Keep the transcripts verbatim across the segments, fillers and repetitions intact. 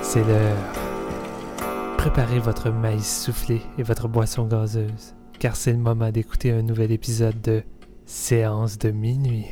C'est l'heure. Préparez votre maïs soufflé et votre boisson gazeuse, car c'est le moment d'écouter un nouvel épisode de Séance de minuit.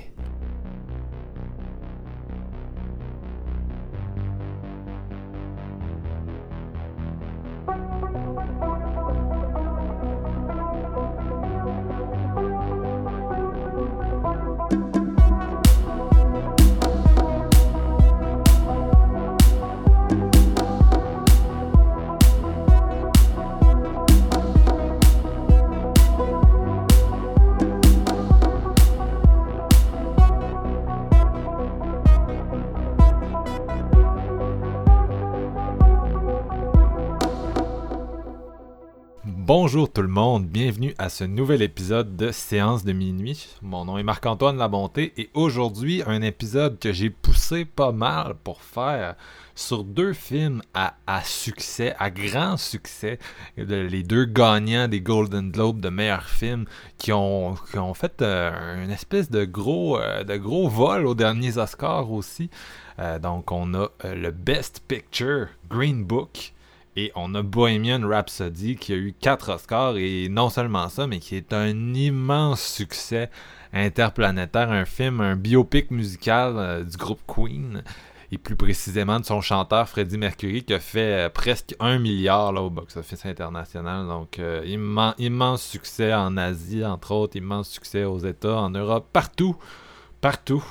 Bonjour tout le monde, bienvenue à ce nouvel épisode de Séance de minuit. Mon nom est Marc-Antoine Labonté et aujourd'hui un épisode que j'ai poussé pas mal pour faire sur deux films à, à succès, à grand succès, les deux gagnants des Golden Globes de meilleurs films qui ont, qui ont fait euh, une espèce de gros, euh, de gros vol aux derniers Oscars aussi. Euh, donc on a euh, le Best Picture, Green Book. Et on a Bohemian Rhapsody qui a eu quatre Oscars et non seulement ça, mais qui est un immense succès interplanétaire, un film, un biopic musical euh, du groupe Queen et plus précisément de son chanteur Freddie Mercury qui a fait euh, presque un milliard là, au box-office international. Donc euh, immen- immense succès en Asie entre autres, immense succès aux États, en Europe, partout, partout.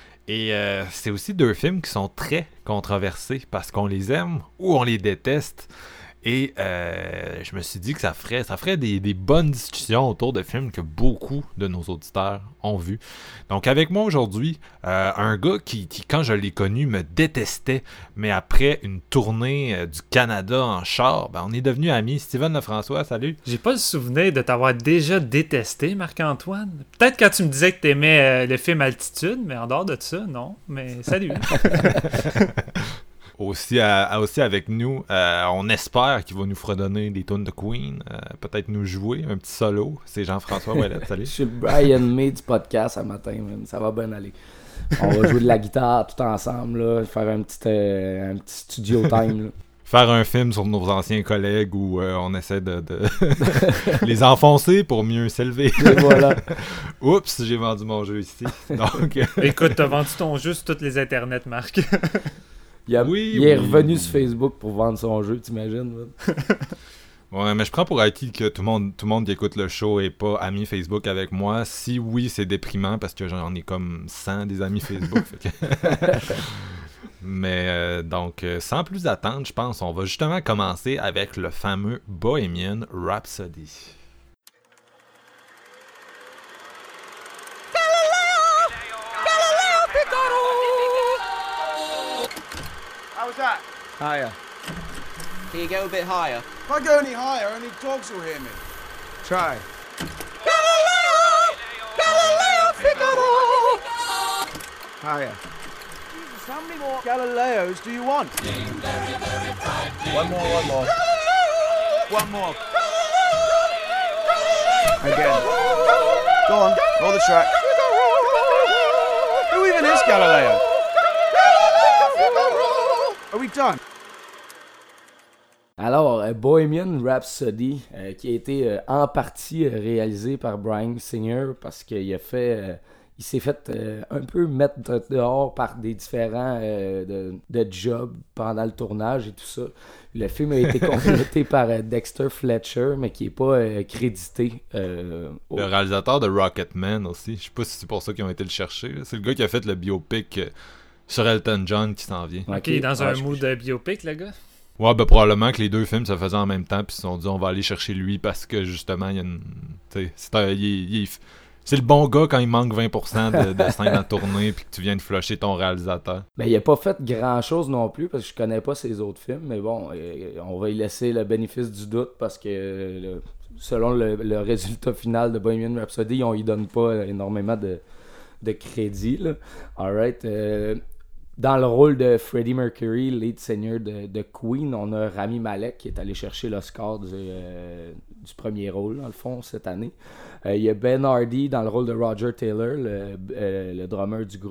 Et euh, c'est aussi deux films qui sont très controversés parce qu'on les aime ou on les déteste. Et euh, je me suis dit que ça ferait, ça ferait des, des bonnes discussions autour de films que beaucoup de nos auditeurs ont vus. Donc avec moi aujourd'hui, euh, un gars qui, qui, quand je l'ai connu, me détestait. Mais après une tournée euh, du Canada en char, ben, on est devenus amis. Steven Lefrançois, salut. J'ai pas le souvenir de t'avoir déjà détesté, Marc-Antoine. Peut-être quand tu me disais que t'aimais euh, le film Altitude, mais en dehors de ça, non. Mais salut. Aussi, à, aussi avec nous, euh, on espère qu'il va nous fredonner des tunes de Queen, euh, peut-être nous jouer un petit solo. C'est Jean-François Ouellet, salut. Je suis le Brian May du podcast ce matin, man. Ça va bien aller. On va jouer de la guitare tout ensemble, là, faire un petit, euh, un petit studio time. Là. Faire un film sur nos anciens collègues où euh, on essaie de, de les enfoncer pour mieux s'élever. Et voilà. Oups, j'ai vendu mon jeu ici. Donc, écoute, t'as vendu ton jeu sur toutes les internets, Marc. Il, a, oui, il est oui, revenu oui. sur Facebook pour vendre son jeu, t'imagines? Ouais, mais je prends pour acquis que tout le monde, tout le monde qui écoute le show est pas ami Facebook avec moi. Si oui, c'est déprimant parce que j'en ai comme cent des amis Facebook. Fait que... mais euh, donc, euh, sans plus attendre, je pense, on va justement commencer avec le fameux Bohemian Rhapsody. How was that? Higher. Can you go a bit higher? If I go any higher, only dogs will hear me. Try. Higher. Jesus, how many more Galileos do you want? One more, one more. One more. Again. Go on, roll the track. Who even is Galileo? Are we done? Alors, euh, Bohemian Rhapsody, euh, qui a été euh, en partie euh, réalisé par Bryan Singer parce qu'il a fait, euh, il s'est fait euh, un peu mettre dehors par des différents euh, de, de jobs pendant le tournage et tout ça. Le film a été complété par euh, Dexter Fletcher, mais qui n'est pas euh, crédité. Euh, au... Le réalisateur de Rocketman aussi. Je sais pas si c'est pour ça qu'ils ont été le chercher. Là. C'est le gars qui a fait le biopic euh, sur Elton John qui s'en vient. Ok, okay, dans ouais, un je... mood de biopic, le gars? Ouais, ben probablement que les deux films se faisaient en même temps, puis ils se sont dit on va aller chercher lui parce que justement, il y a une. Tu sais, c'est, un, il, il, c'est le bon gars quand il manque vingt pour cent de, de scènes à tourner, puis que tu viens de flusher ton réalisateur. Ben, il a pas fait grand chose non plus parce que je connais pas ses autres films, mais bon, euh, on va y laisser le bénéfice du doute parce que euh, le, selon le, le résultat final de Bohemian Rhapsody, on y donne pas énormément de, de crédit. Là. Alright. Euh, Dans le rôle de Freddie Mercury, lead singer de, de Queen, on a Rami Malek qui est allé chercher l'Oscar du, euh, du premier rôle, dans le fond, cette année. Euh, il y a Ben Hardy dans le rôle de Roger Taylor, le, euh, le drummer du groupe.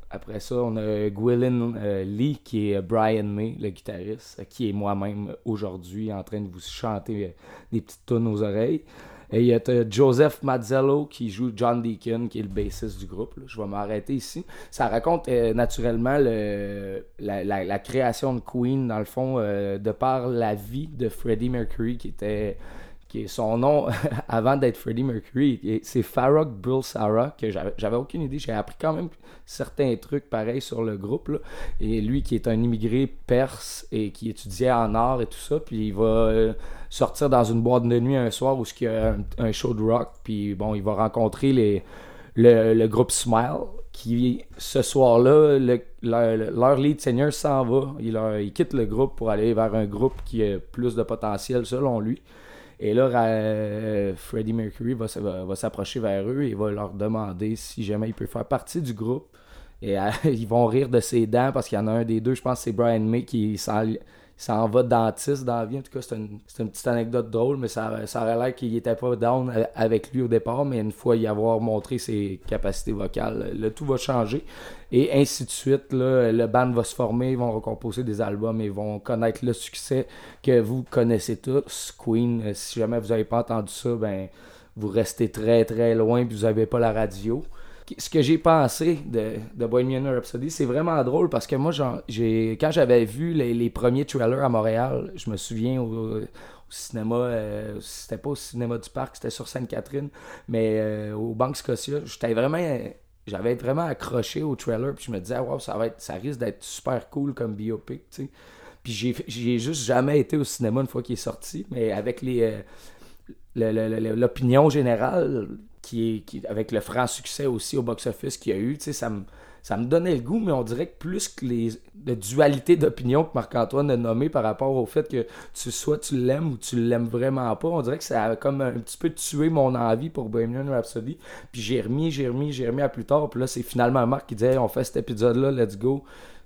Après ça, on a Gwilyn euh, Lee, qui est Brian May, le guitariste, qui est moi-même aujourd'hui en train de vous chanter euh, des petites tunes aux oreilles. Et il y a Joseph Mazzello qui joue John Deacon, qui est le bassiste du groupe. Là. Je vais m'arrêter ici. Ça raconte euh, naturellement le, la, la, la création de Queen, dans le fond, euh, de par la vie de Freddie Mercury, qui était... qui est son nom avant d'être Freddie Mercury. C'est Farrokh Bulsara, que j'avais, j'avais aucune idée. J'ai appris quand même certains trucs pareils sur le groupe. Là. Et lui qui est un immigré perse et qui étudiait en art et tout ça, puis il va euh, sortir dans une boîte de nuit un soir où il y a un, un show de rock, puis bon, il va rencontrer les, le, le groupe Smile, qui ce soir-là, le, leur, leur lead singer s'en va. Il, leur, il quitte le groupe pour aller vers un groupe qui a plus de potentiel selon lui. Et là, euh, Freddie Mercury va, va, va s'approcher vers eux et va leur demander si jamais il peut faire partie du groupe. Et euh, ils vont rire de ses dents parce qu'il y en a un des deux, je pense que c'est Brian May, qui s'en, s'en va dentiste dans la vie. En tout cas, c'est une, c'est une petite anecdote drôle, mais ça, ça aurait l'air qu'il n'était pas down avec lui au départ, mais une fois y avoir montré ses capacités vocales, le tout va changer. Et ainsi de suite, là, le band va se former, ils vont recomposer des albums et ils vont connaître le succès que vous connaissez tous. Queen, si jamais vous n'avez pas entendu ça, ben vous restez très très loin et vous n'avez pas la radio. Ce que j'ai pensé de, de Bohemian Rhapsody, c'est vraiment drôle parce que moi, genre, j'ai, quand j'avais vu les, les premiers trailers à Montréal, je me souviens au, au cinéma, euh, c'était pas au cinéma du Parc, c'était sur Sainte-Catherine, mais euh, au Banque Scotia, j'étais vraiment... J'avais vraiment accroché au trailer, puis je me disais, wow, ça va être, ça risque d'être super cool comme biopic, tu sais. Puis j'ai, j'ai juste jamais été au cinéma une fois qu'il est sorti, mais avec les, euh, le, le, le, l'opinion générale, qui est, qui, avec le franc succès aussi au box-office qu'il y a eu, tu sais, ça me, ça me donnait le goût, mais on dirait que plus que les de dualité d'opinion que Marc-Antoine a nommé par rapport au fait que tu, soit tu l'aimes ou tu l'aimes vraiment pas, on dirait que ça a comme un petit peu tué mon envie pour Bohemian Rhapsody. Puis j'ai remis, j'ai remis, j'ai remis à plus tard. Puis là, c'est finalement Marc qui disait hey, on fait cet épisode-là, let's go.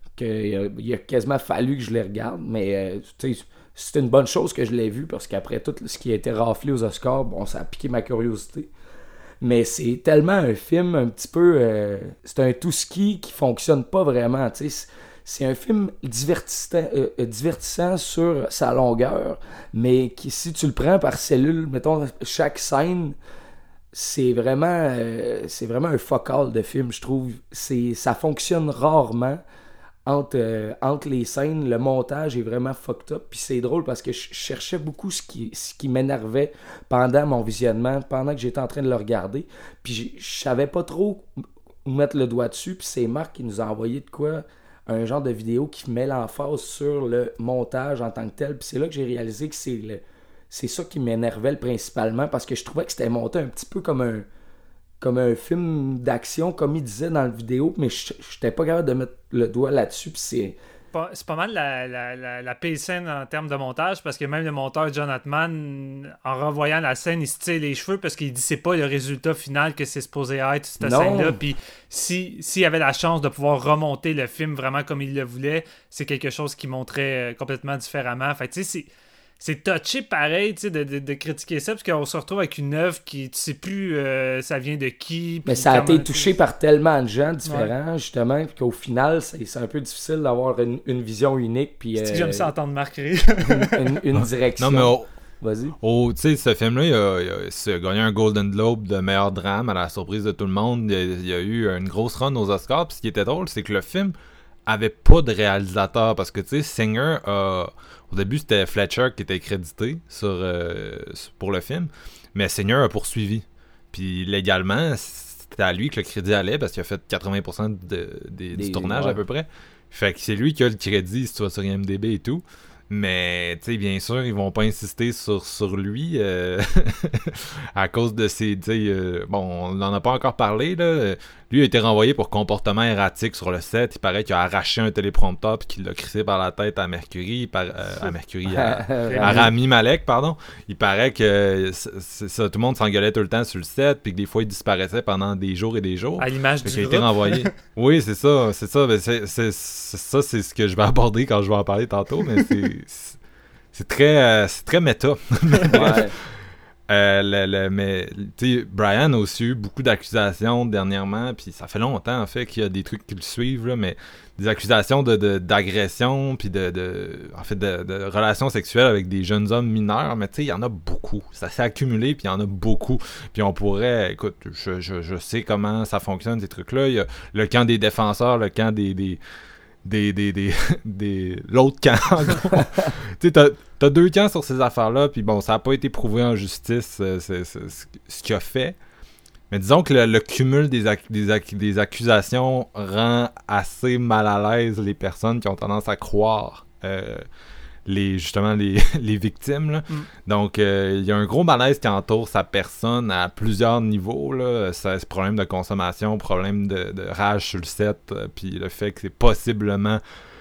Que, il a quasiment fallu que je les regarde, mais euh, tu sais, c'est une bonne chose que je l'ai vu parce qu'après tout ce qui a été raflé aux Oscars, bon, ça a piqué ma curiosité. Mais c'est tellement un film un petit peu... Euh, c'est un tout-ski qui fonctionne pas vraiment, tu sais. C'est un film divertissant, euh, divertissant sur sa longueur, mais qui, si tu le prends par cellule, mettons, chaque scène, c'est vraiment, euh, c'est vraiment un focal de film, je trouve. C'est, ça fonctionne rarement entre, euh, entre les scènes. Le montage est vraiment fucked up. Puis c'est drôle parce que je cherchais beaucoup ce qui, ce qui m'énervait pendant mon visionnement, pendant que j'étais en train de le regarder. Puis je savais pas trop où mettre le doigt dessus. Puis c'est Marc qui nous a envoyé de quoi... un genre de vidéo qui met l'emphase sur le montage en tant que tel. Puis c'est là que j'ai réalisé que c'est le, c'est ça qui m'énervait principalement parce que je trouvais que c'était monté un petit peu comme un comme un film d'action, comme il disait dans la vidéo, mais je n'étais pas capable de mettre le doigt là-dessus. Puis c'est... C'est pas mal la, la, la, la pire scène en termes de montage parce que même le monteur John Ottman, en revoyant la scène, il se tire les cheveux parce qu'il dit c'est pas le résultat final que c'est supposé être cette non. scène-là. Puis si, s'il avait la chance de pouvoir remonter le film vraiment comme il le voulait, c'est quelque chose qui montrait complètement différemment. Fait tu sais, c'est. C'est touché pareil, tu sais, de, de, de critiquer ça, parce qu'on se retrouve avec une œuvre qui, tu sais plus, euh, ça vient de qui. Mais ça a comment... été touché par tellement de gens différents, ouais. justement, qu'au final, c'est, c'est un peu difficile d'avoir une, une vision unique. Puis, c'est euh, que j'aime ça entendre Marc rire. une, une, une direction. Non, mais oh, vas-y. Oh, tu sais, ce film-là, il a, il, a, il a gagné un Golden Globe de meilleur drame à la surprise de tout le monde. Il y a, il y a eu une grosse run aux Oscars. Puis ce qui était drôle, c'est que le film avait pas de réalisateur, parce que, tu sais, Singer a... Au début, c'était Fletcher qui était crédité sur, euh, pour le film, mais Singer a poursuivi. Puis légalement, c'était à lui que le crédit allait parce qu'il a fait quatre-vingts pour cent de, de, de, du tournage ouais. à peu près. Fait que c'est lui qui a le crédit si tu vas sur I M D B et tout. Mais, tu sais, bien sûr, ils vont pas insister sur, sur lui euh, à cause de ses... Tu sais, euh, bon, on n'en a pas encore parlé, là. Lui a été renvoyé pour comportement erratique sur le set. Il paraît qu'il a arraché un téléprompteur puis qu'il l'a crissé par la tête à Mercury, par, euh, à Mercury, à, à Rami Malek, pardon. Il paraît que c'est, c'est ça, tout le monde s'engueulait tout le temps sur le set puis que des fois, il disparaissait pendant des jours et des jours. À l'image du groupe. Il a été renvoyé. Oui, c'est ça, c'est ça. Mais c'est, c'est, c'est, ça, c'est ce que je vais aborder quand je vais en parler tantôt, mais c'est... C'est, c'est très, euh, c'est très méta. Ouais. Euh, le, le, mais, tu sais, Brian a aussi eu beaucoup d'accusations dernièrement, puis ça fait longtemps, en fait, qu'il y a des trucs qui le suivent, là, mais des accusations de, de, d'agression, puis de, de, en fait, de, de relations sexuelles avec des jeunes hommes mineurs, mais tu sais, il y en a beaucoup. Ça s'est accumulé, puis il y en a beaucoup. Puis on pourrait, écoute, je, je, je sais comment ça fonctionne, ces trucs-là. Il y a le camp des défenseurs, le camp des... des Des, des, des, des, l'autre camp, en gros. Tu sais, t'as, t'as deux camps sur ces affaires-là, puis bon, ça n'a pas été prouvé en justice, euh, c'est, c'est, c'est, ce qu'il a fait. Mais disons que le, le cumul des, ac- des, ac- des accusations rend assez mal à l'aise les personnes qui ont tendance à croire euh, les, justement les, les victimes. Là. Mm. Donc, il euh, y a un gros malaise qui entoure sa personne à plusieurs niveaux. Là. C'est, c'est problème de consommation, problème de, de rage sur le set, euh, puis le fait que c'est possiblement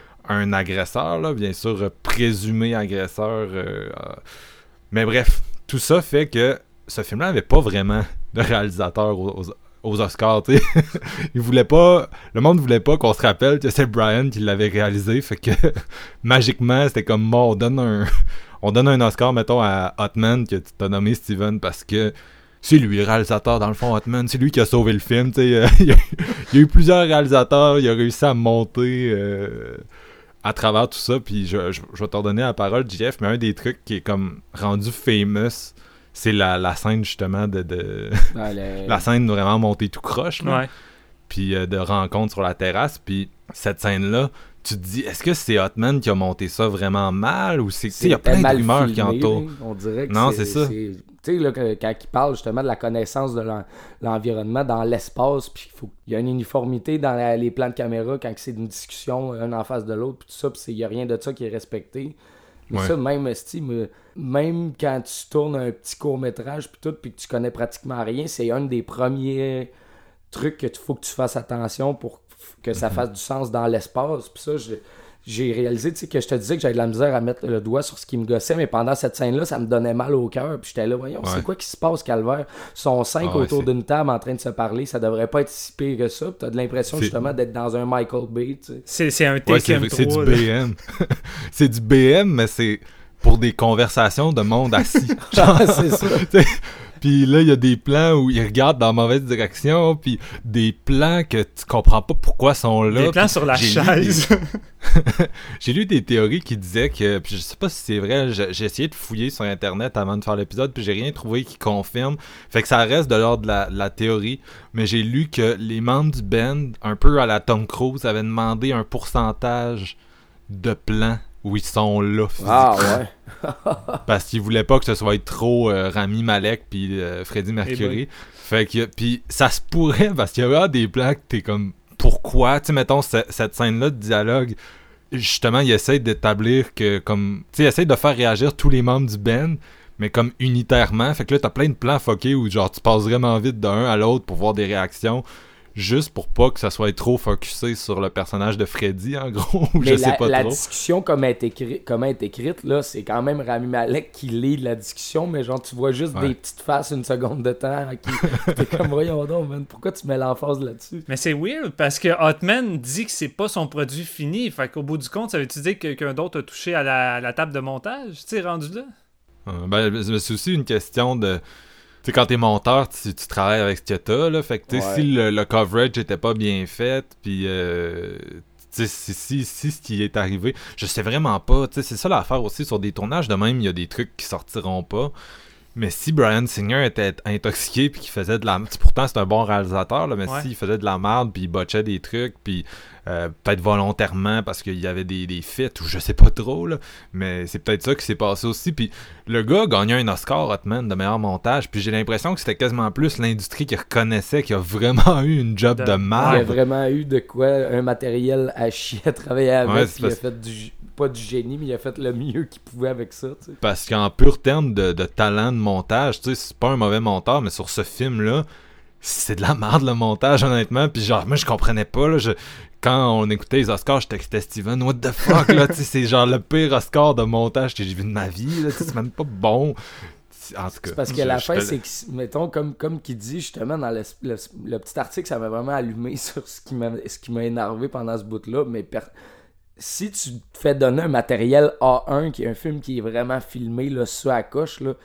un agresseur, là, bien sûr, euh, présumé agresseur. Euh, euh, mais bref, tout ça fait que ce film-là n'avait pas vraiment de réalisateur aux, aux, aux Oscars, tu sais. Il voulait pas... Le monde voulait pas qu'on se rappelle que c'est Brian qui l'avait réalisé, fait que magiquement, c'était comme, bon, on donne un... on donne un Oscar, mettons, à Hotman, que tu t'as nommé Steven, parce que c'est lui le réalisateur, dans le fond, Hotman, c'est lui qui a sauvé le film, tu sais. il, y a, il y a eu plusieurs réalisateurs, il a réussi à monter... Euh, à travers tout ça, puis je, je, je vais te redonner la parole, J F, mais un des trucs qui est comme rendu famous, c'est la, la scène justement de... de... Ah, le... la scène vraiment montée tout croche, là. Ouais. Puis euh, de rencontre sur la terrasse, puis cette scène-là, tu te dis, est-ce que c'est Hotman qui a monté ça vraiment mal, ou c'est... Il y a plein de rumeurs filmé, qui entourent. On dirait que non, c'est, c'est ça. C'est... Tu sais, là, quand il parle justement de la connaissance de l'en... l'environnement dans l'espace, puis faut... il y a une uniformité dans la... les plans de caméra quand c'est une discussion, un en face de l'autre, puis tout ça, puis il n'y a rien de ça qui est respecté. Mais ouais. Ça, même, style, même quand tu tournes un petit court-métrage, puis tout, puis que tu connais pratiquement rien, c'est un des premiers trucs que tu faut que tu fasses attention pour que ça fasse du sens dans l'espace. Puis ça, je... j'ai réalisé, tu sais, que je te disais que j'avais de la misère à mettre le doigt sur ce qui me gossait, mais pendant cette scène-là, ça me donnait mal au cœur. Puis j'étais là, voyons, ouais. C'est quoi qui se passe, Calvaire? Ils sont cinq ah ouais, autour c'est... d'une table en train de se parler, ça devrait pas être si pire que ça. Puis t'as de l'impression, c'est... justement, d'être dans un Michael Bay, tu sais. C'est, c'est un T K M ouais, c'est, c'est du B M. C'est du B M, mais c'est pour des conversations de monde assis. Genre, c'est ça. Puis là, il y a des plans où ils regardent dans la mauvaise direction, puis des plans que tu comprends pas pourquoi sont là. Des plans sur la chaise. Des... j'ai lu des théories qui disaient que, puis je sais pas si c'est vrai, j'ai, j'ai essayé de fouiller sur Internet avant de faire l'épisode, puis j'ai rien trouvé qui confirme. Fait que ça reste de l'ordre de la, de la théorie, mais j'ai lu que les membres du band, un peu à la Tom Cruise, avaient demandé un pourcentage de plans où ils sont là physiquement. Ah ouais. Parce qu'ils voulaient pas que ce soit trop euh, Rami Malek puis euh, Freddie Mercury. Fait que puis ça se pourrait parce qu'il y avait des plans que t'es comme pourquoi, tu sais, mettons c- cette scène là de dialogue, justement il essaie d'établir que comme tu sais il essaie de faire réagir tous les membres du band mais comme unitairement. Fait que là t'as plein de plans fuckés où genre tu passes vraiment vite d'un à l'autre pour voir des réactions. Juste pour pas que ça soit trop focusé sur le personnage de Freddy, en gros, ou je la, sais pas la trop. La discussion, comme elle est écrite, comme elle est écrite là, c'est quand même Rami Malek qui lit la discussion, mais genre, tu vois juste ouais. des petites faces une seconde de temps. Qui... T'es comme, voyons donc, man, pourquoi tu mets l'emphase là-dessus? Mais c'est weird, parce que Hotman dit que c'est pas son produit fini. Fait qu'au bout du compte, ça veut-tu dire que quelqu'un d'autre a touché à la, à la table de montage? Tu sais, rendu là? Euh, ben, c'est aussi une question de... Tu sais, quand t'es monteur, tu, tu travailles avec ce que t'as, là. Fait que, tu sais, ouais. si le, le coverage était pas bien fait, puis, euh, tu sais, si, si, si ce qui est arrivé, je sais vraiment pas. Tu sais, c'est ça l'affaire aussi. Sur des tournages de même, il y a des trucs qui sortiront pas. Mais si Bryan Singer était intoxiqué puis qu'il faisait de la... Pourtant, c'est un bon réalisateur, là, mais ouais. s'il faisait de la merde puis il botchait des trucs, puis euh, peut-être volontairement parce qu'il y avait des, des fits ou je sais pas trop, là, mais c'est peut-être ça qui s'est passé aussi. Puis le gars a gagné un Oscar, Hotman, de meilleur montage, puis j'ai l'impression que c'était quasiment plus l'industrie qui reconnaissait qu'il a vraiment eu une job de, de merde. Il a vraiment eu de quoi, un matériel à chier à travailler avec, ouais, puis il a fait du... pas du génie, mais il a fait le mieux qu'il pouvait avec ça, tu sais. Parce qu'en pur terme de, de talent de montage, tu sais, c'est pas un mauvais monteur, mais sur ce film-là, c'est de la merde le montage, honnêtement. Puis genre, moi, je comprenais pas, là, je... quand on écoutait les Oscars, je textais Steven, what the fuck, là, tu sais, c'est genre le pire Oscar de montage que j'ai vu de ma vie, là, c'est même pas bon. En tout cas, c'est parce que la fin, c'est que, mettons, comme, comme qu'il dit justement dans le, le, le petit article, ça m'a vraiment allumé sur ce qui m'a, ce qui m'a énervé pendant ce bout-là, mais per... si tu te fais donner un matériel A un, qui est un film qui est vraiment filmé là, sur la coche, là,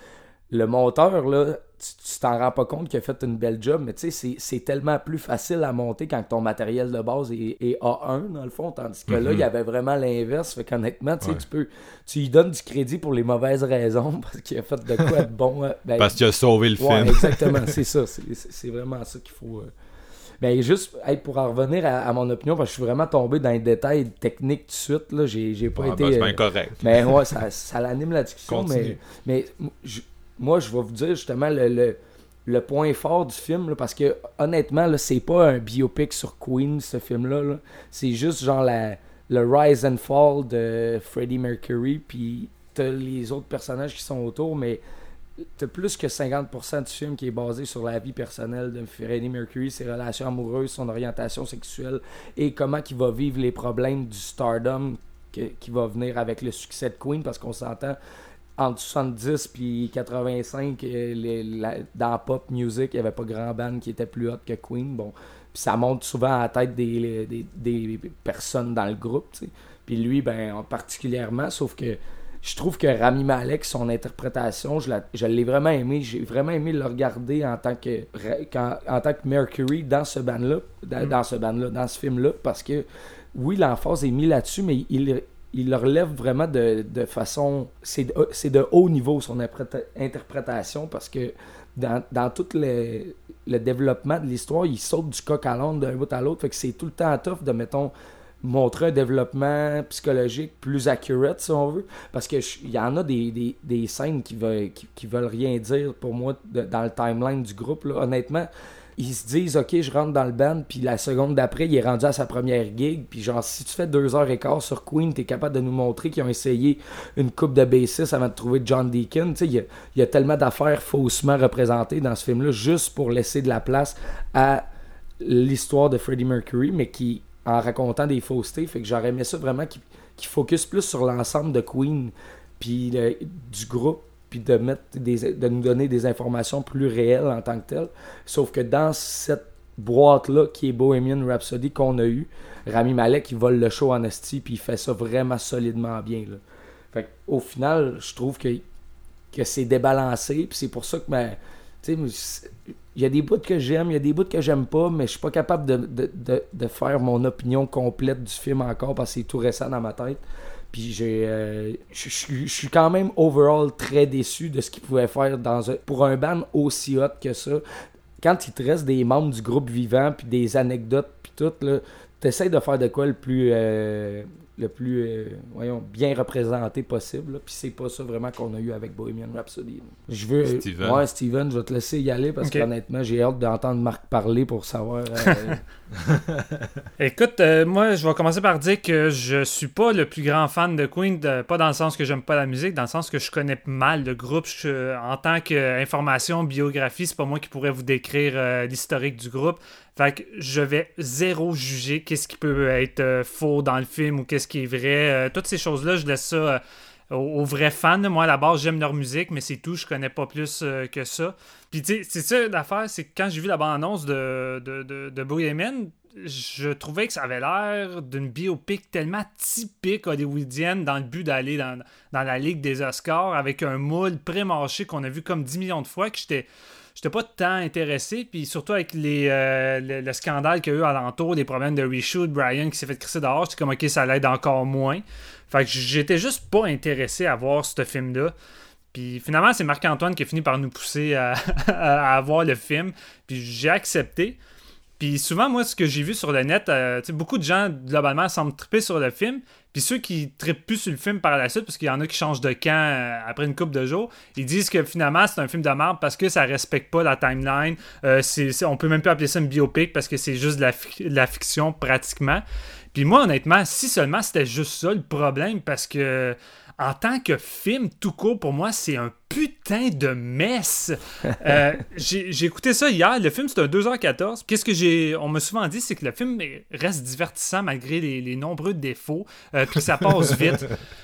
le monteur, là, tu, tu t'en rends pas compte qu'il a fait une belle job, mais tu sais, c'est, c'est tellement plus facile à monter quand ton matériel de base est, est A un, dans le fond, tandis que mm-hmm. là, il y avait vraiment l'inverse. Fait qu'honnêtement, tu sais, ouais. tu peux, tu lui donnes du crédit pour les mauvaises raisons, parce qu'il a fait de quoi de bon. Ben, parce qu'il a sauvé le ouais, film. Exactement, c'est ça. C'est, c'est vraiment ça qu'il faut... Euh... Ben, juste, hey, pour en revenir à, à mon opinion, parce que je suis vraiment tombé dans les détails techniques tout de suite, là, j'ai, j'ai pas ah, été... Ben, c'est euh... bien correct. Mais ouais, ça, ça l'anime la discussion, Continue. mais... mais je, moi, je vais vous dire justement le, le, le point fort du film, là, parce que honnêtement, là, c'est pas un biopic sur Queen, ce film-là. Là. C'est juste genre la, le rise and fall de Freddie Mercury, puis t'as les autres personnages qui sont autour, mais t'as plus que cinquante pour cent du film qui est basé sur la vie personnelle de Freddie Mercury, ses relations amoureuses, son orientation sexuelle, et comment il va vivre les problèmes du stardom que, qui va venir avec le succès de Queen, parce qu'on s'entend... Entre soixante-dix puis quatre-vingt-cinq, les, la, dans pop music, il n'y avait pas grand band qui était plus hot que Queen. Bon, puis ça monte souvent à la tête des, des, des personnes dans le groupe, tu sais. Puis lui, ben, particulièrement, sauf que je trouve que Rami Malek, son interprétation, je, la, je l'ai vraiment aimé. J'ai vraiment aimé le regarder en tant que, en, en tant que Mercury dans ce band-là, dans, mm. dans ce band-là, dans ce film-là, parce que oui, l'emphase est mise là-dessus, mais il il le relève vraiment de, de façon... C'est de, c'est de haut niveau, son interprétation, parce que dans, dans tout le, le développement de l'histoire, il saute du coq à l'âne d'un bout à l'autre, fait que c'est tout le temps tough de, mettons, montrer un développement psychologique plus accurate, si on veut, parce que il y en a des, des, des scènes qui veulent, qui, qui veulent rien dire, pour moi, de, dans le timeline du groupe, là. Honnêtement... Ils se disent, OK, je rentre dans le band, puis la seconde d'après, il est rendu à sa première gig. Puis genre, si tu fais deux heures et quart sur Queen, t'es capable de nous montrer qu'ils ont essayé une coupe de bassistes avant de trouver John Deacon. Tu sais, il y a, il y a tellement d'affaires faussement représentées dans ce film-là, juste pour laisser de la place à l'histoire de Freddie Mercury, mais qui, en racontant des faussetés, fait que j'aurais aimé ça vraiment qu'il, qu'il focus plus sur l'ensemble de Queen, puis le, du groupe, puis de mettre des, de nous donner des informations plus réelles en tant que telles. Sauf que dans cette boîte-là, qui est Bohemian Rhapsody qu'on a eu, Rami Malek, il vole le show en esti, puis il fait ça vraiment solidement bien, là. Fait qu'au final, je trouve que, que c'est débalancé, puis c'est pour ça que ma, tu sais, il y a des bouts que j'aime, il y a des bouts que j'aime pas, mais je suis pas capable de, de, de, de faire mon opinion complète du film encore, parce que c'est tout récent dans ma tête. Puis j'ai, euh, je suis quand même overall très déçu de ce qu'il pouvait faire dans un, pour un band aussi hot que ça. Quand il te reste des membres du groupe vivant, puis des anecdotes, puis tout, là, t'essayes de faire de quoi le plus, euh, le plus euh, voyons, bien représenté possible. Là. Puis c'est pas ça vraiment qu'on a eu avec Bohemian Rhapsody. Je veux, Steven. Ouais, Steven, je vais te laisser y aller parce okay. qu'honnêtement, j'ai hâte d'entendre Marc parler pour savoir... Euh... Écoute, euh, moi, je vais commencer par dire que je suis pas le plus grand fan de Queen, de, pas dans le sens que j'aime pas la musique, dans le sens que je connais mal le groupe. Je, en tant qu'information, biographie, c'est pas moi qui pourrais vous décrire euh, l'historique du groupe. Fait que je vais zéro juger qu'est-ce qui peut être euh, faux dans le film ou qu'est-ce qui est vrai. Euh, toutes ces choses-là, je laisse ça euh, aux, aux vrais fans. Moi, à la base, j'aime leur musique, mais c'est tout. Je connais pas plus euh, que ça. Puis, tu sais, c'est ça l'affaire, c'est que quand j'ai vu la bande-annonce de, de, de, de Bohemian, je trouvais que ça avait l'air d'une biopic tellement typique hollywoodienne dans le but d'aller dans, dans la ligue des Oscars avec un moule pré-mâché qu'on a vu comme dix millions de fois que j'étais... J'étais pas tant intéressé, puis surtout avec les, euh, le, le scandale qu'il y a eu alentour, les problèmes de reshoot, Brian qui s'est fait crisser dehors, c'est comme ok, ça l'aide encore moins. Fait que j'étais juste pas intéressé à voir ce film-là. Puis finalement, c'est Marc-Antoine qui a fini par nous pousser à, à, à voir le film, puis j'ai accepté. Puis souvent, moi, ce que j'ai vu sur le net, euh, beaucoup de gens, globalement, semblent tripper sur le film. Puis ceux qui trippent plus sur le film par la suite, parce qu'il y en a qui changent de camp euh, après une couple de jours, ils disent que finalement, c'est un film de merde parce que ça respecte pas la timeline. Euh, c'est, c'est, on peut même pas appeler ça une biopic parce que c'est juste de la, fi- de la fiction pratiquement. Puis moi, honnêtement, si seulement c'était juste ça le problème, parce que en tant que film tout court, pour moi, c'est un putain de mess. Euh, j'ai, j'ai écouté ça hier. Le film, c'est un deux heures quatorze. Qu'est-ce que j'ai... On m'a souvent dit, c'est que le film reste divertissant malgré les, les nombreux défauts. Euh, puis ça passe vite.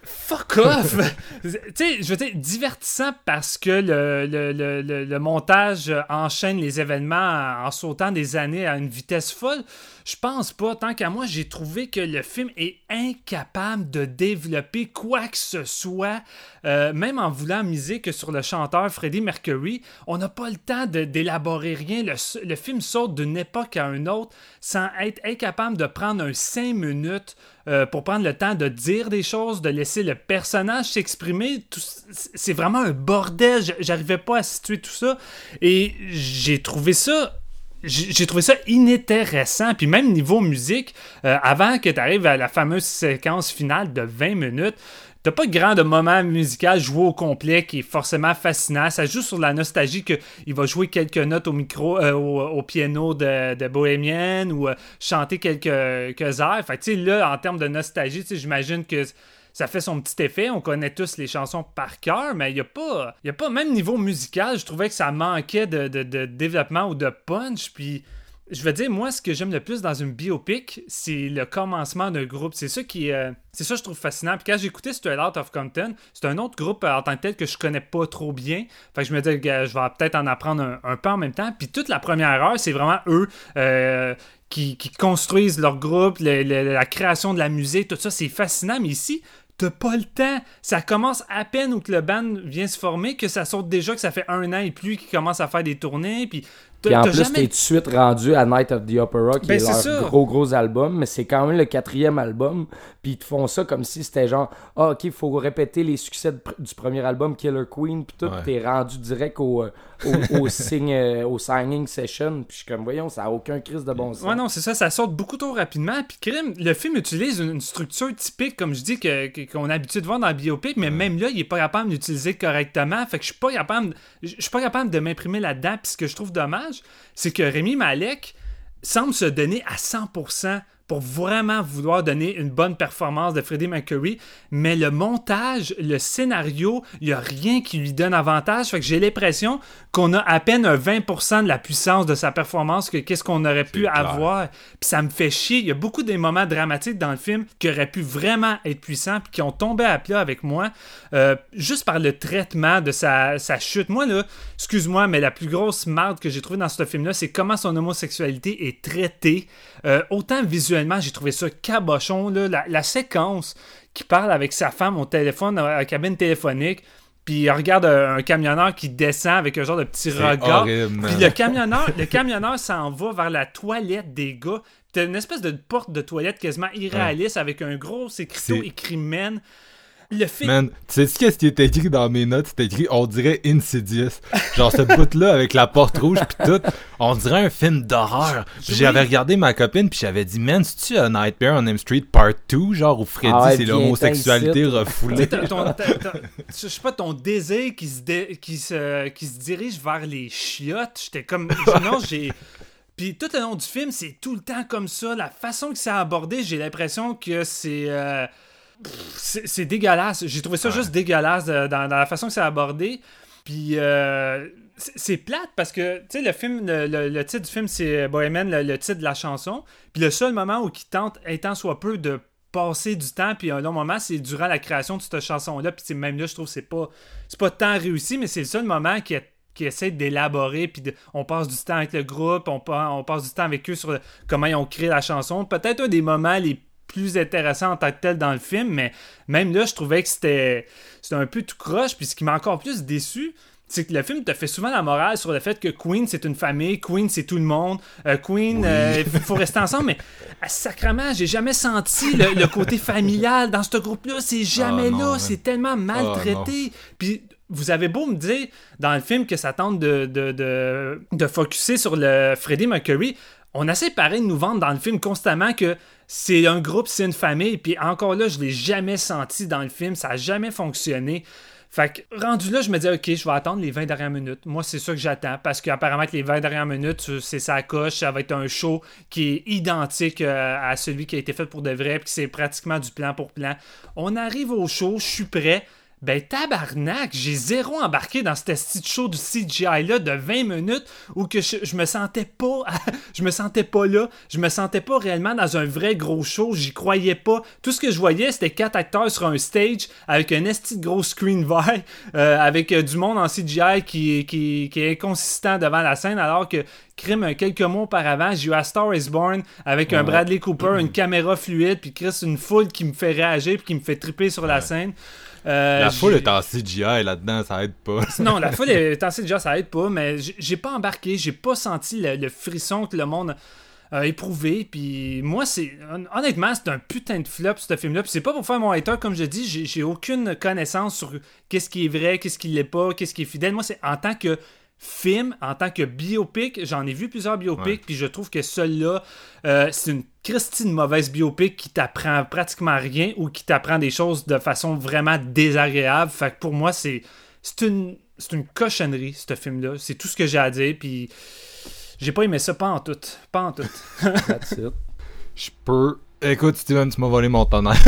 Fuck off! Tu sais, je veux dire, divertissant parce que le, le, le, le, le montage enchaîne les événements en sautant des années à une vitesse folle. Je pense pas. Tant qu'à moi, j'ai trouvé que le film est incapable de développer quoi que ce soit, euh, même en voulant miser que sur le chanteur Freddie Mercury. On n'a pas le temps de, d'élaborer rien. Le, le film saute d'une époque à une autre sans être incapable de prendre un cinq minutes euh, pour prendre le temps de dire des choses, de laisser le personnage s'exprimer. Tout, c'est vraiment un bordel. J'arrivais pas à situer tout ça. Et j'ai trouvé ça... J'ai trouvé ça inintéressant. Puis même niveau musique, euh, avant que tu arrives à la fameuse séquence finale de vingt minutes, t'as pas grand de moment musical joué au complet qui est forcément fascinant. Ça joue sur la nostalgie qu'il va jouer quelques notes au micro, euh, au, au piano de, de Bohemian ou euh, chanter quelques, quelques airs. Fait que tu sais, là, en termes de nostalgie, j'imagine que ça fait son petit effet. On connaît tous les chansons par cœur, mais il n'y a pas, y a pas, même niveau musical, je trouvais que ça manquait de, de, de développement ou de punch. Puis, je veux dire, moi, ce que j'aime le plus dans une biopic, c'est le commencement d'un groupe. C'est ça qui euh, c'est ça que je trouve fascinant. Puis quand j'ai écouté Straight Outta Compton, c'est un autre groupe en tant que tel que je connais pas trop bien. Fait que je me dis que je vais peut-être en apprendre un, un peu en même temps. Puis toute la première heure, c'est vraiment eux euh, qui, qui construisent leur groupe, le, le, la création de la musique, tout ça, c'est fascinant. Mais ici, t'as pas le temps. Ça commence à peine où que le band vient se former, que ça saute déjà, que ça fait un an et plus qu'ils commencent à faire des tournées. Puis, puis en plus, jamais... t'es tout de suite rendu à Night of the Opera, qui ben, est leur ça. gros, gros album. Mais c'est quand même le quatrième album. Puis ils te font ça comme si c'était genre, ah, ok, il faut répéter les succès de, du premier album, Killer Queen. Puis tout, ouais. T'es rendu direct au, au, au, sing, euh, au signing session. Puis je suis comme, voyons, ça a aucun crise de bon sens. Ouais, non, c'est ça, ça saute beaucoup trop rapidement. Puis crime, le film utilise une, une structure typique, comme je dis, que, que, qu'on a l'habitude de voir dans la biopic, mais ouais. Même là, il est pas capable d'utiliser correctement. Fait que je suis pas capable, je suis pas capable de m'imprimer là-dedans. Puis ce que je trouve dommage, c'est que Rami Malek semble se donner à cent pour cent pour vraiment vouloir donner une bonne performance de Freddie Mercury, mais le montage, le scénario, il n'y a rien qui lui donne avantage. Fait que j'ai l'impression qu'on a à peine un vingt pour cent de la puissance de sa performance que qu'est-ce qu'on aurait pu avoir. Puis ça me fait chier. Il y a beaucoup des moments dramatiques dans le film qui auraient pu vraiment être puissants puis qui ont tombé à plat avec moi euh, juste par le traitement de sa, sa chute. Moi, là, excuse-moi, mais la plus grosse marde que j'ai trouvée dans ce film-là, c'est comment son homosexualité est traitée. Euh, autant visuellement, j'ai trouvé ça cabochon. Là. La, la séquence qui parle avec sa femme au téléphone, à la cabine téléphonique, puis il regarde un, un camionneur qui descend avec un genre de petit c'est regard. Horrible, puis le camionneur, le camionneur s'en va vers la toilette des gars. T'as une espèce de porte de toilette quasiment irréaliste ouais. Avec un gros écriteau écrit Men. Le film... Man, tu sais qu'est-ce qui était écrit dans mes notes? C'était écrit, on dirait Insidious. Genre, ce bout-là, avec la porte rouge pis tout, on dirait un film d'horreur. Puis oui. J'avais regardé ma copine pis j'avais dit, man, c'est-tu A Nightmare on Elm Street Part deux? Genre, où Freddy, ah ouais, c'est l'homosexualité refoulée. Ton, ton, ton, je sais pas, ton désir qui se, dé, qui, se, qui se dirige vers les chiottes, j'étais comme... Non, j'ai... Puis tout le long du film, c'est tout le temps comme ça. La façon que c'est abordé, j'ai l'impression que c'est... Euh... C'est, c'est dégueulasse. J'ai trouvé ça ouais. juste dégueulasse dans, dans la façon que c'est abordé. Puis euh, c'est, c'est plate parce que, tu sais, le film, le, le, le titre du film, c'est Bohemian, le, le titre de la chanson. Puis le seul moment où il tente, étant soit peu, de passer du temps, puis un long moment, c'est durant la création de cette chanson-là. Puis même là, je trouve que c'est pas, c'est pas tant réussi, mais c'est le seul moment qui est qui essaie d'élaborer, puis de, on passe du temps avec le groupe, on, on passe du temps avec eux sur le, comment ils ont créé la chanson. Peut-être un des moments les plus intéressant en tant que tel dans le film, mais même là, je trouvais que c'était, c'était un peu tout croche. Puis ce qui m'a encore plus déçu, c'est que le film te fait souvent la morale sur le fait que Queen, c'est une famille, Queen, c'est tout le monde, euh, Queen, il oui. euh, faut rester ensemble, mais sacrément, j'ai jamais senti le, le côté familial dans ce groupe-là, c'est jamais oh, non, là, man. C'est tellement maltraité. Oh, puis vous avez beau me dire dans le film que ça tente de, de, de, de focusser sur le Freddie Mercury, on essaie pareil de nous vendre dans le film constamment que c'est un groupe, c'est une famille, puis encore là, je l'ai jamais senti dans le film, ça a jamais fonctionné. Fait que rendu là, je me dis, ok, je vais attendre les vingt dernières minutes. Moi, c'est ça que j'attends, parce qu'apparemment que les vingt dernières minutes, c'est sa coche, ça va être un show qui est identique à celui qui a été fait pour de vrai, puis c'est pratiquement du plan pour plan. On arrive au show, je suis prêt. Ben tabarnak, j'ai zéro embarqué dans cette esti de show du C G I-là de vingt minutes où que je, je me sentais pas je me sentais pas là, je me sentais pas réellement dans un vrai gros show, j'y croyais pas. Tout ce que je voyais, c'était quatre acteurs sur un stage avec un esti de gros screen vert, euh, avec euh, du monde en C G I qui, qui, qui est inconsistant devant la scène, alors que crime, quelques mois auparavant, j'ai eu A Star Is Born avec ouais. un Bradley Cooper, mm-hmm. une caméra fluide, puis Chris, une foule qui me fait réagir puis qui me fait triper sur ouais. la scène. Euh, la foule j'ai... est en C G I là-dedans, ça aide pas. Non, la foule est en C G I, ça aide pas, mais j'ai, j'ai pas embarqué, j'ai pas senti le, le frisson que le monde a éprouvé. Puis moi, c'est honnêtement, c'est un putain de flop, ce film-là. Puis c'est pas pour faire mon hater, comme je dis, j'ai, j'ai aucune connaissance sur qu'est-ce qui est vrai, qu'est-ce qui l'est pas, qu'est-ce qui est fidèle. Moi, c'est en tant que film, en tant que biopic, j'en ai vu plusieurs biopics, ouais. puis je trouve que celui-là, euh, c'est une christine mauvaise biopic qui t'apprend pratiquement rien ou qui t'apprend des choses de façon vraiment désagréable. Fait que pour moi, c'est, c'est une c'est une cochonnerie, ce film-là. C'est tout ce que j'ai à dire, puis j'ai pas aimé ça, pas en tout. Pas en tout. That's it. Je peux... Écoute, Steven, tu m'as volé mon tonnerre.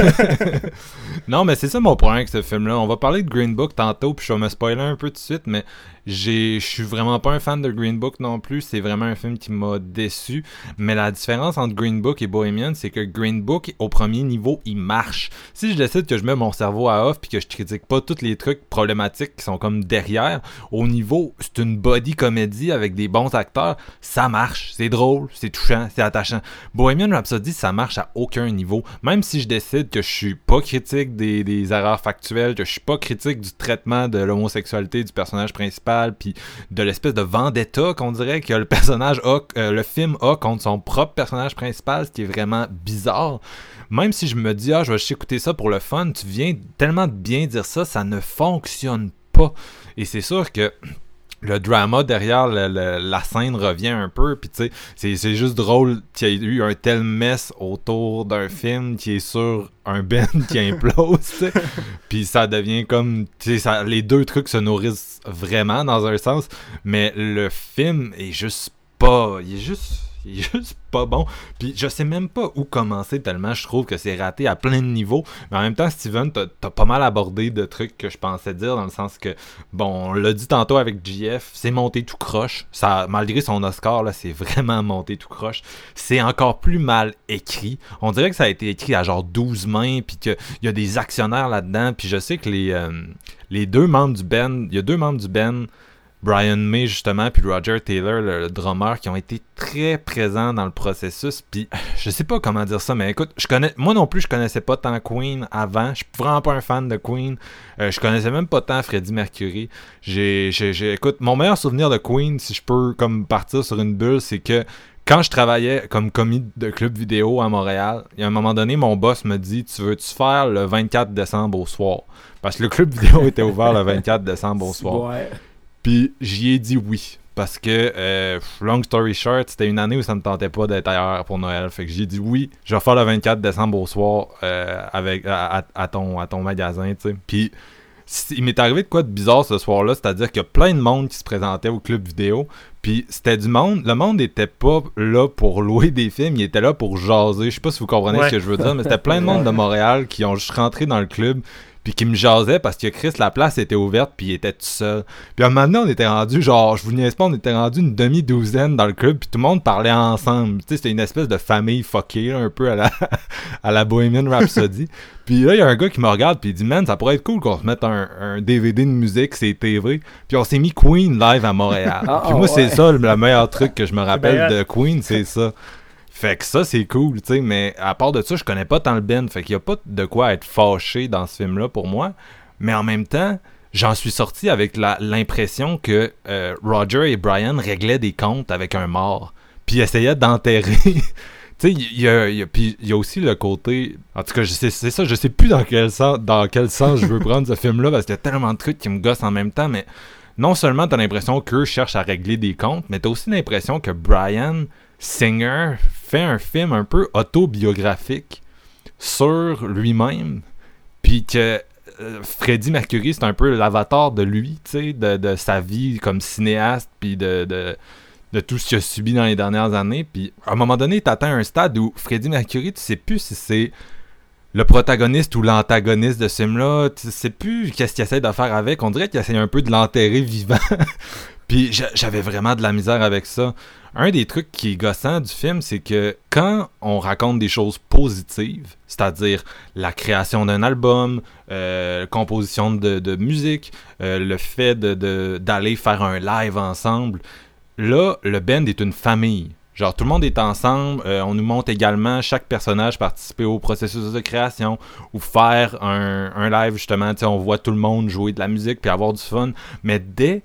Non, mais c'est ça mon problème avec ce film-là. On va parler de Green Book tantôt, puis je vais me spoiler un peu tout de suite, mais j'ai, je suis vraiment pas un fan de Green Book non plus. C'est vraiment un film qui m'a déçu. Mais la différence entre Green Book et Bohemian, c'est que Green Book, au premier niveau, il marche. Si je décide que je mets mon cerveau à off puis que je critique pas tous les trucs problématiques qui sont comme derrière, au niveau, c'est une body comédie avec des bons acteurs, ça marche. C'est drôle, c'est touchant, c'est attachant. Bohemian Rhapsody, ça marche à aucun niveau. Même si je décide que je suis pas critique des, des erreurs factuelles, que je suis pas critique du traitement de l'homosexualité du personnage principal, puis de l'espèce de vendetta qu'on dirait que le personnage a, euh, le film a contre son propre personnage principal, ce qui est vraiment bizarre. Même si je me dis, ah, je vais juste écouter ça pour le fun, tu viens tellement de bien dire ça, ça ne fonctionne pas. Et c'est sûr que le drama derrière le, le, la scène revient un peu, puis tu sais, c'est, c'est juste drôle qu'il y ait eu un tel mess autour d'un film qui est sur un band qui implose, tu sais, puis ça devient comme, tu sais, ça, les deux trucs se nourrissent vraiment dans un sens, mais le film est juste pas, il est juste... il est juste pas bon. Puis je sais même pas où commencer tellement je trouve que c'est raté à plein de niveaux. Mais en même temps, Steven, t'as, t'as pas mal abordé de trucs que je pensais dire, dans le sens que, bon, on l'a dit tantôt avec J F, c'est monté tout croche. Ça, malgré son Oscar, là, c'est vraiment monté tout croche. C'est encore plus mal écrit. On dirait que ça a été écrit à genre douze mains, puis qu'il y a des actionnaires là-dedans. Puis je sais que les, euh, les deux membres du band, il y a deux membres du band, Brian May justement puis Roger Taylor, le, le drummer, qui ont été très présents dans le processus. Puis je sais pas comment dire ça, mais écoute, je connais, moi non plus je connaissais pas tant Queen avant. Je suis vraiment pas un fan de Queen. Euh, je connaissais même pas tant Freddie Mercury. J'ai, j'ai, j'ai, écoute, mon meilleur souvenir de Queen, si je peux comme partir sur une bulle, c'est que quand je travaillais comme commis de club vidéo à Montréal, il y a un moment donné, mon boss me dit, tu veux-tu faire le vingt-quatre décembre au soir? Parce que le club vidéo était ouvert le vingt-quatre décembre au soir. Ouais. Puis j'y ai dit oui, parce que, euh, long story short, c'était une année où ça me tentait pas d'être ailleurs pour Noël. Fait que j'ai dit oui, je vais faire le vingt-quatre décembre au soir euh, avec, à, à, à, ton, à ton magasin, tu sais. Puis il m'est arrivé de quoi de bizarre ce soir-là, c'est-à-dire qu'il y a plein de monde qui se présentait au club vidéo, puis c'était du monde, le monde était pas là pour louer des films, il était là pour jaser. Je sais pas si vous comprenez ouais. ce que je veux dire, mais c'était plein de monde de Montréal qui ont juste rentré dans le club, puis qui me jasait parce que Chris, la place était ouverte, puis il était tout seul. Puis à un moment donné, on était rendu, genre, je vous niaise pas, on était rendu une demi-douzaine dans le club, puis tout le monde parlait ensemble. Tu sais, c'était une espèce de famille fuckée, là, un peu à la, à la Bohemian Rhapsody. Puis là, il y a un gars qui me regarde, puis il dit, man, ça pourrait être cool qu'on se mette un, un D V D de musique, c'est T V. Puis on s'est mis Queen live à Montréal. Ah, puis moi, ouais. c'est ça, le meilleur truc que je me rappelle de Queen, c'est ça. Fait que ça, c'est cool, tu sais, mais à part de ça, je connais pas tant le band, fait qu'il y a pas de quoi être fâché dans ce film-là pour moi, mais en même temps, j'en suis sorti avec la, l'impression que euh, Roger et Brian réglaient des comptes avec un mort, puis essayaient d'enterrer... Tu sais, il y a, y, a, y a aussi le côté... En tout cas, je sais, c'est ça, je sais plus dans quel sens, dans quel sens je veux prendre ce film-là, parce qu'il y a tellement de trucs qui me gossent en même temps, mais non seulement t'as l'impression qu'eux cherchent à régler des comptes, mais t'as aussi l'impression que Brian Singer fait un film un peu autobiographique sur lui-même, puis que euh, Freddie Mercury, c'est un peu l'avatar de lui, tu sais, de, de sa vie comme cinéaste, puis de... de de tout ce qu'il a subi dans les dernières années. Puis à un moment donné, t'atteins un stade où Freddie Mercury, tu sais plus si c'est le protagoniste ou l'antagoniste de ce film-là, tu sais plus qu'est-ce qu'il essaie de faire avec. On dirait qu'il essaie un peu de l'enterrer vivant. Puis j'avais vraiment de la misère avec ça. Un des trucs qui est gossant du film, c'est que quand on raconte des choses positives, c'est-à-dire la création d'un album, euh, composition de, de musique, euh, le fait de, de, d'aller faire un live ensemble, là, le band est une famille. Genre, tout le monde est ensemble, euh, on nous montre également chaque personnage participer au processus de création ou faire un, un live, justement, tu sais, on voit tout le monde jouer de la musique puis avoir du fun. Mais dès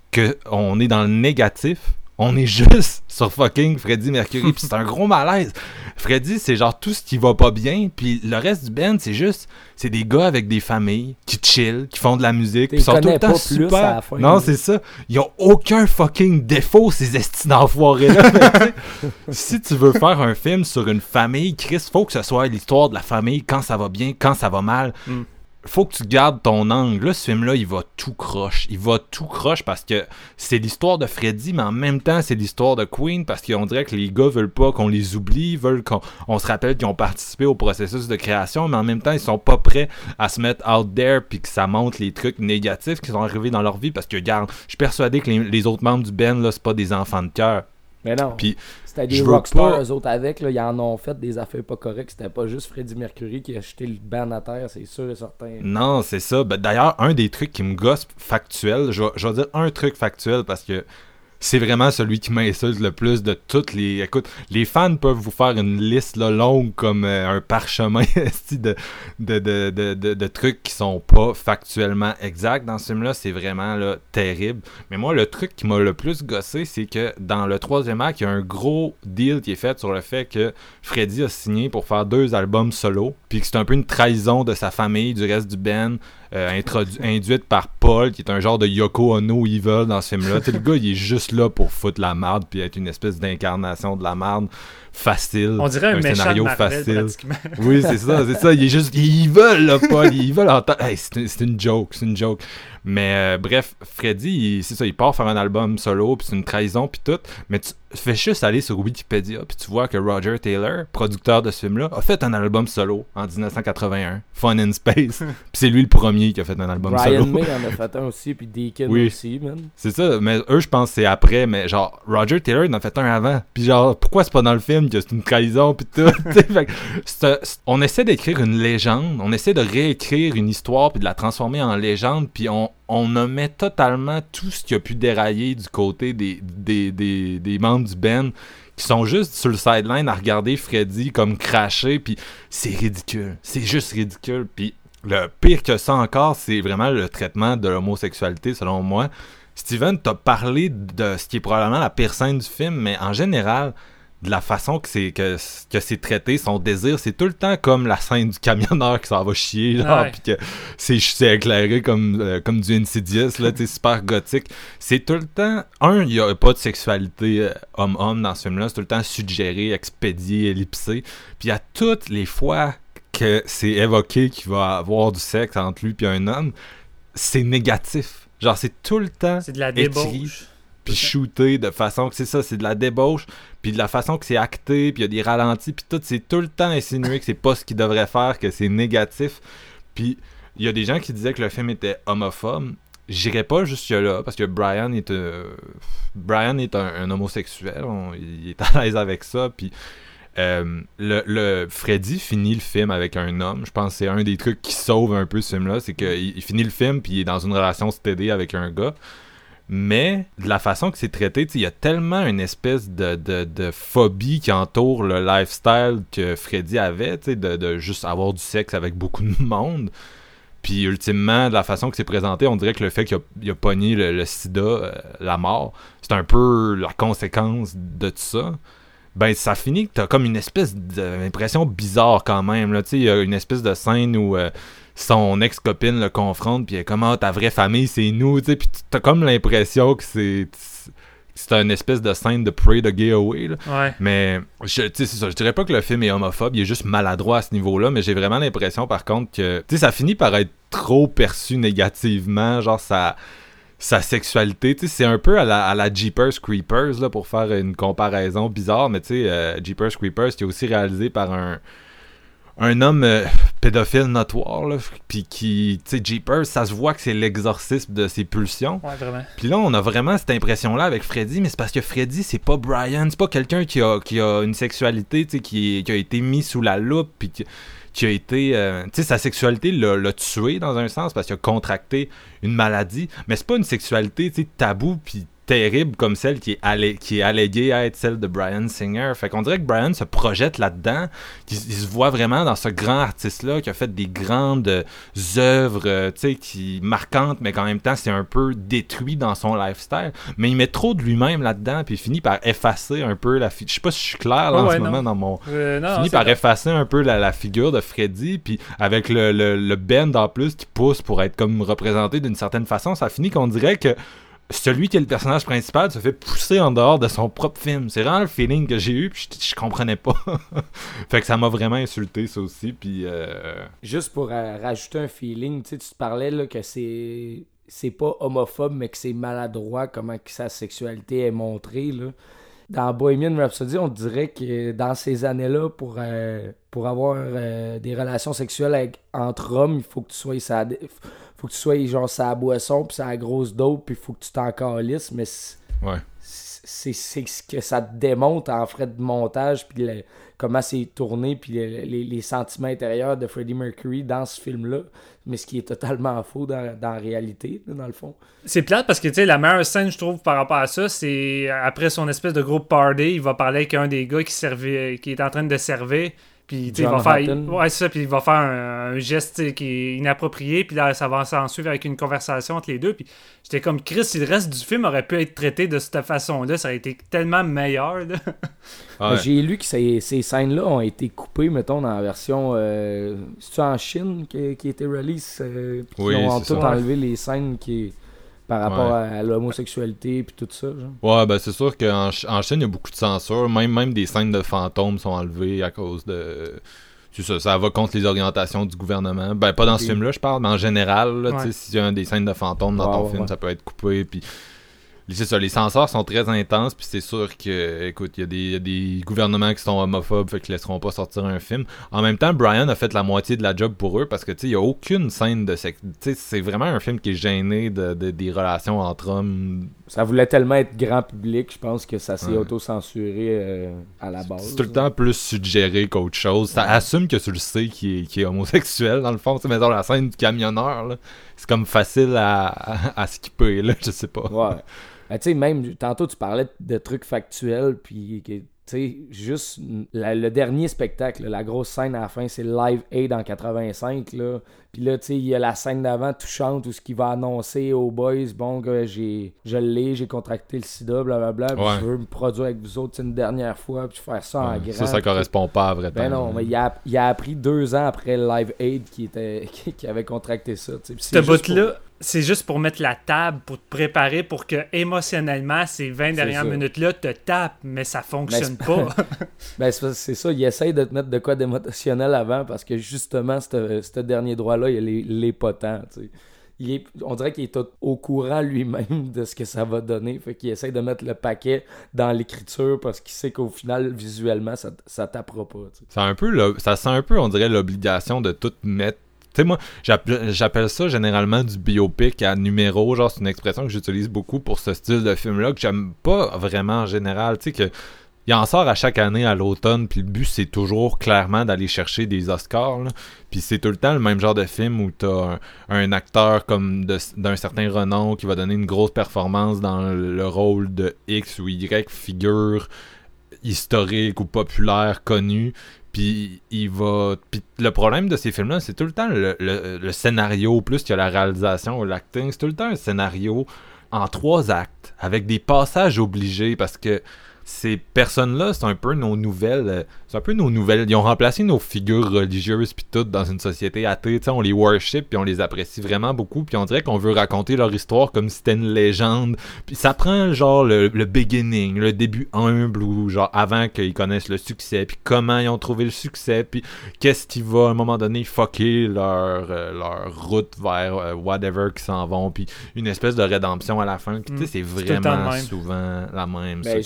qu'on est dans le négatif, on est juste sur fucking Freddie Mercury, puis c'est un gros malaise. Freddie, c'est genre tout ce qui va pas bien, puis le reste du band, c'est juste, c'est des gars avec des familles qui chill, qui font de la musique, puis sont tout le temps super. Fin, non, c'est ça. Ils ont aucun fucking défaut, ces estis d'enfoirés-là. Si tu veux faire un film sur une famille, Chris, faut que ce soit l'histoire de la famille, quand ça va bien, quand ça va mal. Mm. Faut que tu gardes ton angle. Là, ce film-là, il va tout croche. Il va tout croche parce que c'est l'histoire de Freddie, mais en même temps, c'est l'histoire de Queen parce qu'on dirait que les gars veulent pas qu'on les oublie, veulent qu'on on se rappelle qu'ils ont participé au processus de création, mais en même temps, ils sont pas prêts à se mettre out there puis que ça montre les trucs négatifs qui sont arrivés dans leur vie parce que, regarde, je suis persuadé que les, les autres membres du band, là, c'est pas des enfants de cœur. Mais non. Puis, c'était des rockstars, eux autres avec, là, ils en ont fait des affaires pas correctes. C'était pas juste Freddie Mercury qui a jeté le band à terre, c'est sûr et certain. Non, c'est ça. Ben, d'ailleurs, un des trucs qui me gosse factuel, je vais, je vais dire un truc factuel parce que c'est vraiment celui qui m'insulte le plus de toutes les... Écoute, les fans peuvent vous faire une liste là, longue comme euh, un parchemin de, de, de, de, de, de trucs qui sont pas factuellement exacts dans ce film-là. C'est vraiment là, terrible. Mais moi, le truc qui m'a le plus gossé, c'est que dans le troisième acte, il y a un gros deal qui est fait sur le fait que Freddie a signé pour faire deux albums solo, puis que c'est un peu une trahison de sa famille, du reste du band. Euh, introdu- induite par Paul, qui est un genre de Yoko Ono evil dans ce film-là. T'sais, le gars, il est juste là pour foutre la merde puis être une espèce d'incarnation de la merde facile. On dirait un, un méchant scénario de Marvel, facile. Pratiquement. Oui, c'est ça, c'est ça. Il est juste, il est evil, là, Paul. Il est evil en temps. Hey, c'est, c'est une joke, c'est une joke. Mais euh, bref, Freddie, il, c'est ça, il part faire un album solo, puis c'est une trahison, puis tout. Mais tu fais juste aller sur Wikipédia, puis tu vois que Roger Taylor, producteur de ce film-là, a fait un album solo en dix-neuf cent quatre-vingt-un, Fun in Space. Puis c'est lui le premier qui a fait un album Brian solo. May en a fait un aussi, puis Deacon oui. aussi, man. C'est ça, mais eux, je pense que c'est après, mais genre, Roger Taylor, il en a fait un avant. Puis genre, pourquoi c'est pas dans le film que c'est une trahison, puis tout. Fait que c'est, c'est, on essaie d'écrire une légende, on essaie de réécrire une histoire, puis de la transformer en légende, puis on on omet totalement tout ce qui a pu dérailler du côté des, des, des, des membres du band qui sont juste sur le sideline à regarder Freddie comme cracher, puis c'est ridicule. C'est juste ridicule. Puis le pire que ça encore, c'est vraiment le traitement de l'homosexualité, selon moi. Steven t'a parlé de ce qui est probablement la pire scène du film, mais en général, de la façon que c'est, que, que c'est traité, son désir, c'est tout le temps comme la scène du camionneur qui s'en va chier, genre, ouais. Pis que c'est, c'est éclairé comme, euh, comme du Insidious, là, tu sais, super gothique. C'est tout le temps, un, il n'y a pas de sexualité euh, homme-homme dans ce film-là, c'est tout le temps suggéré, expédié, ellipsé, puis à toutes les fois que c'est évoqué qu'il va avoir du sexe entre lui et un homme, c'est négatif. Genre, c'est tout le temps c'est de la écrit, débauche. Puis shooté de façon que c'est ça, c'est de la débauche, puis de la façon que c'est acté, puis il y a des ralentis, puis tout, c'est tout le temps insinué que c'est pas ce qu'il devrait faire, que c'est négatif. Puis il y a des gens qui disaient que le film était homophobe. J'irais pas jusque là, parce que Brian est, euh, Brian est un, un homosexuel, on, il est à l'aise avec ça, puis euh, le, le Freddie finit le film avec un homme. Je pense que c'est un des trucs qui sauve un peu ce film-là, c'est qu'il il finit le film, puis il est dans une relation stédée avec un gars. Mais de la façon que c'est traité, il y a tellement une espèce de, de, de phobie qui entoure le lifestyle que Freddie avait, de, de juste avoir du sexe avec beaucoup de monde. Puis ultimement, de la façon que c'est présenté, on dirait que le fait qu'il a, il a pogné le, le sida, euh, la mort, c'est un peu la conséquence de tout ça. Ben, ça finit que t'as comme une espèce d'impression bizarre quand même. Là. Il y a une espèce de scène où euh, son ex-copine le confronte, puis elle est comme ah, ta vraie famille, c'est nous. Puis t'as comme l'impression que c'est. C'est une espèce de scène de Pray the Gay Away. Là. Ouais. Mais je, c'est ça, je dirais pas que le film est homophobe, il est juste maladroit à ce niveau-là, mais j'ai vraiment l'impression par contre que ça finit par être trop perçu négativement. Genre ça. Sa sexualité, tu sais, c'est un peu à la, à la Jeepers Creepers, là, pour faire une comparaison bizarre, mais tu sais, euh, Jeepers Creepers qui est aussi réalisé par un, un homme euh, pédophile notoire, là, puis qui, tu sais, Jeepers, ça se voit que c'est l'exorcisme de ses pulsions. Ouais, vraiment. Puis là, on a vraiment cette impression-là avec Freddy, mais c'est parce que Freddy, c'est pas Brian, c'est pas quelqu'un qui a, qui a une sexualité, tu sais, qui, qui a été mis sous la loupe, puis qui, qui a été, euh, tu sais, sa sexualité l'a, l'a tué dans un sens, parce qu'il a contracté une maladie, mais c'est pas une sexualité, tu sais, tabou, puis terrible comme celle qui est, allé- qui est alléguée à être celle de Bryan Singer. Fait qu'on dirait que Brian se projette là-dedans, qu'il il se voit vraiment dans ce grand artiste-là qui a fait des grandes euh, œuvres, euh, tu sais, qui marquantes, mais qu'en même temps, c'est un peu détruit dans son lifestyle. Mais il met trop de lui-même là-dedans, puis il finit par effacer un peu la figure. Je sais pas si je suis clair là, Oh, en ouais, ce non. moment dans mon... Euh, non, Il non, finit c'est par vrai. effacer un peu la, la figure de Freddy, puis avec le, le, le bend en plus qui pousse pour être comme représenté d'une certaine façon, ça finit qu'on dirait que celui qui est le personnage principal se fait pousser en dehors de son propre film. C'est vraiment le feeling que j'ai eu, puis je, je comprenais pas. Fait que ça m'a vraiment insulté, ça aussi, puis... Euh... Juste pour euh, rajouter un feeling, tu sais, tu te parlais là, que c'est c'est pas homophobe, mais que c'est maladroit comment que sa sexualité est montrée, là. Dans Bohemian Rhapsody, on dirait que dans ces années-là, pour, euh, pour avoir euh, des relations sexuelles avec, entre hommes, il faut que tu sois sa, faut que tu sois genre sa boisson, puis sa grosse dope, puis il faut que tu t'en calisses, mais c'est, Ouais. c'est, c'est ce que ça te démontre en frais de montage, puis le- comment c'est tourné, puis le- les, les sentiments intérieurs de Freddie Mercury dans ce film-là, mais ce qui est totalement faux dans, dans la réalité, là, dans le fond. C'est plate parce que, tu sais, la meilleure scène, je trouve, par rapport à ça, c'est après son espèce de groupe party, il va parler avec un des gars qui servait, qui est en train de servir. Puis, tu sais, il John va faire, il- Hutton. ouais, c'est ça, puis il va faire un, un geste, tu sais, qui est inapproprié, puis là, ça va s'en suivre avec une conversation entre les deux. Puis j'étais comme, Chris, si le reste du film aurait pu être traité de cette façon-là, ça aurait été tellement meilleur, là. Ouais. J'ai lu que ces, ces scènes-là ont été coupées, mettons, dans la version... Euh, c'est-tu en Chine qui, qui a été release? Euh, qui Oui, ont c'est tout ça. enlevé les scènes qui par rapport Ouais. à, à l'homosexualité puis tout ça, genre. Ouais, ben c'est sûr qu'en Ch- en Chine, il y a beaucoup de censure. Même, même des scènes de fantômes sont enlevées à cause de... C'est ça, ça va contre les orientations du gouvernement. Ben, pas dans ce Ok. film-là, je parle, mais en général, là, Ouais. tu sais, s'il y a des scènes de fantômes dans Ouais, ton ouais, film, ouais. ça peut être coupé, puis... C'est ça, les censeurs sont très intenses, puis c'est sûr que, écoute, il y, a des- il y a des gouvernements qui sont homophobes, fait qu'ils laisseront pas sortir un film. En même temps, Brian a fait la moitié de la job pour eux, parce que, tu sais, il y a aucune scène de sexe. Tu sais, c'est vraiment un film qui est gêné de, de- des relations entre hommes. Ça voulait tellement être grand public, je pense que ça s'est Ouais. auto-censuré euh, à la base. C'est tout le temps plus suggéré qu'autre chose. Ça assume que tu le sais qu'il est, qu'il est homosexuel, dans le fond. Tu sais, mettons, la scène du camionneur, là, c'est comme facile à, à, à skipper, là, je sais pas. Ouais. Ben, tu sais, même, tantôt, tu parlais de trucs factuels, puis, que, tu sais, juste la- le dernier spectacle, là, la grosse scène à la fin, c'est Live Aid en quatre-vingt-cinq, là. Puis là, tu sais, il y a la scène d'avant touchante où ce qu'il va annoncer aux boys, bon, que j'ai, je l'ai, j'ai contracté le sida, blablabla, puis Ouais. je veux me produire avec vous autres une dernière fois, puis faire ça en Ouais, grand. ça, ça puis- correspond pas à vrai temps. Ben non, mais il a, il a appris deux ans après le Live Aid qui, était, qui, qui avait contracté ça, tu sais. Puis Ce c'est juste bout-là, c'est juste pour mettre la table, pour te préparer, pour que émotionnellement, ces vingt C'est dernières ça. minutes-là te tapent, mais ça fonctionne Mais pas. Ben, c'est c'est ça, il essaye de te mettre de quoi d'émotionnel avant parce que justement, ce ce dernier droit-là, il est, il est pas tant, tu sais. Il est, on dirait qu'il est au, au courant lui-même de ce que ça va donner. Fait qu'il essaye de mettre le paquet dans l'écriture parce qu'il sait qu'au final, visuellement, ça, ça tapera pas, tu sais. C'est un peu, le- ça sent un peu, on dirait, l'obligation de tout mettre. Tu sais, moi, j'appelle, j'appelle ça généralement du biopic à numéro. Genre, c'est une expression que j'utilise beaucoup pour ce style de film-là que j'aime pas vraiment en général. Tu sais, que il en sort à chaque année à l'automne, puis le but, c'est toujours clairement d'aller chercher des Oscars, là. Puis c'est tout le temps le même genre de film où t'as un, un acteur comme de- d'un certain renom qui va donner une grosse performance dans le rôle de X ou Y figure historique ou populaire connue. Puis il va. Puis le problème de ces films-là, c'est tout le temps le, le, le scénario, plus que la réalisation ou l'acting. C'est tout le temps un scénario en trois actes, avec des passages obligés, parce que ces personnes-là, c'est un peu nos nouvelles. euh, C'est un peu nos nouvelles. Ils ont remplacé nos figures religieuses puis toutes dans une société athée. Tu sais, on les worship puis on les apprécie vraiment beaucoup. Puis on dirait qu'on veut raconter leur histoire comme si c'était une légende. Puis ça prend genre le, le beginning, le début humble ou genre avant qu'ils connaissent le succès. Puis comment ils ont trouvé le succès. Puis qu'est-ce qui va à un moment donné fucker leur, euh, leur route vers euh, whatever qu'ils s'en vont. Puis une espèce de rédemption à la fin. Puis tu sais, c'est C'est tout le temps le vraiment même. souvent la même Ben, structure. justement,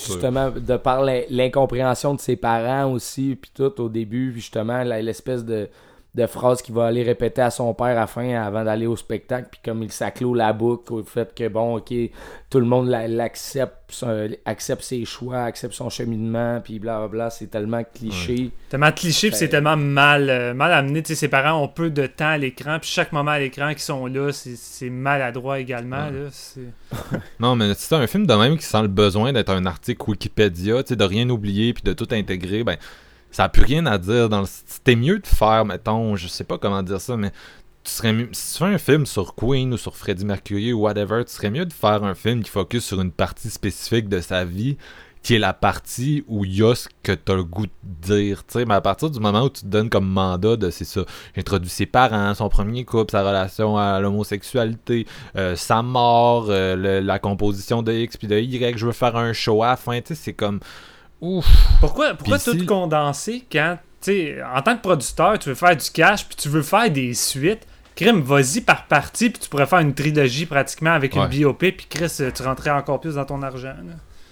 justement, de par l'incompréhension de ses parents aussi, puis tout, au début, puis justement, l'espèce de, de phrase qu'il va aller répéter à son père à la fin avant d'aller au spectacle, puis comme il s'acclôt la boucle au fait que, bon, ok, tout le monde l'accepte, accepte ses choix, accepte son cheminement, puis blablabla, c'est tellement cliché. Ouais. Tellement cliché, puis c'est tellement mal, euh, mal amené. Tu sais, ses parents ont peu de temps à l'écran, puis chaque moment à l'écran qu'ils sont là, c'est maladroit également. Ouais. Là, non, mais c'est un film de même qui sent le besoin d'être un article Wikipédia, tu sais, de rien oublier, puis de tout intégrer, ben... Ça n'a plus rien à dire. Dans le... C'était mieux de faire, mettons, je sais pas comment dire ça, mais tu serais mieux... si tu fais un film sur Queen ou sur Freddie Mercury ou whatever, tu serais mieux de faire un film qui focus sur une partie spécifique de sa vie, qui est la partie où il y a ce que tu as le goût de dire. T'sais. Mais à partir du moment où tu te donnes comme mandat de, c'est ça, introduit ses parents, son premier couple, sa relation à l'homosexualité, euh, sa mort, euh, le, la composition de X puis de Y, je veux faire un show à la fin, tu sais, c'est comme... Ouf. Pourquoi, pourquoi tout si... condenser quand, tu sais, en tant que producteur, tu veux faire du cash puis tu veux faire des suites? Crime, vas-y par partie puis tu pourrais faire une trilogie pratiquement avec ouais. une biopic puis Chris, tu rentrais encore plus dans ton argent. Là.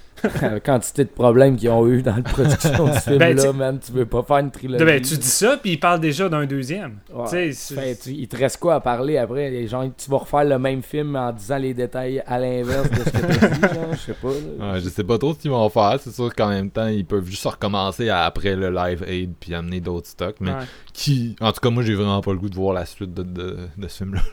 La quantité de problèmes qu'ils ont eu dans la production de ce film-là, ben, man, tu veux pas faire une trilogie. Ben, tu dis ça, puis ils parlent déjà d'un deuxième. Ouais. Ben, tu, il te reste quoi à parler après? Les gens, tu vas refaire le même film en disant les détails à l'inverse de ce que tu as dit, genre, je sais pas. Là. Ouais, je sais pas trop ce qu'ils vont faire. C'est sûr qu'en même temps, ils peuvent juste recommencer après le Live Aid puis amener d'autres stocks. Mais ouais. qui... En tout cas, moi, j'ai vraiment pas le goût de voir la suite de, de, de ce film-là.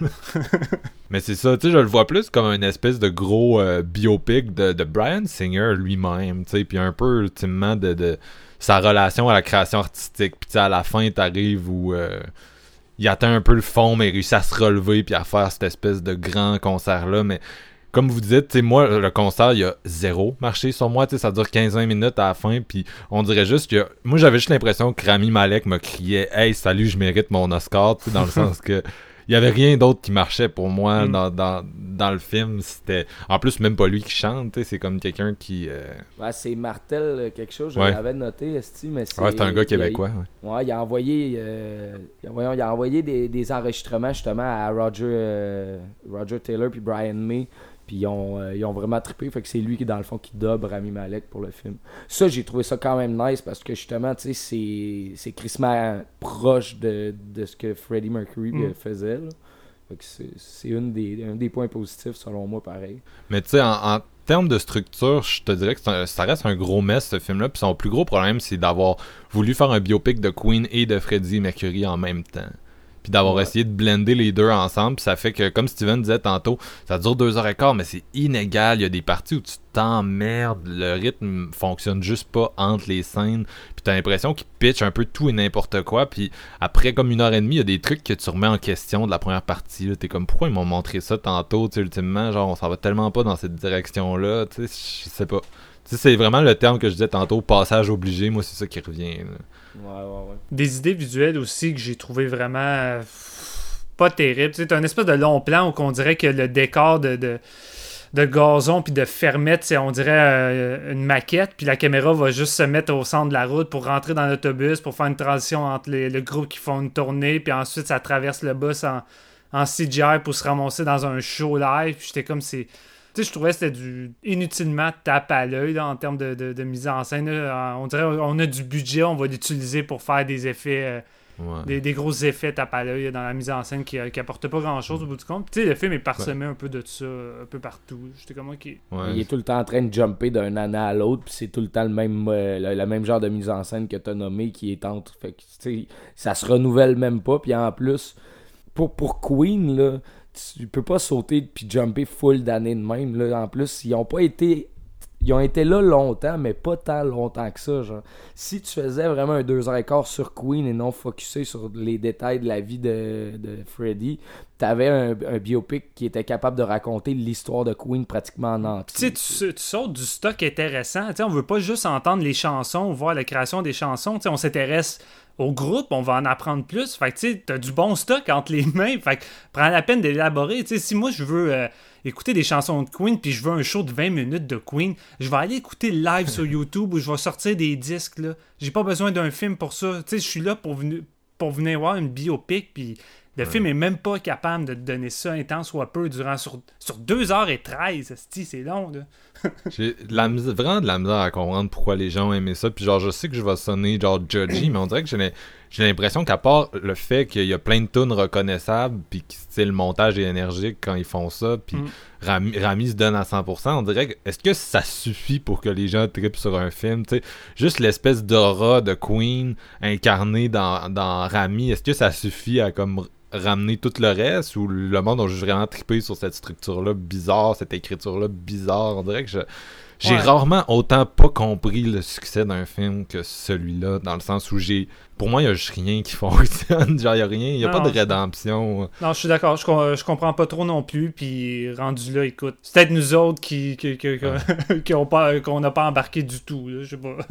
Mais c'est ça, tu sais, je le vois plus comme une espèce de gros euh, biopic de, de Bryan Singer lui-même, tu sais, puis un peu ultimement de, de sa relation à la création artistique. Puis tu sais, à la fin, t'arrives où euh, il atteint un peu le fond, mais il réussit à se relever puis à faire cette espèce de grand concert-là. Mais comme vous dites, tu sais, moi, le concert, il y a zéro marché sur moi, tu sais, ça dure quinze vingt minutes à la fin, puis on dirait juste que... Moi, j'avais juste l'impression que Rami Malek me criait « Hey, salut, je mérite mon Oscar », tu sais, dans le sens que... Il y avait rien d'autre qui marchait pour moi mm. dans, dans, dans le film. C'était en plus même pas lui qui chante, c'est comme quelqu'un qui... Euh... Ouais, c'est Martel quelque chose, je ouais. l'avais noté, esti, mais c'est... Ouais, c'est un gars québécois. Il, ouais. ouais, il a envoyé, euh, voyons, il a envoyé des, des enregistrements justement à Roger, euh, Roger Taylor puis Brian May. Puis ils ont, euh, ils ont vraiment trippé. Fait que c'est lui qui, dans le fond, qui dub Rami Malek pour le film. Ça, j'ai trouvé ça quand même nice parce que justement, tu sais, c'est, c'est crissement proche de, de ce que Freddie Mercury mm. faisait. Là. Fait que c'est, c'est une des, un des points positifs, selon moi, pareil. Mais tu sais, en, en termes de structure, je te dirais que un, ça reste un gros mess, ce film-là. Puis son plus gros problème, c'est d'avoir voulu faire un biopic de Queen et de Freddie Mercury en même temps. Puis d'avoir ouais. essayé de blender les deux ensemble, puis ça fait que, comme Steven disait tantôt, ça dure deux heures et quart, mais c'est inégal. Il y a des parties où tu t'emmerdes, le rythme fonctionne juste pas entre les scènes, puis t'as l'impression qu'ils pitchent un peu tout et n'importe quoi, puis après comme une heure et demie, il y a des trucs que tu remets en question de la première partie, là. T'es comme, pourquoi ils m'ont montré ça tantôt, tu sais, ultimement, genre, on s'en va tellement pas dans cette direction-là, tu sais, je sais pas. Tu sais, c'est vraiment le terme que je disais tantôt, passage obligé, moi c'est ça qui revient, là. Ouais, ouais, ouais. Des idées visuelles aussi que j'ai trouvé vraiment euh, pas terribles. Tu sais, t'as un espèce de long plan où on dirait que le décor de, de, de gazon puis de fermette, c'est on dirait euh, une maquette, puis la caméra va juste se mettre au centre de la route pour rentrer dans l'autobus, pour faire une transition entre les, le groupe qui font une tournée, puis ensuite ça traverse le bus en, en C G I pour se ramasser dans un show live. Puis j'étais comme, c'est... Tu sais, je trouvais que c'était du inutilement tape à l'œil là, en termes de, de, de mise en scène. Là. On dirait on a du budget, on va l'utiliser pour faire des effets, euh, ouais. des, des gros effets tape à l'œil dans la mise en scène qui, qui apportent pas grand-chose au bout du compte. Tu sais, le film est parsemé ouais. un peu de ça, un peu partout. J'étais comme, ok. Ouais. Il est tout le temps en train de jumper d'un année à l'autre, puis c'est tout le temps le même, euh, le, le même genre de mise en scène que t'as nommé qui est entre. Fait que, tu sais, ça se renouvelle même pas, puis en plus, pour, pour Queen, là, tu peux pas sauter puis jumper full d'années de même. Là. En plus, ils ont pas été. Ils ont été là longtemps, mais pas tant longtemps que ça. Genre. Si tu faisais vraiment un deux heures et quart sur Queen et non focusé sur les détails de la vie de, de Freddie, t'avais un, un biopic qui était capable de raconter l'histoire de Queen pratiquement en entier. Tu sais, tu sautes du stock intéressant. T'sais, on veut pas juste entendre les chansons ou voir la création des chansons. T'sais, on s'intéresse au groupe, on va en apprendre plus. Fait que tu sais, t'as du bon stock entre les mains. Fait que prends la peine d'élaborer. Tu sais, si moi je veux euh, écouter des chansons de Queen puis je veux un show de vingt minutes de Queen, je vais aller écouter le live sur YouTube où je vais sortir des disques là. J'ai pas besoin d'un film pour ça. Tu sais, je suis là pour venir pour venir voir une biopic puis Le Ouais. film est même pas capable de te donner ça intense soit peu durant sur, sur deux heures treize. C'est long, là. J'ai de la mis- vraiment de la misère à comprendre pourquoi les gens ont aimé ça. Puis genre, je sais que je vais sonner genre judgy, mais on dirait que j'ai l'im- j'ai l'impression qu'à part le fait qu'il y a plein de tunes reconnaissables, puis que t'sais, le montage est énergique quand ils font ça, puis Mm. Rami, Rami se donne à cent pour cent, on dirait que est-ce que ça suffit pour que les gens trippent sur un film, tu sais, juste l'espèce d'aura de Queen incarnée dans, dans Rami, est-ce que ça suffit à comme ramener tout le reste, ou le monde a juste vraiment trippé sur cette structure-là bizarre, cette écriture-là bizarre? On dirait que je, j'ai Ouais. rarement autant pas compris le succès d'un film que celui-là, dans le sens où j'ai, pour moi, il y a juste rien qui fonctionne, genre il y a rien, il y a Non, pas de non, rédemption. Non, je suis d'accord. Je, com- je comprends pas trop non plus. Puis rendu là, écoute, c'est peut-être nous autres qui, qui, qui, qui- qui ont pas, qu'on n'a pas embarqué du tout. Là, je sais pas.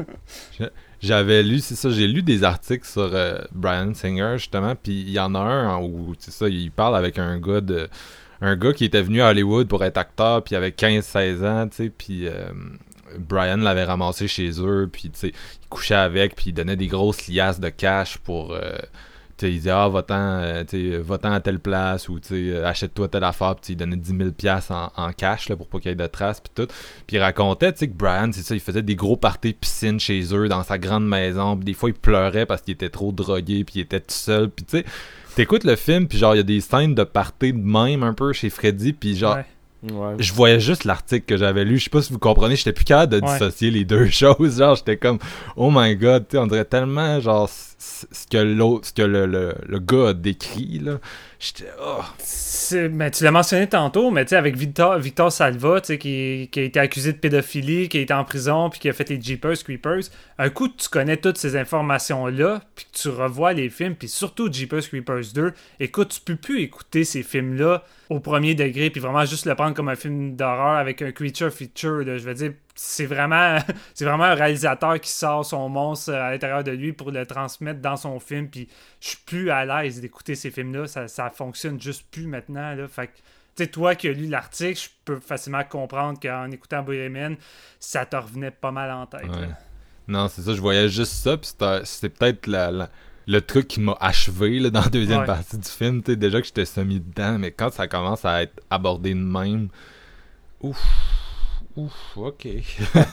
J'avais lu, c'est ça, j'ai lu des articles sur euh, Bryan Singer, justement, puis il y en a un où, c'est ça, il parle avec un gars de... Un gars qui était venu à Hollywood pour être acteur, puis il avait quinze seize ans, tu sais, puis euh, Brian l'avait ramassé chez eux, puis tu sais, il couchait avec, puis il donnait des grosses liasses de cash pour... Euh, tu sais, il disait « Ah, va-t'en, euh, tu sais, va-t'en à telle place » ou tu sais, euh, « Achète-toi telle affaire », puis il donnait dix mille dollars en, en cash là, pour pas qu'il y ait de traces, puis tout. Puis il racontait, tu sais, que Brian, c'est ça, il faisait des gros parties piscine chez eux, dans sa grande maison, puis des fois, il pleurait parce qu'il était trop drogué, puis il était tout seul, puis tu sais, t'écoutes le film, puis genre, il y a des scènes de party de même, un peu, chez Freddy, puis genre... Ouais. Ouais. Je voyais juste l'article que j'avais lu. Je sais pas si vous comprenez, j'étais plus capable de Ouais. dissocier les deux choses. Genre, j'étais comme, oh my god, tu sais, on dirait tellement, genre, c- ce que l'autre, ce que le, le, le gars a décrit, là. J'étais, oh. C'est- ben, tu l'as mentionné tantôt, mais tu sais, avec Victor, Victor Salva, tu sais, qui, qui a été accusé de pédophilie, qui a été en prison, puis qui a fait les Jeepers Creepers. Un coup, tu connais toutes ces informations-là, puis que tu revois les films, puis surtout Jeepers Creepers deux, écoute, tu peux plus écouter ces films-là au premier degré, puis vraiment juste le prendre comme un film d'horreur avec un creature feature, là. Je veux dire, c'est vraiment, c'est vraiment un réalisateur qui sort son monstre à l'intérieur de lui pour le transmettre dans son film, puis je suis plus à l'aise d'écouter ces films-là, ça, ça fonctionne juste plus maintenant, là. Fait que, tu sais, toi qui as lu l'article, je peux facilement comprendre qu'en écoutant Bohemian, ça te revenait pas mal en tête. Ouais. là. Non, c'est ça, je voyais juste ça, puis c'était, c'était peut-être la, la- le truc qui m'a achevé là, dans la deuxième Ouais. partie du film. Tu sais, déjà que j'étais semi dedans, mais quand ça commence à être abordé de même, ouf. Ouf, ok. Tu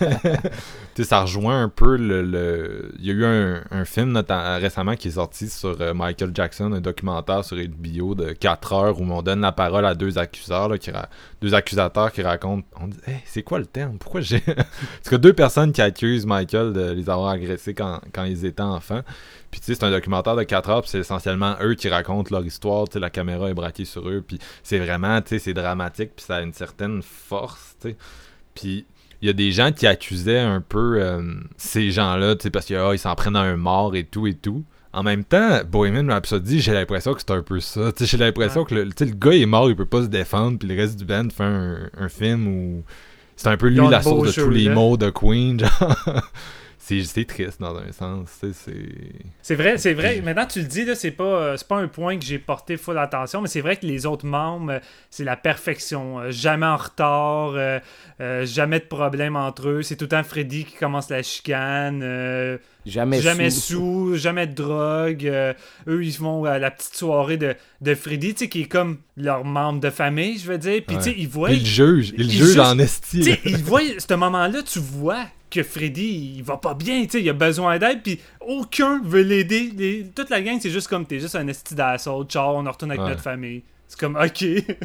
sais, ça rejoint un peu le. le... Il y a eu un, un film notamment, récemment qui est sorti sur euh, Michael Jackson, un documentaire sur H B O de quatre heures où on donne la parole à deux accuseurs, là, qui ra- deux accusateurs qui racontent. On dit, hey, c'est quoi le terme? Pourquoi j'ai. Parce que deux personnes qui accusent Michael de les avoir agressés quand, quand ils étaient enfants. Puis tu sais, c'est un documentaire de quatre heures, puis c'est essentiellement eux qui racontent leur histoire, tu sais, la caméra est braquée sur eux, puis c'est vraiment, tu sais, c'est dramatique, puis ça a une certaine force, tu sais. Puis il y a des gens qui accusaient un peu euh, ces gens-là, tu sais, parce qu'ils oh, s'en prennent à un mort et tout et tout. En même temps, Bohemian Rhapsody, j'ai l'impression que c'est un peu ça. Tu sais, j'ai l'impression Ouais. que le, tu sais, le gars est mort, il peut pas se défendre, puis le reste du band fait un, un film où c'est un peu lui Ils ont la le beau source de jeu, tous les là. mots de Queen, genre. c'est, c'est triste dans un sens, tu sais, c'est... C'est vrai, c'est vrai. Maintenant, tu le dis, là, c'est pas, euh, c'est pas un point que j'ai porté full attention, mais c'est vrai que les autres membres, euh, c'est la perfection. Euh, jamais en retard, euh, euh, jamais de problème entre eux. C'est tout le temps Freddy qui commence la chicane. euh, Jamais, jamais sous. sous, jamais de drogue. euh, eux, ils vont à la petite soirée de, de Freddy, tu sais, qui est comme leur membre de famille, je veux dire. Puis, Ouais. tu sais, ils voient. Il juge, il, il juge juge- en esti. Tu là. sais, ils voient, ce moment-là, tu vois que Freddy, il va pas bien, tu sais, il a besoin d'aide, puis aucun veut l'aider. Les- toute la gang, c'est juste comme, t'es juste un esti d'assaut, ciao, on retourne avec Ouais. notre famille. C'est comme, ok.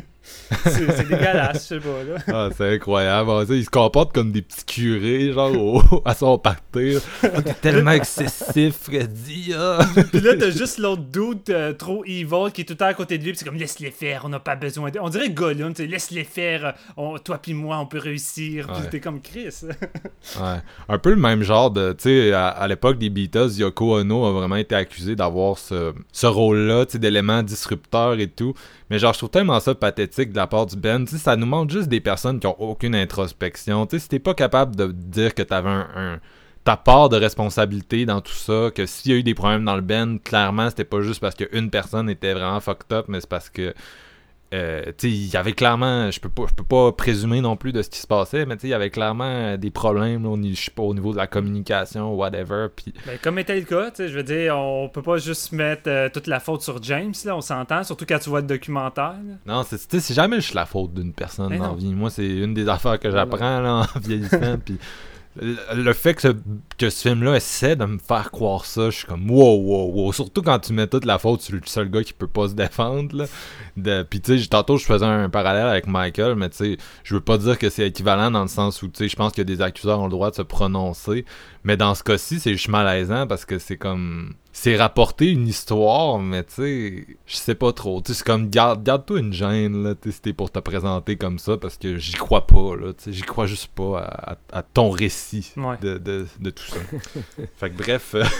c'est, c'est dégueulasse, je sais pas, là. Ah, c'est incroyable. Ah, tu sais, il se comporte comme des petits curés, genre, au- à son party. Ah, t'es tellement excessif, Freddy. Ah. Puis là, t'as juste l'autre dude euh, trop evil qui est tout le temps à côté de lui, puis c'est comme, laisse-les faire, on n'a pas besoin de. On dirait Gollum, tu sais, laisse-les faire, euh, on- toi puis moi, on peut réussir. Puis Ouais. t'es comme Chris. Ouais. Un peu le même genre de, tu sais, à, à l'époque des Beatles, Yoko Ono a vraiment été accusé d'avoir ce, ce rôle-là, tu sais, d'élément disrupteur et tout. Mais genre, je trouve tellement ça pathétique de la part du band. Tu sais, ça nous montre juste des personnes qui ont aucune introspection. Tu sais, si t'es pas capable de dire que t'avais un, un ta part de responsabilité dans tout ça, que s'il y a eu des problèmes dans le band, clairement, c'était pas juste parce qu'une personne était vraiment fucked up, mais c'est parce que Euh, tu sais, il y avait clairement, je peux pas, je peux pas présumer non plus de ce qui se passait, mais tu sais, il y avait clairement des problèmes, là, au, je sais pas, au niveau de la communication, whatever. Puis... Ben, comme était le cas, tu sais, je veux dire, on peut pas juste mettre euh, toute la faute sur James, là, on s'entend, surtout quand tu vois le documentaire. Là. Non, c'est, tu sais, c'est jamais juste la faute d'une personne Ben dans la non. vie. Moi, c'est une des affaires que j'apprends là, en vieillissant, puis le, le fait que ce, que ce film-là essaie de me faire croire ça, je suis comme wow, wow, wow. Surtout quand tu mets toute la faute sur le seul gars qui peut pas se défendre. Là. De, puis tu sais, tantôt je faisais un parallèle avec Michael, mais tu sais, je veux pas dire que c'est équivalent dans le sens où tu sais, je pense que des accuseurs ont le droit de se prononcer. Mais dans ce cas-ci, c'est juste malaisant parce que c'est comme... C'est rapporter une histoire, mais tu sais, je sais pas trop. Tu sais, c'est comme, garde, garde-toi une gêne, là, tu sais, si t'es pour te présenter comme ça, parce que j'y crois pas, là, tu sais, j'y crois juste pas à, à, à ton récit Ouais. de, de, de tout ça. Fait que bref... euh,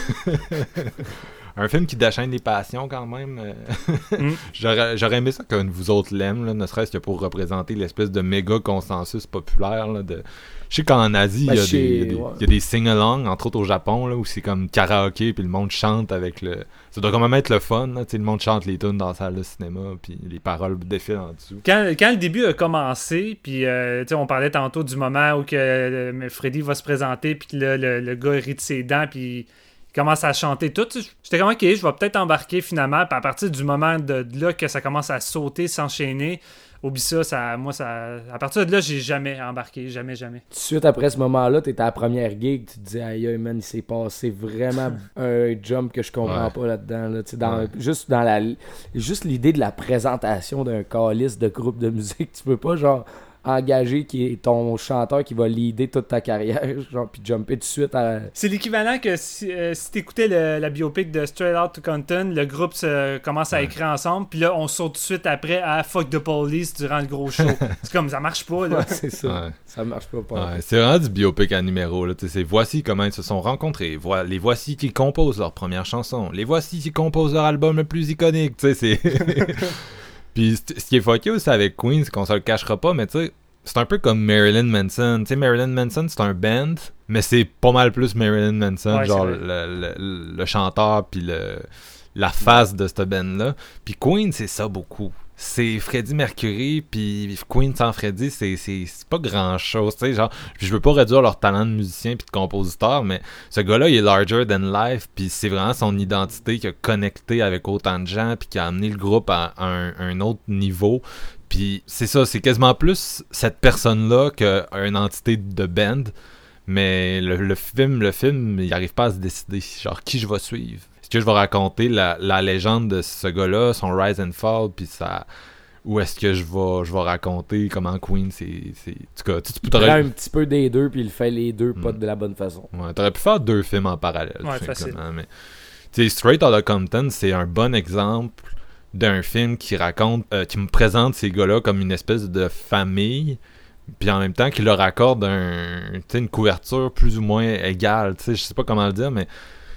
un film qui déchaîne les passions quand même. Euh, mm. j'aurais, j'aurais aimé ça qu'un de vous autres l'aime, là, ne serait-ce que pour représenter l'espèce de méga consensus populaire. Là, de... Je sais qu'en Asie, il Ben, y a chez- des, il y a des, ouais. il y a des sing-along, entre autres au Japon, là, où c'est comme karaoké, puis le monde chante avec le... Ça doit quand même être le fun, là, le monde chante les tunes dans la salle de cinéma, puis les paroles défilent en dessous. Quand, quand le début a commencé, puis euh, tu sais, on parlait tantôt du moment où que euh, Freddy va se présenter, puis que là, le, le gars rit de ses dents, puis il commence à chanter tout. J'étais comme, ok, je vais peut-être embarquer finalement, puis à partir du moment de, de là que ça commence à sauter, s'enchaîner, oublie ça, ça, moi, ça, à partir de là, j'ai jamais embarqué, jamais, jamais. Tout de suite après ce moment-là, t'étais à la première gig, tu te dis aïe aïe man, il s'est passé vraiment un jump que je comprends Ouais. pas là-dedans. Là. Tu sais, Dans, Ouais. Juste dans la juste l'idée de la présentation d'un calice de groupe de musique, tu peux pas genre engager qui est ton chanteur qui va leader toute ta carrière, genre puis jumper tout de suite à. C'est l'équivalent que si, euh, si t'écoutais le- la biopic de Straight Outta Compton, le groupe se, commence à Ouais. écrire ensemble, puis là, on saute tout de suite après à Fuck the Police durant le gros show. C'est comme, ça marche pas, là. Ouais, c'est ça. Ouais. Ça marche pas. pas. Ouais, c'est vraiment du biopic à numéro. Là. Tu sais, C'est voici comment ils se sont rencontrés. Vo- les voici qui composent leur première chanson. Les voici qui composent leur album le plus iconique. Tu sais, c'est... Puis c- ce qui est fucké aussi avec Queen, c'est qu'on se le cachera pas, mais tu sais, c'est un peu comme Marilyn Manson. Tu sais, Marilyn Manson, c'est un band, mais c'est pas mal plus Marilyn Manson, Ouais, genre c'est le, le, le chanteur puis le, la face de cette band-là. Puis Queen, c'est ça beaucoup. C'est Freddie Mercury, puis Queen sans Freddie, c'est, c'est, c'est pas grand-chose, tu sais, genre, puis je veux pas réduire leur talent de musicien puis de compositeur, mais ce gars-là, il est larger than life, puis c'est vraiment son identité qui a connecté avec autant de gens, puis qui a amené le groupe à un, un autre niveau, puis c'est ça, c'est quasiment plus cette personne-là qu'une entité de band, mais le, le film, le film, il arrive pas à se décider, genre, qui je vais suivre. Est-ce que je vais raconter la, la légende de ce gars-là, son rise and fall, puis ça... Ou est-ce que je vais, je vais raconter comment Queen, c'est... c'est... En tout cas, tu, tu Il prend t'aurais... un petit peu des deux puis il fait les deux pas Mm. de la bonne façon. Ouais, t'aurais pu faire deux films en parallèle. Ouais, tout facile. simplement, mais... Tu sais, Straight Outta Compton, c'est un bon exemple d'un film qui raconte... euh, qui me présente ces gars-là comme une espèce de famille, puis en même temps qui leur accorde un, tu sais, une couverture plus ou moins égale. Tu sais, je sais pas comment le dire, mais...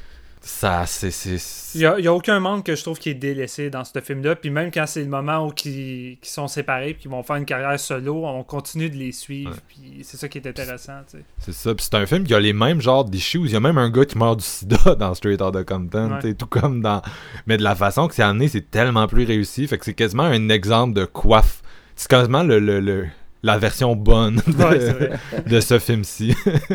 Ça, c'est... c'est... Il n'y a, il y a aucun membre que je trouve qui est délaissé dans ce film-là. Puis même quand c'est le moment où ils, qu'ils sont séparés puis qu'ils vont faire une carrière solo, on continue de les suivre. Ouais. Puis c'est ça qui est intéressant. Tu sais. C'est ça, puis c'est un film qui a les mêmes genres d'issues. Il y a même un gars qui meurt du sida dans Straight Outta Compton, Ouais. tu sais, tout comme dans... Mais de la façon que c'est amené, c'est tellement plus réussi, fait que c'est quasiment un exemple de coiffe. C'est quasiment le, le, le- la version bonne de, Ouais, c'est vrai. de ce film-ci.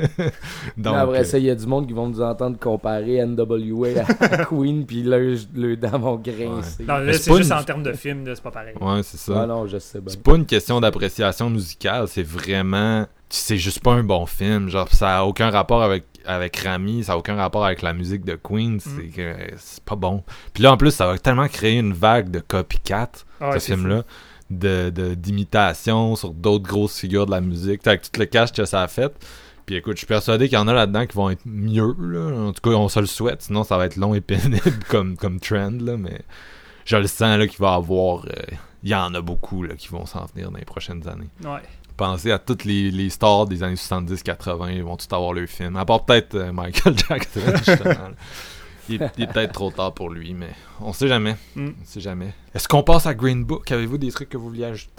Donc, Après euh, ça, il y a du monde qui vont nous entendre comparer N W A à Queen, puis leurs le dents vont grincer. Non, là, Mais c'est c'est pas juste une- en termes de film, là, c'est pas pareil. ouais, c'est ça. Ah non, je sais bien. C'est pas une question d'appréciation musicale, c'est vraiment... C'est juste pas un bon film. Genre, ça a aucun rapport avec, avec Rami, ça a aucun rapport avec la musique de Queen, c'est que c'est pas bon. Puis là, en plus, ça va tellement créer une vague de copycat, Ah ouais, ce c'est film-là, de, de, d'imitation sur d'autres grosses figures de la musique, avec tout le cash que ça a fait. Puis écoute, je suis persuadé qu'il y en a là-dedans qui vont être mieux, là. En tout cas, on se le souhaite, sinon ça va être long et pénible comme, comme trend, là, mais je le sens là, qu'il va y avoir... euh, il y en a beaucoup là, qui vont s'en venir dans les prochaines années. Ouais. Pensez à toutes les, les stars des années soixante-dix quatre-vingts, ils vont tous avoir leur film. À part peut-être euh, Michael Jackson, justement. là. Il, est- il est peut-être trop tard pour lui, mais on sait jamais. Mm. On sait jamais. Est-ce qu'on passe à Green Book? Avez-vous des trucs que vous vouliez ajouter?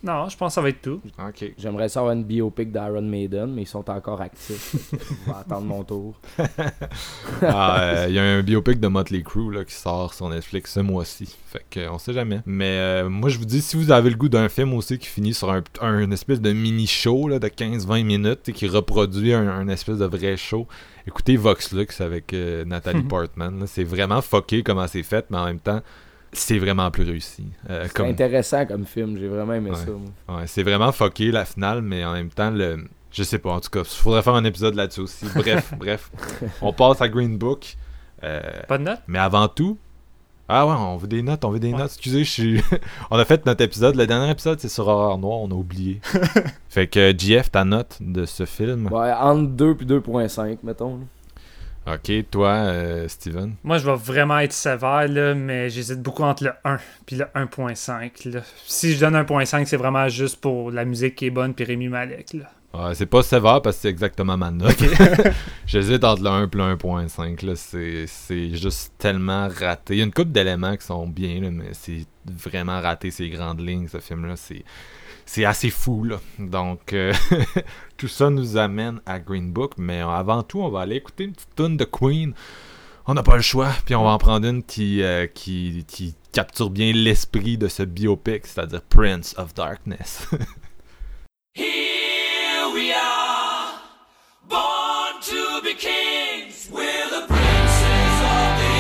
Non, je pense que ça va être tout. Ok. J'aimerais savoir une biopic d'Iron Maiden, mais ils sont encore actifs. Je vais attendre mon tour. Il ah, euh, y a un biopic de Motley Crue là, qui sort sur Netflix ce mois-ci. Fait que on sait jamais. Mais euh, moi je vous dis, si vous avez le goût d'un film aussi qui finit sur un, un espèce de mini-show là, de quinze vingt minutes et qui reproduit un, un espèce de vrai show, écoutez Vox Lux avec euh, Nathalie Portman. Là. C'est vraiment fucké comment c'est fait, mais en même temps, c'est vraiment plus réussi. Euh, c'est comme... intéressant comme film, j'ai vraiment aimé ouais. ça. Moi. Ouais, c'est vraiment fucké la finale, mais en même temps, le... je sais pas, en tout cas, il faudrait faire un épisode là-dessus aussi. Bref, bref. On passe à Green Book. Euh... Pas de notes? Mais avant tout... Ah ouais, on veut des notes, on veut des ouais. notes. Excusez, je suis... on a fait notre épisode. Le dernier épisode, c'est sur Horreur Noire, on a oublié. Fait que, J F, ta note de ce film? Ouais, entre deux et deux virgule cinq, mettons. Ok, toi, euh, Steven? Moi, je vais vraiment être sévère, là, mais j'hésite beaucoup entre le un et le un virgule cinq. Là. Si je donne un virgule cinq, c'est vraiment juste pour la musique qui est bonne puis Rémi Malek. Là. Ouais, c'est pas sévère parce que c'est exactement ma note. Okay. J'hésite entre le un et le un virgule cinq. Là. C'est, c'est juste tellement raté. Il y a une couple d'éléments qui sont bien, là, mais c'est vraiment raté ces grandes lignes, ce film-là. C'est... C'est assez fou, là. Donc, euh, tout ça nous amène à Green Book. Mais avant tout, on va aller écouter une petite tune de Queen. On n'a pas le choix. Puis on va en prendre une qui, euh, qui, qui capture bien l'esprit de ce biopic, c'est-à-dire Prince of Darkness. Here we are, born to be kings. We're the princes of the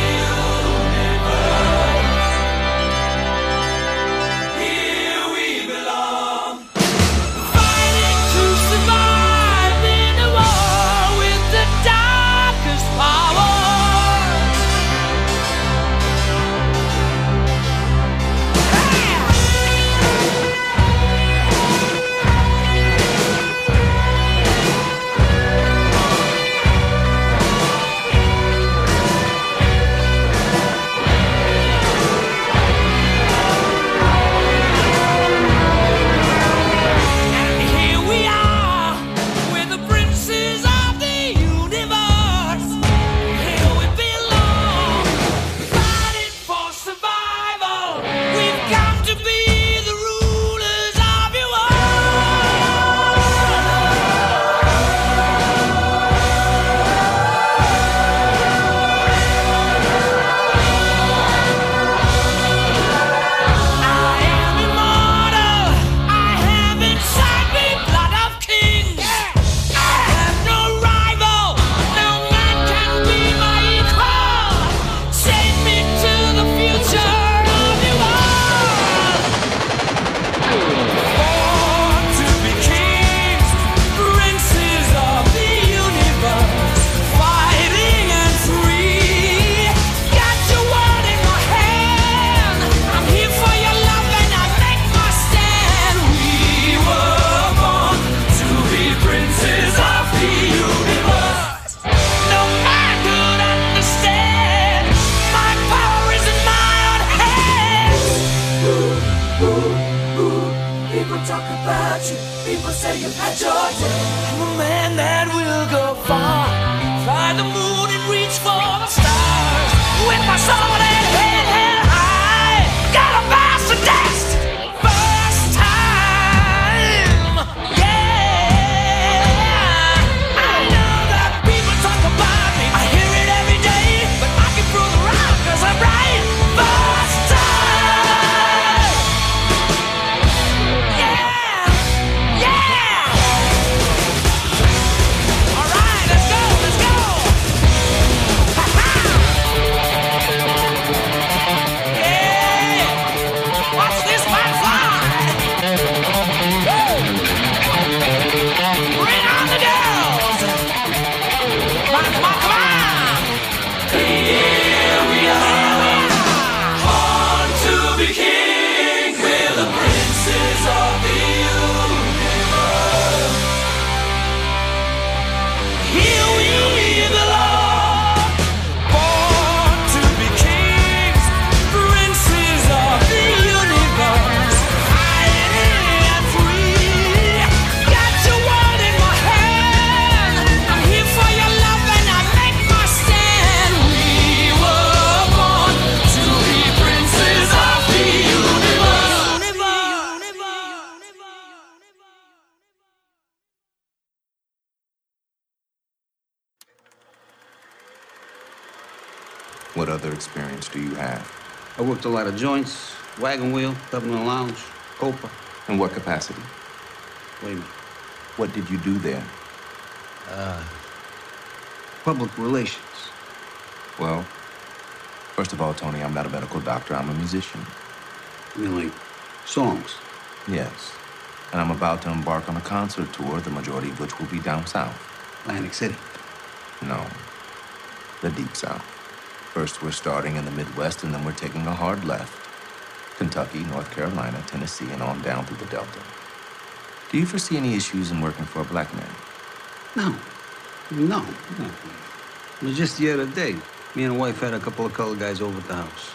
What other experience do you have? I worked a lot of joints, wagon wheel, Dublin Lounge, Copa. In what capacity? What do you mean? What did you do there? Uh, public relations. Well, first of all, Tony, I'm not a medical doctor. I'm a musician. You mean like songs? Yes. And I'm about to embark on a concert tour, the majority of which will be down south. Atlantic City. No. The deep south. First, we're starting in the Midwest, and then we're taking a hard left. Kentucky, North Carolina, Tennessee, and on down through the Delta. Do you foresee any issues in working for a black man? No. No. no. It was just the other day. Me and the wife had a couple of colored guys over at the house.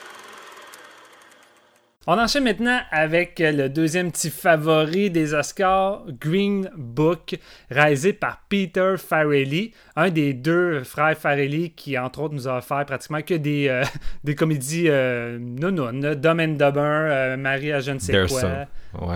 On enchaîne maintenant avec le deuxième petit favori des Oscars, Green Book, réalisé par Peter Farrelly, un des deux frères Farrelly qui, entre autres, nous a offert pratiquement que des, euh, des comédies euh, non-non, Dumb and Dumber, euh, Marie à je ne sais There's quoi. some. Ouais.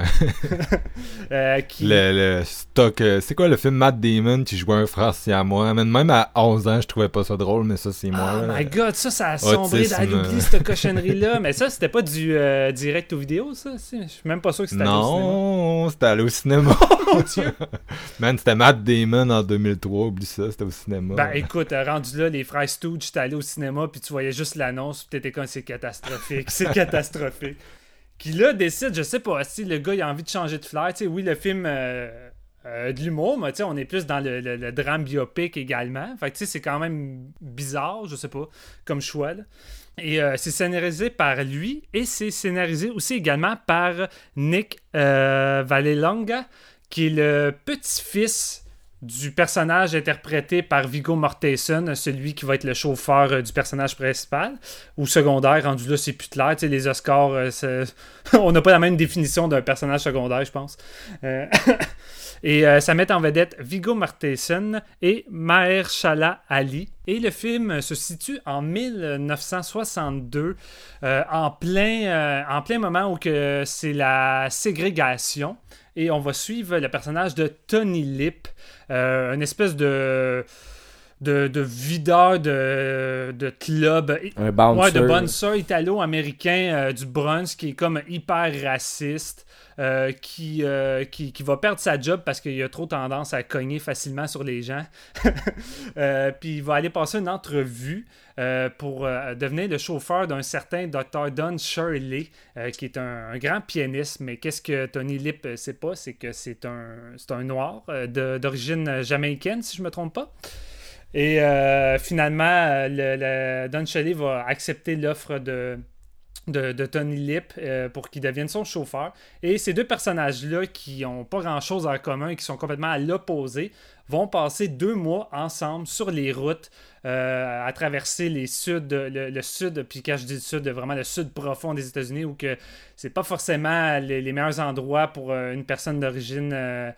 euh, qui... le, le stock. Euh, c'est quoi le film Matt Damon qui jouait un frère siamois? Même, même à onze ans, je trouvais pas ça drôle, mais ça, c'est moi. Oh là. my god, ça, ça a sombré Autisme. dans l'oubli, cette cochonnerie-là. Mais ça, c'était pas du euh, direct aux vidéos, ça? Je suis même pas sûr que c'était allé au cinéma. Non, c'était allé au cinéma. Oh mon Dieu! Man, c'était Matt Damon en deux mille trois, oublie ça, c'était au cinéma. Ben écoute, rendu là, les frères Stooge, j'étais allé au cinéma, puis tu voyais juste l'annonce, puis t'étais comme, c'est catastrophique, c'est catastrophique. Qui là décide, je sais pas, si le gars il a envie de changer de flair, tu sais, oui, le film euh, euh, de l'humour, mais tu sais, on est plus dans le, le, le drame biopic également. Fait que tu sais, c'est quand même bizarre, je sais pas, comme choix, là. Et euh, c'est scénarisé par lui, et c'est scénarisé aussi également par Nick euh, Vallelonga, qui est le petit-fils du personnage interprété par Viggo Mortensen, celui qui va être le chauffeur euh, du personnage principal, ou secondaire, rendu là, c'est plus clair. Tu sais, les Oscars, euh, on n'a pas la même définition d'un personnage secondaire, je pense. Euh... Et euh, ça met en vedette Viggo Mortensen et Mahershala Ali. Et le film se situe en dix-neuf cent soixante-deux, euh, en, plein, euh, en plein moment où que c'est la ségrégation. Et on va suivre le personnage de Tony Lip, euh, une espèce de... De, de videur de, de club. Un bouncer. Ouais, de bouncer italo-américain euh, du Bronx qui est comme hyper raciste, euh, qui, euh, qui, qui va perdre sa job parce qu'il a trop tendance à cogner facilement sur les gens. euh, puis il va aller passer une entrevue euh, pour euh, devenir le chauffeur d'un certain docteur Don Shirley, euh, qui est un, un grand pianiste. Mais qu'est-ce que Tony Lip ne sait pas, c'est que c'est un, c'est un noir euh, de, d'origine jamaïcaine, si je ne me trompe pas. Et euh, finalement, le, le Don Shirley va accepter l'offre de, de, de Tony Lip euh, pour qu'il devienne son chauffeur. Et ces deux personnages-là, qui n'ont pas grand-chose en commun et qui sont complètement à l'opposé, vont passer deux mois ensemble sur les routes euh, à traverser les sud, le, le sud, puis quand je dis le sud, vraiment le sud profond des États-Unis, où que c'est pas forcément les, les meilleurs endroits pour euh, une personne d'origine euh,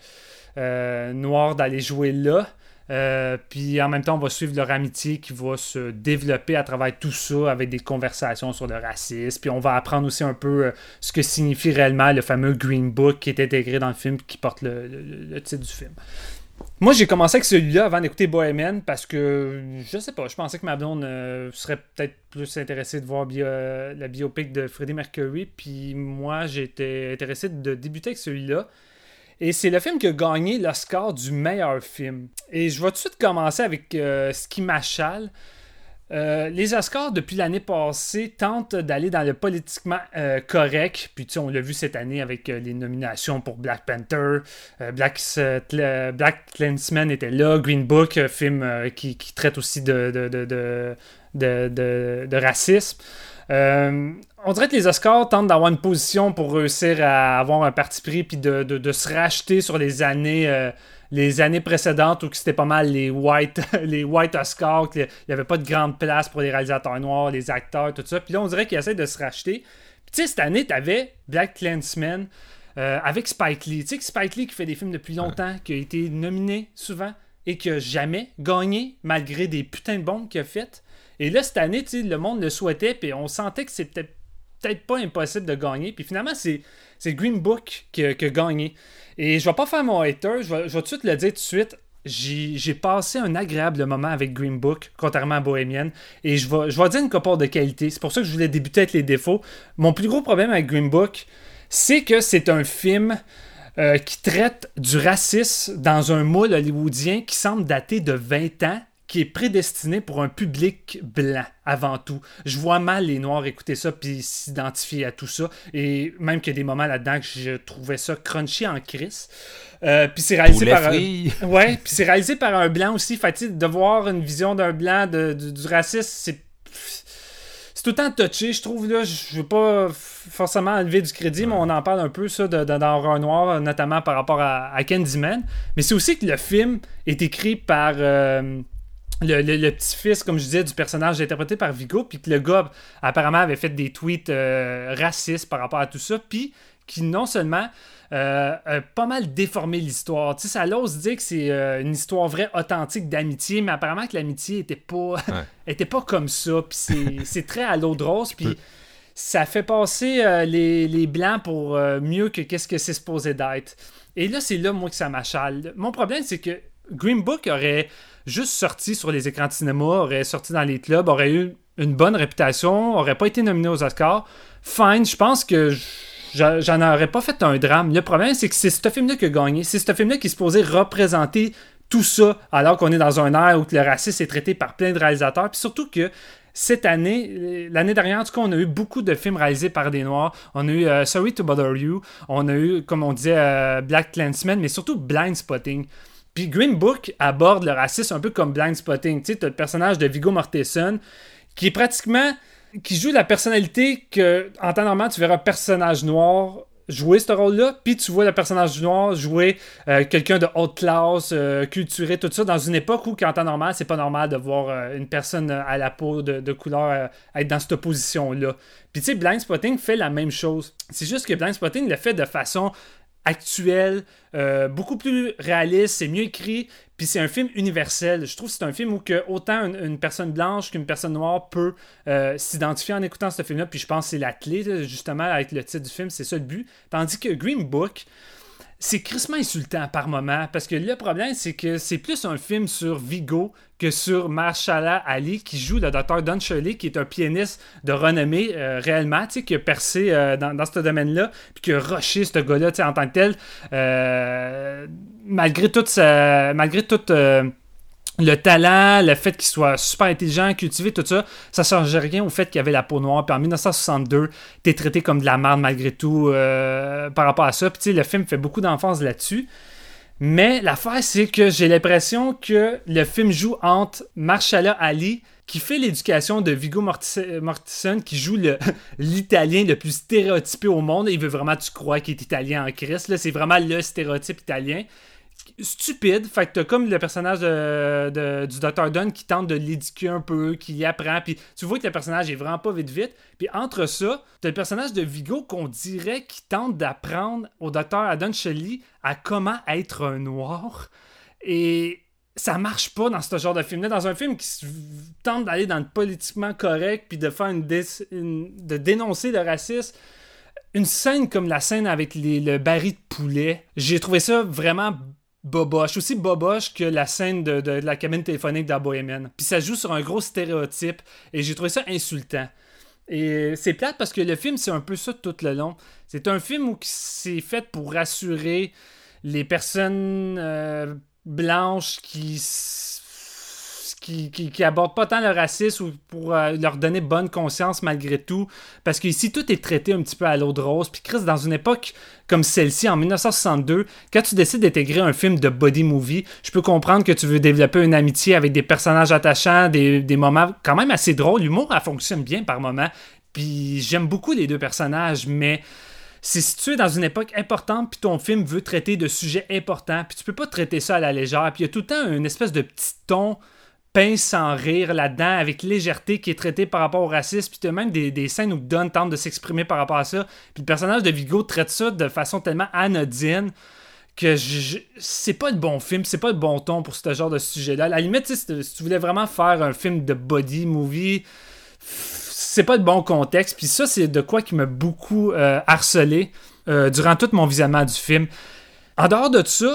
euh, noire d'aller jouer là. Euh, puis en même temps, on va suivre leur amitié qui va se développer à travers tout ça avec des conversations sur le racisme. Puis on va apprendre aussi un peu euh, ce que signifie réellement le fameux Green Book qui est intégré dans le film qui porte le, le, le titre du film. Moi, j'ai commencé avec celui-là avant d'écouter Bohemian parce que, je sais pas, je pensais que ma blonde euh, serait peut-être plus intéressée de voir bio, euh, la biopic de Freddie Mercury. Puis moi, j'étais intéressé de débuter avec celui-là. Et c'est le film qui a gagné l'Oscar du meilleur film. Et je vais tout de suite commencer avec euh, ce qui m'achale. Euh, les Oscars, depuis l'année passée, tentent d'aller dans le politiquement euh, correct. Puis, tu sais, on l'a vu cette année avec euh, les nominations pour Black Panther. Euh, Black, euh, Cl- Black Klansman était là. Green Book, euh, film euh, qui, qui traite aussi de, de, de, de, de, de, de racisme. Euh, on dirait que les Oscars tentent d'avoir une position pour réussir à avoir un parti pris puis de, de, de se racheter sur les années euh, les années précédentes où c'était pas mal les white les white Oscars, qu'il n'y avait pas de grande place pour les réalisateurs noirs, les acteurs, tout ça. Puis là, on dirait qu'ils essaient de se racheter. Puis tu sais, cette année, t'avais Black Klansman euh, avec Spike Lee. Tu sais que Spike Lee qui fait des films depuis longtemps, qui a été nominé souvent et qui a jamais gagné malgré des putains de bombes qu'il a faites. Et là, cette année, le monde le souhaitait, puis on sentait que c'était peut-être, peut-être pas impossible de gagner. Puis finalement, c'est, c'est Green Book qui a, qui a gagné. Et je vais pas faire mon hater, je vais, je vais tout de suite le dire tout de suite. j'ai, j'ai passé un agréable moment avec Green Book, contrairement à Bohemian, et je vais, je vais dire une couple de qualité. C'est pour ça que je voulais débuter avec les défauts. Mon plus gros problème avec Green Book, c'est que c'est un film euh, qui traite du racisme dans un moule hollywoodien qui semble dater de vingt ans, qui est prédestiné pour un public blanc, avant tout. Je vois mal les Noirs écouter ça puis s'identifier à tout ça. Et même qu'il y a des moments là-dedans que je trouvais ça crunchy en crise. Euh, puis c'est réalisé Poulet par frit. un... Ouais, puis c'est réalisé par un blanc aussi. Fait que, de voir une vision d'un blanc de, de, du racisme, c'est... C'est tout le temps touché, je trouve. Là, je veux pas forcément enlever du crédit, mais on en parle un peu ça de, de, dans Horreur Noire, notamment par rapport à, à Candyman. Mais c'est aussi que le film est écrit par... Euh, Le, le, le petit-fils, comme je disais, du personnage interprété par Viggo, puis que le gars, apparemment, avait fait des tweets euh, racistes par rapport à tout ça, puis qui, non seulement, euh, a pas mal déformé l'histoire. Tu sais, ça l'ose dire que c'est euh, une histoire vraie, authentique d'amitié, mais apparemment que l'amitié était pas, ouais. était pas comme ça, puis c'est, c'est très à l'eau de rose, puis ça fait passer euh, les, les Blancs pour euh, mieux que qu'est-ce que c'est supposé d'être. Et là, c'est là, moi, que ça m'achale. Mon problème, c'est que Green Book aurait juste sorti sur les écrans de cinéma, aurait sorti dans les clubs, aurait eu une bonne réputation, aurait pas été nominé aux Oscars. Fine, je pense que j'en aurais pas fait un drame. Le problème, c'est que c'est ce film-là qui a gagné. C'est ce film-là qui est supposé représenter tout ça, alors qu'on est dans un ère où le racisme est traité par plein de réalisateurs. Puis surtout que cette année, l'année dernière, en tout cas, on a eu beaucoup de films réalisés par des Noirs. On a eu uh, Sorry to Bother You, on a eu, comme on disait, uh, Black Klansman, mais surtout Blind Spotting. Puis Green Book aborde le racisme un peu comme Blind Spotting. Tu sais, t'as le personnage de Viggo Mortensen qui est pratiquement... qui joue la personnalité que, en temps normal, tu verras un personnage noir jouer ce rôle-là, puis tu vois le personnage noir jouer euh, quelqu'un de haute classe, euh, culturé, tout ça, dans une époque où, en temps normal, c'est pas normal de voir euh, une personne à la peau de, de couleur euh, être dans cette position-là. Puis tu sais, Blind Spotting fait la même chose. C'est juste que Blind Spotting le fait de façon actuel, euh, beaucoup plus réaliste, c'est mieux écrit, puis c'est un film universel. Je trouve que c'est un film où que autant une, une personne blanche qu'une personne noire peut euh, s'identifier en écoutant ce film-là, puis je pense que c'est la clé, là, justement, avec le titre du film, c'est ça le but. Tandis que Green Book, c'est crissement insultant par moment, parce que le problème, c'est que c'est plus un film sur Viggo que sur Mahershala Ali, qui joue le docteur Don Shirley, qui est un pianiste de renommée euh, réellement, tu sais, qui a percé euh, dans, dans ce domaine-là, puis qui a rushé ce gars-là, tu sais, en tant que tel, euh, malgré toute sa... malgré toute... Euh, le talent, le fait qu'il soit super intelligent, cultivé, tout ça, ça ne changeait rien au fait qu'il avait la peau noire. Puis en dix-neuf cent soixante-deux, t'es traité comme de la merde malgré tout euh, par rapport à ça. Puis tu sais, le film fait beaucoup d'emphase là-dessus. Mais l'affaire, c'est que j'ai l'impression que le film joue entre Mahershala Ali, qui fait l'éducation de Viggo Mortensen, qui joue le, l'italien le plus stéréotypé au monde. Il veut vraiment que tu crois qu'il est italien en Christ. Là, c'est vraiment le stéréotype italien. Stupide, fait que t'as comme le personnage de, de, du docteur Dunn qui tente de l'éduquer un peu, qui y apprend, puis tu vois que le personnage est vraiment pas vite vite, puis entre ça, t'as le personnage de Viggo qu'on dirait qui tente d'apprendre au docteur Don Shirley à comment être un noir, et ça marche pas dans ce genre de film-là, dans un film qui tente d'aller dans le politiquement correct, puis de faire une, dé- une de dénoncer le racisme. Une scène comme la scène avec les, le baril de poulet, j'ai trouvé ça vraiment boboche, aussi boboche que la scène de, de, de la cabine téléphonique dans Bohemian. Puis ça joue sur un gros stéréotype et j'ai trouvé ça insultant. Et c'est plate parce que le film, c'est un peu ça tout le long. C'est un film où c'est fait pour rassurer les personnes euh, blanches qui, qui, qui, qui abordent pas tant le racisme ou pour euh, leur donner bonne conscience malgré tout. Parce qu'ici, tout est traité un petit peu à l'eau de rose. Puis Chris, dans une époque comme celle-ci, en dix-neuf cent soixante-deux, quand tu décides d'intégrer un film de body movie, je peux comprendre que tu veux développer une amitié avec des personnages attachants, des, des moments quand même assez drôles. L'humour, elle fonctionne bien par moments. Puis j'aime beaucoup les deux personnages, mais c'est situé dans une époque importante, puis ton film veut traiter de sujets importants, puis tu peux pas traiter ça à la légère. Puis il y a tout le temps une espèce de petit ton pince sans rire là-dedans, avec légèreté qui est traité par rapport au racisme, puis tu as même des, des scènes où Don tente de s'exprimer par rapport à ça, puis le personnage de Viggo traite ça de façon tellement anodine que je, je, c'est pas le bon film, c'est pas le bon ton pour ce genre de sujet-là. À la limite, si tu voulais vraiment faire un film de body movie, c'est pas le bon contexte, puis ça, c'est de quoi qui m'a beaucoup euh, harcelé euh, durant tout mon visionnement du film. En dehors de ça,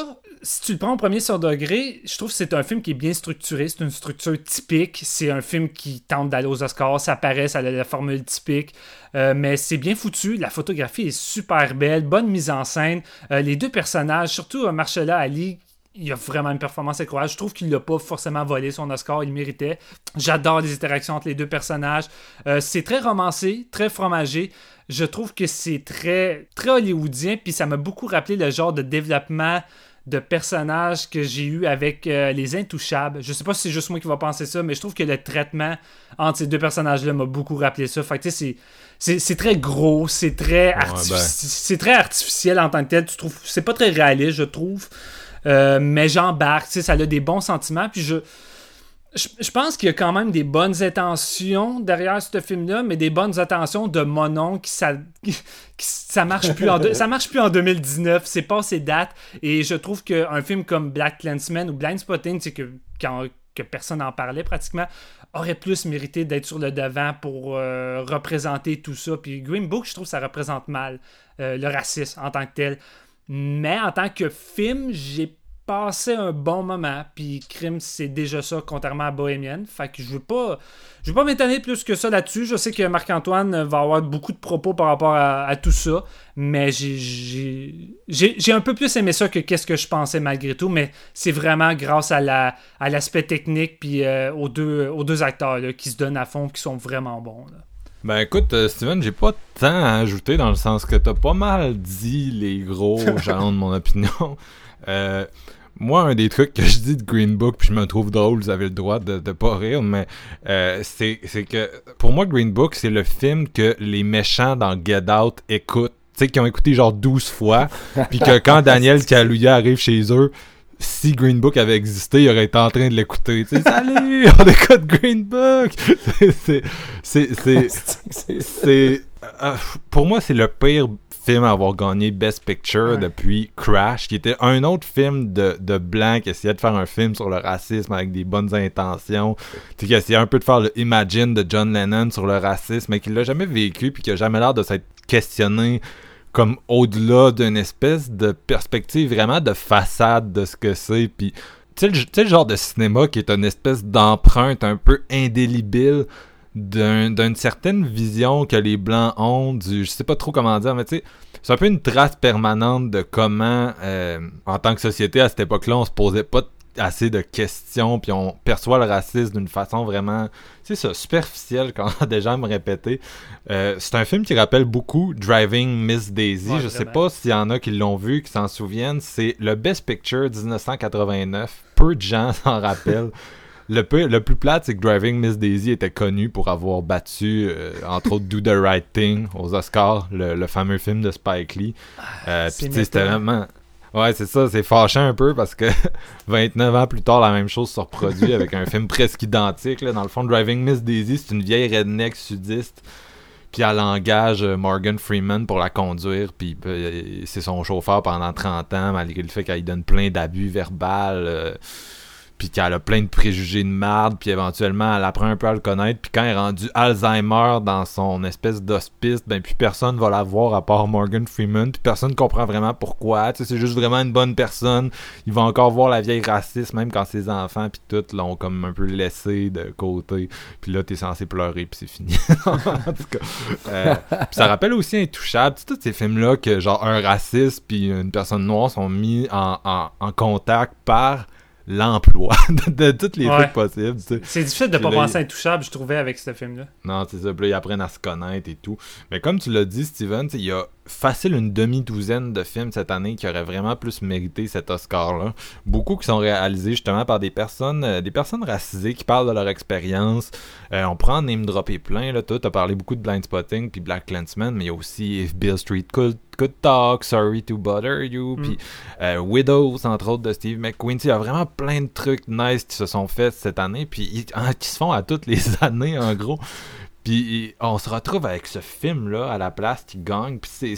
si tu le prends au premier sur degré, je trouve que c'est un film qui est bien structuré. C'est une structure typique. C'est un film qui tente d'aller aux Oscars. Ça paraît, ça a la formule typique. Euh, mais c'est bien foutu. La photographie est super belle. Bonne mise en scène. Euh, les deux personnages, surtout euh, Mahershala Ali, il a vraiment une performance incroyable. Je trouve qu'il l'a pas forcément volé son Oscar. Il le méritait. J'adore les interactions entre les deux personnages. Euh, c'est très romancé, très fromagé. Je trouve que c'est très, très hollywoodien. Puis ça m'a beaucoup rappelé le genre de développement de personnages que j'ai eu avec euh, les Intouchables. Je sais pas si c'est juste moi qui va penser ça, mais je trouve que le traitement entre ces deux personnages-là m'a beaucoup rappelé ça. Fait que tu sais, c'est, c'est, c'est très gros, c'est très, artifici- ouais, ben. c'est très artificiel en tant que tel. Tu trouves, c'est pas très réaliste, je trouve. Euh, mais j'embarque, tu sais, ça a des bons sentiments. Puis je, je, je pense qu'il y a quand même des bonnes intentions derrière ce film-là, mais des bonnes intentions de mon oncle qui ça, qui, ça marche plus en de, ça marche plus en deux mille dix-neuf, c'est pas ses dates. Et je trouve qu'un film comme Black Klansman ou Blindspotting, tu sais, que, quand, que personne n'en parlait pratiquement, aurait plus mérité d'être sur le devant pour euh, représenter tout ça. Puis Green Book, je trouve que ça représente mal euh, le racisme en tant que tel. Mais en tant que film, j'ai passé un bon moment. Puis Crime, c'est déjà ça, contrairement à Bohemian. Fait que je veux pas je veux pas m'étonner plus que ça là-dessus. Je sais que Marc-Antoine va avoir beaucoup de propos par rapport à, à tout ça. Mais j'ai, j'ai, j'ai, j'ai un peu plus aimé ça que qu'est-ce que je pensais malgré tout. Mais c'est vraiment grâce à, la, à l'aspect technique puis euh, aux, deux, aux deux acteurs là, qui se donnent à fond, qui sont vraiment bons. Là. Ben écoute, euh, Steven, j'ai pas tant à ajouter dans le sens que t'as pas mal dit les gros jalons de mon opinion. Euh, moi, un des trucs que je dis de Green Book, puis je me trouve drôle, vous avez le droit de, de pas rire, mais euh, c'est, c'est que pour moi, Green Book, c'est le film que les méchants dans Get Out écoutent. Tu sais, qui ont écouté genre douze fois, puis que quand Daniel Kaluuya arrive chez eux, si Green Book avait existé, il aurait été en train de l'écouter. Tu sais, salut, on écoute Green Book. C'est, c'est, c'est, c'est, c'est euh, pour moi, c'est le pire film à avoir gagné Best Picture ouais. depuis Crash, qui était un autre film de, de blanc qui essayait de faire un film sur le racisme avec des bonnes intentions. Tu sais, qui essayait un peu de faire le Imagine de John Lennon sur le racisme, mais qui l'a jamais vécu, puis qui a jamais l'air de s'être questionné comme au-delà d'une espèce de perspective vraiment de façade de ce que c'est. Puis, tu sais, le, le genre de cinéma qui est une espèce d'empreinte un peu indélébile d'un, d'une certaine vision que les Blancs ont, du, je sais pas trop comment dire, mais tu sais, c'est un peu une trace permanente de comment, euh, en tant que société, à cette époque-là, on se posait pas assez de questions, puis on perçoit le racisme d'une façon vraiment, c'est ça, superficielle, quand on a déjà me répéter. Euh, c'est un film qui rappelle beaucoup Driving Miss Daisy. Ouais, je sais pas s'il y en a qui l'ont vu, qui s'en souviennent. C'est le Best Picture dix-neuf cent quatre-vingt-neuf. Peu de gens s'en rappellent. Le, peu, le plus plate, c'est que Driving Miss Daisy était connu pour avoir battu, euh, entre autres, Do the Right Thing aux Oscars, le, le fameux film de Spike Lee. Euh, Puis tu sais, c'était vraiment... Ouais, c'est ça, c'est fâchant un peu parce que vingt-neuf ans plus tard, la même chose se reproduit avec un film presque identique. Là. Dans le fond, Driving Miss Daisy, c'est une vieille redneck sudiste, puis elle engage Morgan Freeman pour la conduire, puis euh, c'est son chauffeur pendant trente ans, malgré le fait qu'elle lui donne plein d'abus verbaux, euh, puis qu'elle a plein de préjugés de marde, puis éventuellement, elle apprend un peu à le connaître, puis quand elle est rendue Alzheimer dans son espèce d'hospice, ben puis personne va la voir à part Morgan Freeman, puis personne comprend vraiment pourquoi, tu sais, c'est juste vraiment une bonne personne, il va encore voir la vieille raciste, même quand ses enfants, puis tout, l'ont comme un peu laissé de côté, puis là, t'es censé pleurer, puis c'est fini. En tout cas, euh, puis ça rappelle aussi Intouchable, tu sais, tous ces films-là que, genre, un raciste puis une personne noire sont mis en, en, en contact par l'emploi de, de tous les ouais. trucs possibles. Tu sais. C'est difficile de ne pas là, penser à Intouchable, je trouvais, avec ce film-là. Non, c'est ça. Puis là, ils apprennent à se connaître et tout. Mais comme tu l'as dit, Steven, il y a facile une demi-douzaine de films cette année qui auraient vraiment plus mérité cet Oscar-là. Beaucoup qui sont réalisés justement par des personnes euh, des personnes racisées qui parlent de leur expérience. Euh, on prend name dropper plein. Là. Toi, tu as parlé beaucoup de Blindspotting puis Black Klansman, mais il y a aussi If Beale Street Could, Could Talk, Sorry to Bother You, mm. puis euh, Widows, entre autres, de Steve McQueen. Il y a vraiment plein de trucs nice qui se sont faits cette année, puis qui se font à toutes les années, en gros. Puis on se retrouve avec ce film-là à la place qui gagne. Puis c'est, c'est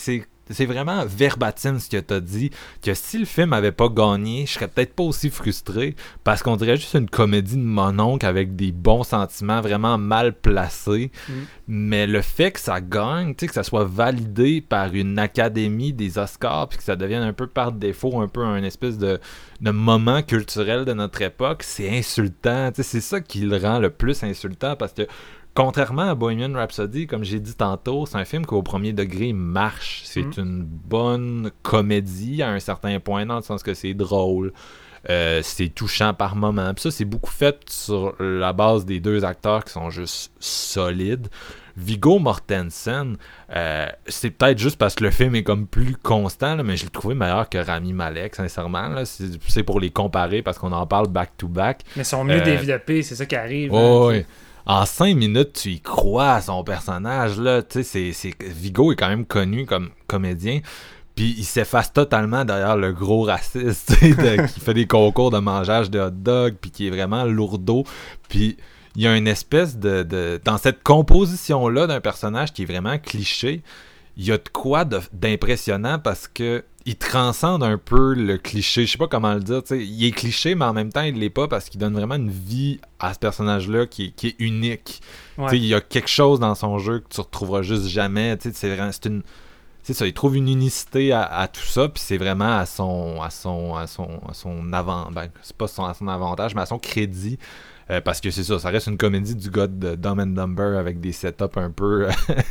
c'est vraiment verbatim ce que t'as dit, que si le film avait pas gagné, je serais peut-être pas aussi frustré, parce qu'on dirait juste une comédie de mon oncle avec des bons sentiments vraiment mal placés, mm. mais le fait que ça gagne, tu sais, que ça soit validé par une académie des Oscars, puis que ça devienne un peu par défaut, un peu un espèce de, de moment culturel de notre époque, c'est insultant, tu sais, c'est ça qui le rend le plus insultant, parce que contrairement à Bohemian Rhapsody, comme j'ai dit tantôt, c'est un film qui au premier degré marche. C'est mm. une bonne comédie à un certain point, dans le sens que c'est drôle, euh, c'est touchant par moments. Puis ça, c'est beaucoup fait sur la base des deux acteurs qui sont juste solides. Viggo Mortensen, euh, c'est peut-être juste parce que le film est comme plus constant, là, mais je l'ai trouvé meilleur que Rami Malek, sincèrement. Là. C'est, c'est pour les comparer parce qu'on en parle back-to-back. Mais ils sont mieux euh, développés, c'est ça qui arrive. Oh, hein, oui. En cinq minutes, tu y crois à son personnage, là, tu sais, c'est, c'est... Viggo est quand même connu comme comédien, puis il s'efface totalement derrière le gros raciste, tu sais, de, qui fait des concours de mangeage de hot dog, puis qui est vraiment lourdeau, puis il y a une espèce de, de... Dans cette composition-là d'un personnage qui est vraiment cliché, il y a de quoi de, d'impressionnant parce que il transcende un peu le cliché, je sais pas comment le dire, t'sais. Il est cliché, mais en même temps, il l'est pas parce qu'il donne vraiment une vie à ce personnage-là qui est, qui est unique. Ouais. Il y a quelque chose dans son jeu que tu retrouveras juste jamais. C'est, vraiment, c'est, une, c'est ça, il trouve une unicité à, à tout ça, puis c'est vraiment à son, à son, à son, à son avant, ben, c'est pas son, à son avantage, mais à son crédit. Euh, parce que c'est ça, ça reste une comédie du gars de Dumb and Dumber avec des setups un peu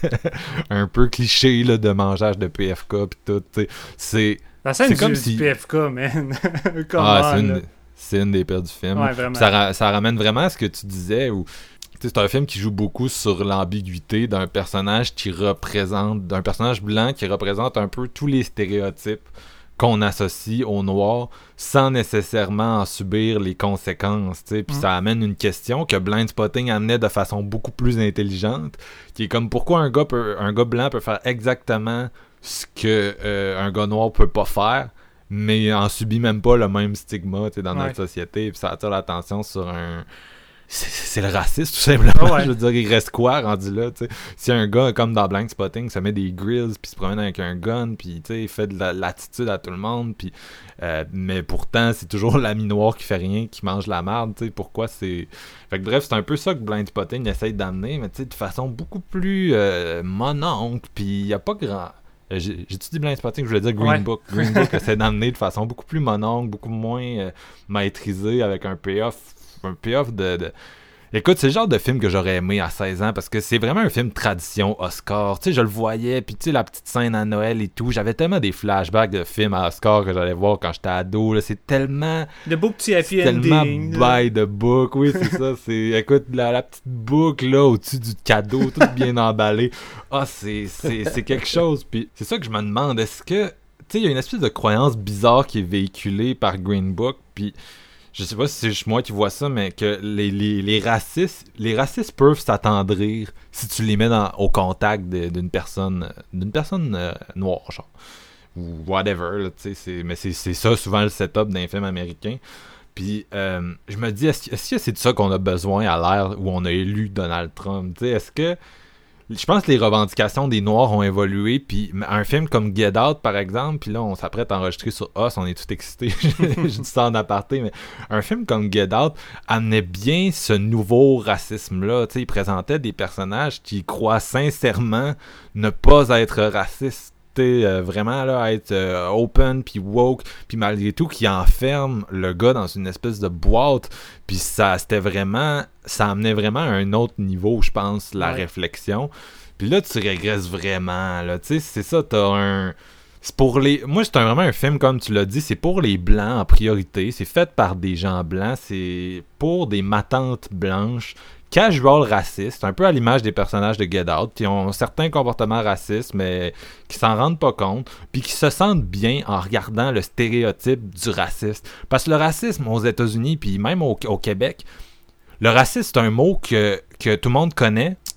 un peu clichés là, de mangeage de P F K pis tout, t'sais. C'est, la scène c'est du, comme du si... P F K, man. ah, c'est une, c'est une des pires du film. Ouais, vraiment. Ça, ça ramène vraiment à ce que tu disais, où c'est un film qui joue beaucoup sur l'ambiguïté d'un personnage qui représente, d'un personnage blanc qui représente un peu tous les stéréotypes qu'on associe au noir sans nécessairement en subir les conséquences, tu sais. Puis mm. ça amène une question que Blindspotting amenait de façon beaucoup plus intelligente, qui est comme pourquoi un gars peut, un gars blanc peut faire exactement ce que euh, un gars noir peut pas faire, mais en subit même pas le même stigma, tu sais, dans ouais. notre société. Puis ça attire l'attention sur un... C'est, c'est le racisme, tout simplement. Oh ouais. Je veux dire, il reste quoi rendu là, tu sais. Si un gars, comme dans Blindspotting, se met des grills, puis se promène avec un gun, puis tu sais, il fait de la, l'attitude à tout le monde, puis euh, mais pourtant, c'est toujours l'ami noir qui fait rien, qui mange la merde, tu sais. Pourquoi c'est... Fait que bref, c'est un peu ça que Blindspotting essaye d'amener, mais tu sais, de façon beaucoup plus euh, mononcle, puis il n'y a pas grand... J'ai, j'ai-tu dit Blindspotting? Je voulais dire Green ouais. Book. Green Book essaie d'amener de façon beaucoup plus mononcle, beaucoup moins euh, maîtrisée, avec un payoff un payoff de, de... Écoute, c'est le genre de film que j'aurais aimé à seize ans parce que c'est vraiment un film tradition Oscar. Tu sais, je le voyais, puis tu sais, la petite scène à Noël et tout. J'avais tellement des flashbacks de films à Oscar que j'allais voir quand j'étais ado. Là. C'est tellement... The book to happy ending. Tellement by the book. Oui, c'est ça. C'est... Écoute, la, la petite boucle là, au-dessus du cadeau, tout bien emballé. Ah, c'est, c'est, c'est quelque chose. Puis c'est ça que je me demande. Est-ce que... Tu sais, il y a une espèce de croyance bizarre qui est véhiculée par Green Book, puis... Je sais pas si c'est juste moi qui vois ça, mais que les, les, les racistes les racistes peuvent s'attendrir si tu les mets dans, au contact de, d'une personne d'une personne euh, noire, genre. Ou whatever, là, tu sais. C'est, mais c'est, c'est ça souvent le setup d'un film américain. Puis euh, je me dis, est-ce, est-ce que c'est de ça qu'on a besoin à l'ère où on a élu Donald Trump? Tu sais, est-ce que... Je pense que les revendications des Noirs ont évolué, puis un film comme Get Out, par exemple, puis là, on s'apprête à enregistrer sur Us, on est tout excités, je dis ça en aparté, mais un film comme Get Out amenait bien ce nouveau racisme-là, tu sais, il présentait des personnages qui croient sincèrement ne pas être racistes, Euh, vraiment là être euh, open puis woke puis malgré tout qui enferme le gars dans une espèce de boîte puis ça c'était vraiment ça amenait vraiment à un autre niveau je pense la ouais. réflexion puis là tu régresses vraiment là tu sais c'est ça t'as un c'est pour les moi c'est un, vraiment un film comme tu l'as dit c'est pour les blancs en priorité c'est fait par des gens blancs c'est pour des matantes blanches casual raciste, un peu à l'image des personnages de Get Out, qui ont certains comportements racistes, mais qui s'en rendent pas compte, puis qui se sentent bien en regardant le stéréotype du raciste. Parce que le racisme aux États-Unis, puis même au, au Québec, le racisme, c'est un mot que, que tout le monde connaît,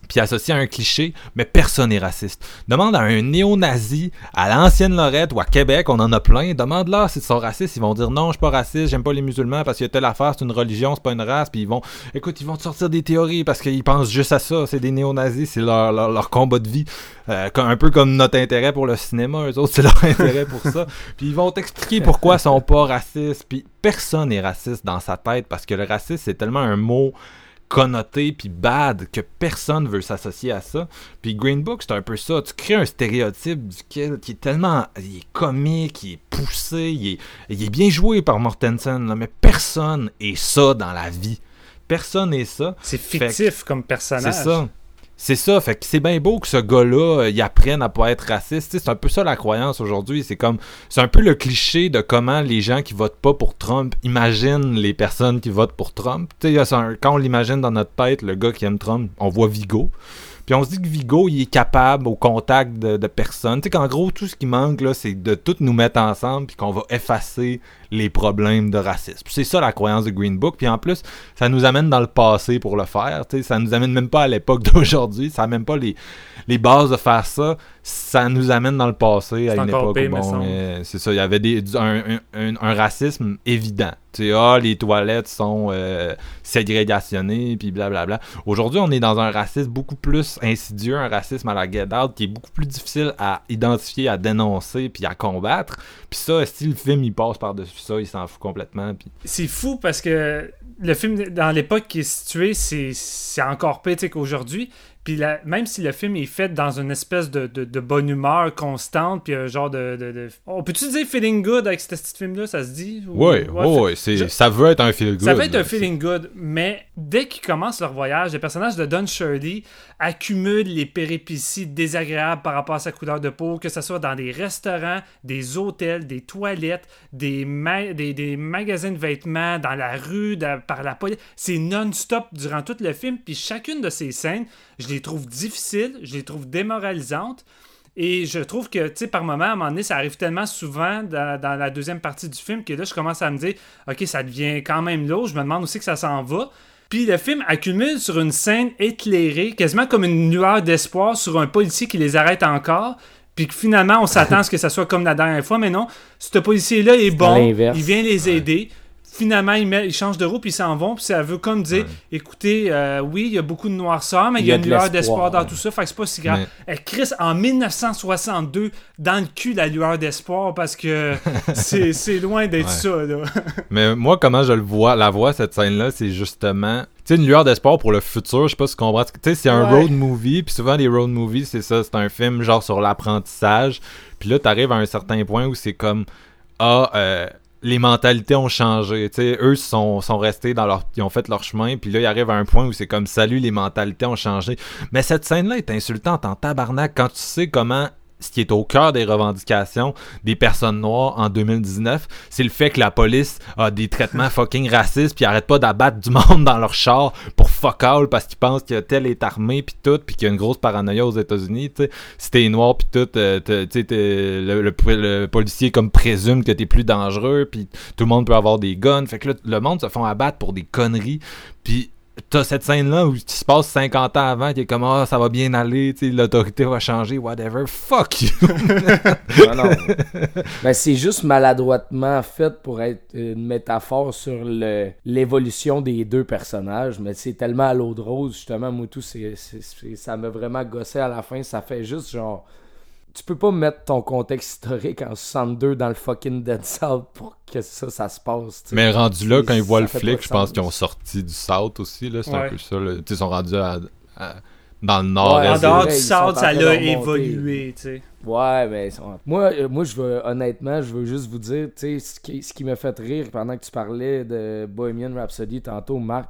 puis associé à un cliché, mais personne n'est raciste. Demande à un néo-nazi à l'ancienne Lorette ou à Québec, on en a plein, demande-leur s'ils sont racistes, ils vont dire non, je suis pas raciste, j'aime pas les musulmans parce qu'il y a telle affaire, c'est une religion, c'est pas une race, puis ils vont, écoute, ils vont te sortir des théories parce qu'ils pensent juste à ça, c'est des néo-nazis, c'est leur, leur, leur combat de vie, euh, un peu comme notre intérêt pour le cinéma, eux autres, c'est leur intérêt pour ça, puis ils vont t'expliquer pourquoi ils sont pas racistes, puis personne n'est raciste dans sa tête parce que le racisme, c'est tellement un mot connoté puis bad que personne veut s'associer à ça. Puis Green Book, c'est un peu ça. Tu crées un stéréotype duquel qui est tellement... Il est comique, il est poussé, il est, il est bien joué par Mortensen, là, mais personne est ça dans la vie. Personne est ça. C'est fictif que, comme personnage. C'est ça. C'est ça, fait que c'est bien beau que ce gars-là, euh, il apprenne à pas être raciste. T'sais, c'est un peu ça la croyance aujourd'hui. C'est comme, c'est un peu le cliché de comment les gens qui votent pas pour Trump imaginent les personnes qui votent pour Trump. T'sais, un, quand on l'imagine dans notre tête, le gars qui aime Trump, on voit Vigo. Puis on se dit que Vigo, il est capable au contact de, de personnes. Tu sais qu'en gros, tout ce qui manque, là, c'est de tout nous mettre ensemble puis qu'on va effacer les problèmes de racisme. Puis c'est ça la croyance de Green Book. Puis en plus, ça nous amène dans le passé pour le faire. Tu sais, ça nous amène même pas à l'époque d'aujourd'hui. Ça n'a même pas les, les bases de faire ça. Ça nous amène dans le passé à c'est une époque pire, où, bon, euh, c'est ça, il y avait des, un, un, un, un racisme évident. Tu sais, ah, les toilettes sont euh, ségrégationnées, puis blablabla. Aujourd'hui, on est dans un racisme beaucoup plus insidieux, un racisme à la get out, qui est beaucoup plus difficile à identifier, à dénoncer, puis à combattre. Puis ça, si le film, il passe par-dessus ça, il s'en fout complètement. Puis... C'est fou parce que le film, dans l'époque qui est situé, c'est, c'est encore pire qu'aujourd'hui. Puis la, même si le film est fait dans une espèce de, de, de bonne humeur constante, puis un genre de, de, de... On peut-tu dire feeling good avec ce petit film-là, ça se dit? Ou... Oui, ouais, oui, c'est, je... ça veut être un feel good. Ça veut être là, un feeling c'est... good, mais dès qu'ils commencent leur voyage, les personnages de Don Shirley accumulent les péripéties désagréables par rapport à sa couleur de peau, que ce soit dans des restaurants, des hôtels, des toilettes, des, ma- des, des magasins de vêtements, dans la rue, de, par la police. C'est non-stop durant tout le film, puis chacune de ces scènes, je les trouve difficiles, je les trouve démoralisantes. Et je trouve que, tu sais, par moment, à un moment donné, ça arrive tellement souvent dans, dans la deuxième partie du film que là, je commence à me dire, OK, ça devient quand même lourd. Je me demande aussi que ça s'en va. Puis le film accumule sur une scène éclairée, quasiment comme une lueur d'espoir sur un policier qui les arrête encore. Puis que finalement, on s'attend à ce que ça soit comme la dernière fois. Mais non, ce policier-là est bon. Il vient les aider. Finalement, ils, met, ils changent de roue puis ils s'en vont. Puis ça veut comme dire, ouais. écoutez, euh, oui, il y a beaucoup de noirceur, mais il y, y a une lueur d'espoir dans ouais. tout ça. Fait que c'est pas si grave. Mais... Eh, Chris, en dix-neuf cent soixante-deux, dans le cul, la lueur d'espoir, parce que c'est, c'est loin d'être ouais. ça. Là. Mais moi, comment je le vois, la vois, cette scène-là, c'est justement... Tu sais, une lueur d'espoir pour le futur, je sais pas si tu comprends. Tu sais, c'est un ouais. road movie, puis souvent, les road movies, c'est ça, c'est un film genre sur l'apprentissage. Puis là, t'arrives à un certain point où c'est comme... Ah, euh... les mentalités ont changé, tu sais, eux sont, sont restés dans leur, ils ont fait leur chemin, puis là ils arrivent à un point où c'est comme salut, les mentalités ont changé. Mais cette scène-là est insultante en tabarnak quand tu sais comment ce qui est au cœur des revendications des personnes noires en deux mille dix-neuf, c'est le fait que la police a des traitements fucking racistes puis arrête pas d'abattre du monde dans leur char pour fuck all parce qu'ils pensent que tel est armé puis tout, puis qu'il y a une grosse paranoïa aux États-Unis, tu sais. Si t'es noir puis tout, euh, tu sais, le, le, le policier comme présume que t'es plus dangereux puis tout le monde peut avoir des guns. Fait que là, le monde se font abattre pour des conneries, puis t'as cette scène-là où tu se passes cinquante ans avant, qui est comme « Ah, oh, ça va bien aller, tu sais, l'autorité va changer, whatever. » Fuck you! Non, non. Ben, c'est juste maladroitement fait pour être une métaphore sur le, l'évolution des deux personnages, mais c'est tellement à l'eau de rose, justement, moi, tout, c'est, c'est, c'est, ça m'a vraiment gossé à la fin. Ça fait juste genre... Tu peux pas mettre ton contexte historique en soixante-deux dans le fucking Dead South pour que ça, ça se passe. T'sais. Mais rendu là, quand ils voient le flic, je pense qu'ils ont sorti du South aussi. Là, c'est ouais. un peu ça. Ils sont rendus à, à, dans le nord. Ouais, en dehors du South, ça l'a évolué. T'sais. Ouais, mais moi, moi, je veux honnêtement, je veux juste vous dire, tu sais, ce qui, ce qui m'a fait rire pendant que tu parlais de Bohemian Rhapsody tantôt, Marc.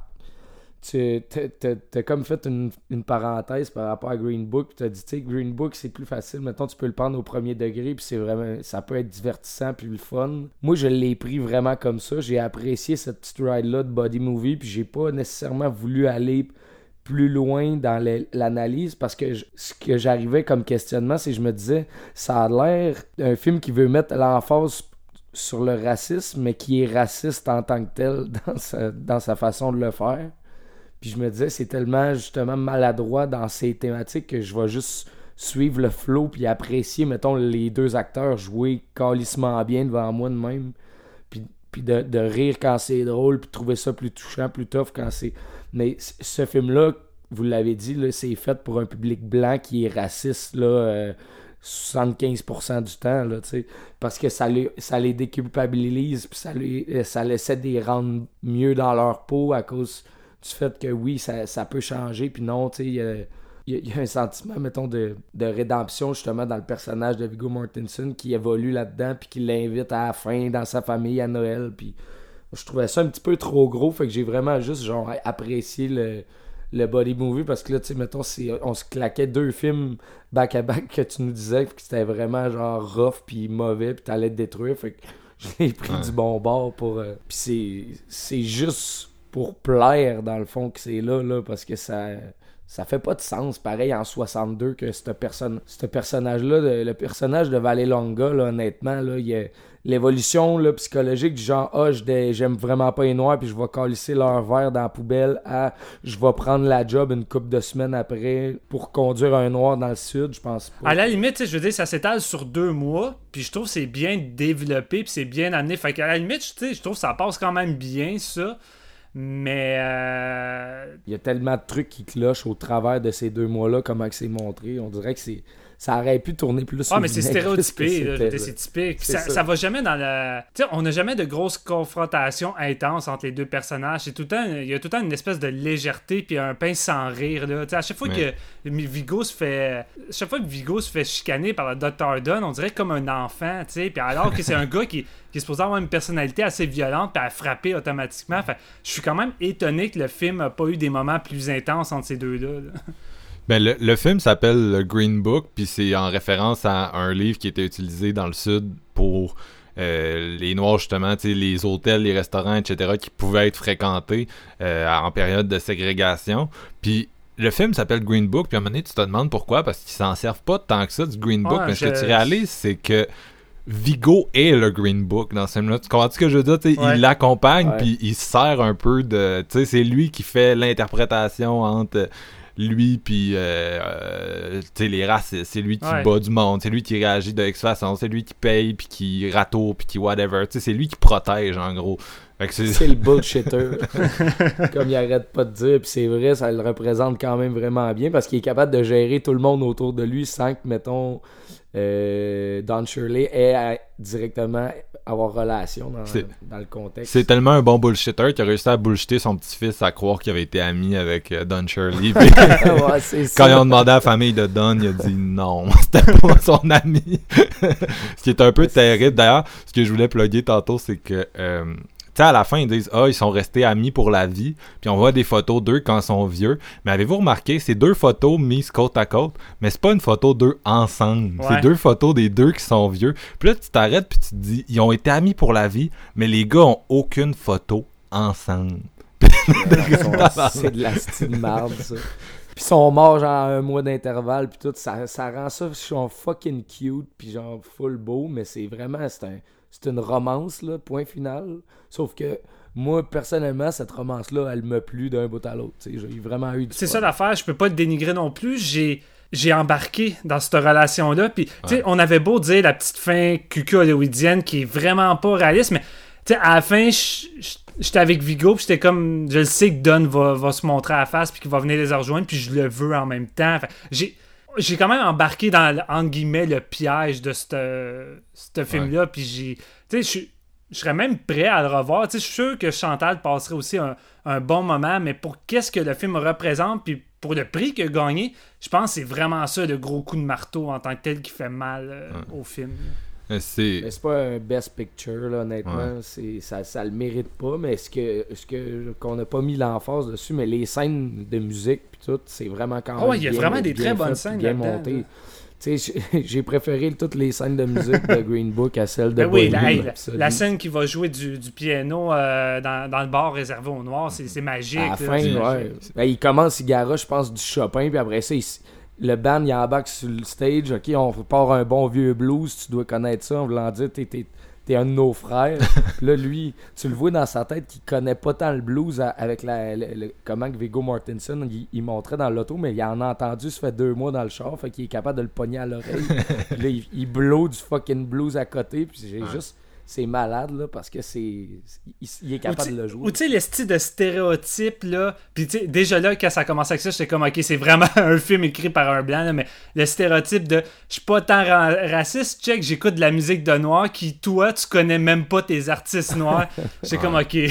Tu as comme fait une, une parenthèse par rapport à Green Book, tu as dit, tu sais, Green Book, c'est plus facile, mettons, tu peux le prendre au premier degré, puis c'est vraiment, ça peut être divertissant, puis le fun. Moi, je l'ai pris vraiment comme ça, j'ai apprécié cette petite ride-là de body movie, puis j'ai pas nécessairement voulu aller plus loin dans les, l'analyse, parce que je, ce que j'arrivais comme questionnement, c'est que je me disais, ça a l'air d'un film qui veut mettre l'emphase sur le racisme, mais qui est raciste en tant que tel dans sa, dans sa façon de le faire. Puis je me disais, c'est tellement justement maladroit dans ces thématiques que je vais juste suivre le flow puis apprécier, mettons, les deux acteurs jouer calissement bien devant moi de même. Puis, puis de, de rire quand c'est drôle, puis trouver ça plus touchant, plus tough quand c'est... Mais ce film-là, vous l'avez dit, là, c'est fait pour un public blanc qui est raciste, là... Euh, soixante-quinze pour cent du temps, là, tu sais, parce que ça les, ça les déculpabilise, puis ça, les, ça essaie de les rendre mieux dans leur peau à cause du fait que oui, ça, ça peut changer, puis non, tu sais, il y a, y a un sentiment, mettons, de, de rédemption, justement, dans le personnage de Viggo Mortensen qui évolue là-dedans, puis qui l'invite à la fin dans sa famille à Noël, puis je trouvais ça un petit peu trop gros, fait que j'ai vraiment juste, genre, apprécié le... le body movie, parce que là, tu sais, mettons, c'est, on se claquait deux films back-à-back que tu nous disais que c'était vraiment genre rough puis mauvais puis t'allais te détruire, fait que j'ai pris ouais. du bon bord pour... Euh, puis c'est, c'est juste pour plaire, dans le fond, que c'est là, là, parce que ça... Ça fait pas de sens, pareil, en soixante-deux, que ce personne, ce personnage-là, le, le personnage de Vallelonga, là, honnêtement, là, il y a l'évolution là, psychologique du genre « Ah, oh, j'aime vraiment pas les Noirs, puis je vais calisser leur verre dans la poubelle » à « Je vais prendre la job une couple de semaines après pour conduire un Noir dans le Sud », je pense pas. À la limite, je veux dire, ça s'étale sur deux mois, puis je trouve que c'est bien développé, puis c'est bien amené. Fait qu'à la limite, je trouve que ça passe quand même bien, ça. Mais euh... il y a tellement de trucs qui clochent au travers de ces deux mois-là, comment que c'est montré. On dirait que c'est ça aurait pu tourner plus. Ah, mais c'est stéréotypé, là, là. C'est typique. C'est ça, ça. ça va jamais dans la. Tu sais, on n'a jamais de grosses confrontations intenses entre les deux personnages. C'est tout le temps, il y a tout le temps une espèce de légèreté puis un pain sans rire, là. Tu sais, à chaque fois mais... que Viggo se fait, chaque fois que Viggo se fait chicaner par le docteur Dunn, on dirait comme un enfant, tu sais. Puis alors que c'est un gars qui qui est supposé avoir une personnalité assez violente puis à frapper automatiquement. Fait, je suis quand même étonné que le film n'a pas eu des moments plus intenses entre ces deux-là. Là. Ben, le, le film s'appelle le Green Book, puis c'est en référence à un livre qui était utilisé dans le Sud pour euh, les Noirs, justement, les hôtels, les restaurants, et cetera, qui pouvaient être fréquentés euh, en période de ségrégation. Puis le film s'appelle Green Book, puis à un moment donné, tu te demandes pourquoi, parce qu'ils s'en servent pas tant que ça du Green Book, ouais, mais je... ce que tu réalises, c'est que Viggo est le Green Book dans ce film-là. Tu comprends ce que je veux dire? T'sais, ouais. Il l'accompagne, puis ouais. il se sert un peu de... Tu sais, c'est lui qui fait l'interprétation entre... lui puis euh, euh, tu sais les races, c'est lui qui ouais. bat du monde, c'est lui qui réagit de X façon, c'est lui qui paye puis qui ratoure puis qui whatever, tu sais c'est lui qui protège en gros. Fait que c'est... c'est le bullshitter comme il arrête pas de dire, puis c'est vrai, ça le représente quand même vraiment bien parce qu'il est capable de gérer tout le monde autour de lui sans que mettons euh, Don Shirley ait à directement avoir relation dans, dans le contexte. C'est tellement un bon bullshitter qu'il a réussi à bullshiter son petit-fils à croire qu'il avait été ami avec euh, Don Shirley. Puis, ouais, c'est quand ça. Ils ont demandé à la famille de Don, il a dit non, c'était pas son ami. Ce qui est un peu ouais, terrible. D'ailleurs, ce que je voulais plugger tantôt, c'est que euh, tu sais, à la fin, ils disent « Ah, ils sont restés amis pour la vie. » Puis on voit des photos d'eux quand ils sont vieux. Mais avez-vous remarqué, c'est deux photos mises côte à côte, mais c'est pas une photo d'eux ensemble. Ouais. C'est deux photos des deux qui sont vieux. Puis là, tu t'arrêtes puis tu te dis « Ils ont été amis pour la vie, mais les gars ont aucune photo ensemble. » C'est de la style marde, ça. Puis ils sont morts genre à un mois d'intervalle puis tout. Ça, ça rend ça genre fucking cute puis genre full beau, mais c'est vraiment... c'est un... c'est une romance, là, point final. Sauf que moi, personnellement, cette romance-là, elle me plu d'un bout à l'autre. T'sais. J'ai vraiment eu du C'est fun. ça l'affaire, je peux pas le dénigrer non plus. J'ai, j'ai embarqué dans cette relation-là. Puis, tu sais, ouais. on avait beau dire la petite fin cucu hollywoodienne qui est vraiment pas réaliste, mais tu sais, à la fin, j'étais avec Viggo, puis j'étais comme, je le sais que Don va, va se montrer à la face, puis qu'il va venir les rejoindre, puis je le veux en même temps. Fait, j'ai. J'ai quand même embarqué dans, entre guillemets, le piège de ce film-là, ouais. puis j'ai... Tu sais, je serais même prêt à le revoir. Tu sais, je suis sûr que Chantal passerait aussi un, un bon moment, mais pour qu'est-ce que le film représente, puis pour le prix qu'il a gagné, je pense que c'est vraiment ça, le gros coup de marteau en tant que tel qui fait mal euh, ouais. au film. C'est... Mais c'est pas un best picture, là, honnêtement. Ouais. C'est, ça, ça le mérite pas, mais est-ce que, est-ce que qu'on n'a pas mis l'emphase dessus, mais les scènes de musique puis tout, c'est vraiment quand même. Oh, il y a bien, vraiment des très bonnes fait, scènes bien là-dedans. Montées. Tu sais, j'ai préféré toutes les scènes de musique de Green Book à celles de ben oui, la, Bohemian la, la scène qui va jouer du, du piano euh, dans, dans le bar réservé aux Noirs, c'est, c'est magique. À la là, fin, c'est ouais. magique. Ben, il commence, il garoche, je pense, du Chopin, puis après ça, il, le band, il embarque sur le stage. OK, on part un bon vieux blues, tu dois connaître ça, en voulant dire, t'es, t'es, t'es un de nos frères. Là, lui, tu le vois dans sa tête qu'il connaît pas tant le blues à, avec la, la, la, comment que Viggo Mortensen, il, il montrait dans l'auto, mais il en a entendu, ça fait deux mois dans le char, fait qu'il est capable de le pogner à l'oreille. Là, il, il blow du fucking blues à côté, puis j'ai ouais. juste... C'est malade, là, parce que c'est... Il, il est capable de le jouer. Ou tu sais, le style de stéréotype, là... Puis tu sais, déjà là, quand ça a commencé avec ça, j'étais comme, OK, c'est vraiment un film écrit par un blanc, là, mais le stéréotype de... Je suis pas tant ra- raciste, check, j'écoute de la musique de noir qui, toi, tu connais même pas tes artistes noirs. J'étais ouais. comme, OK. Ouais,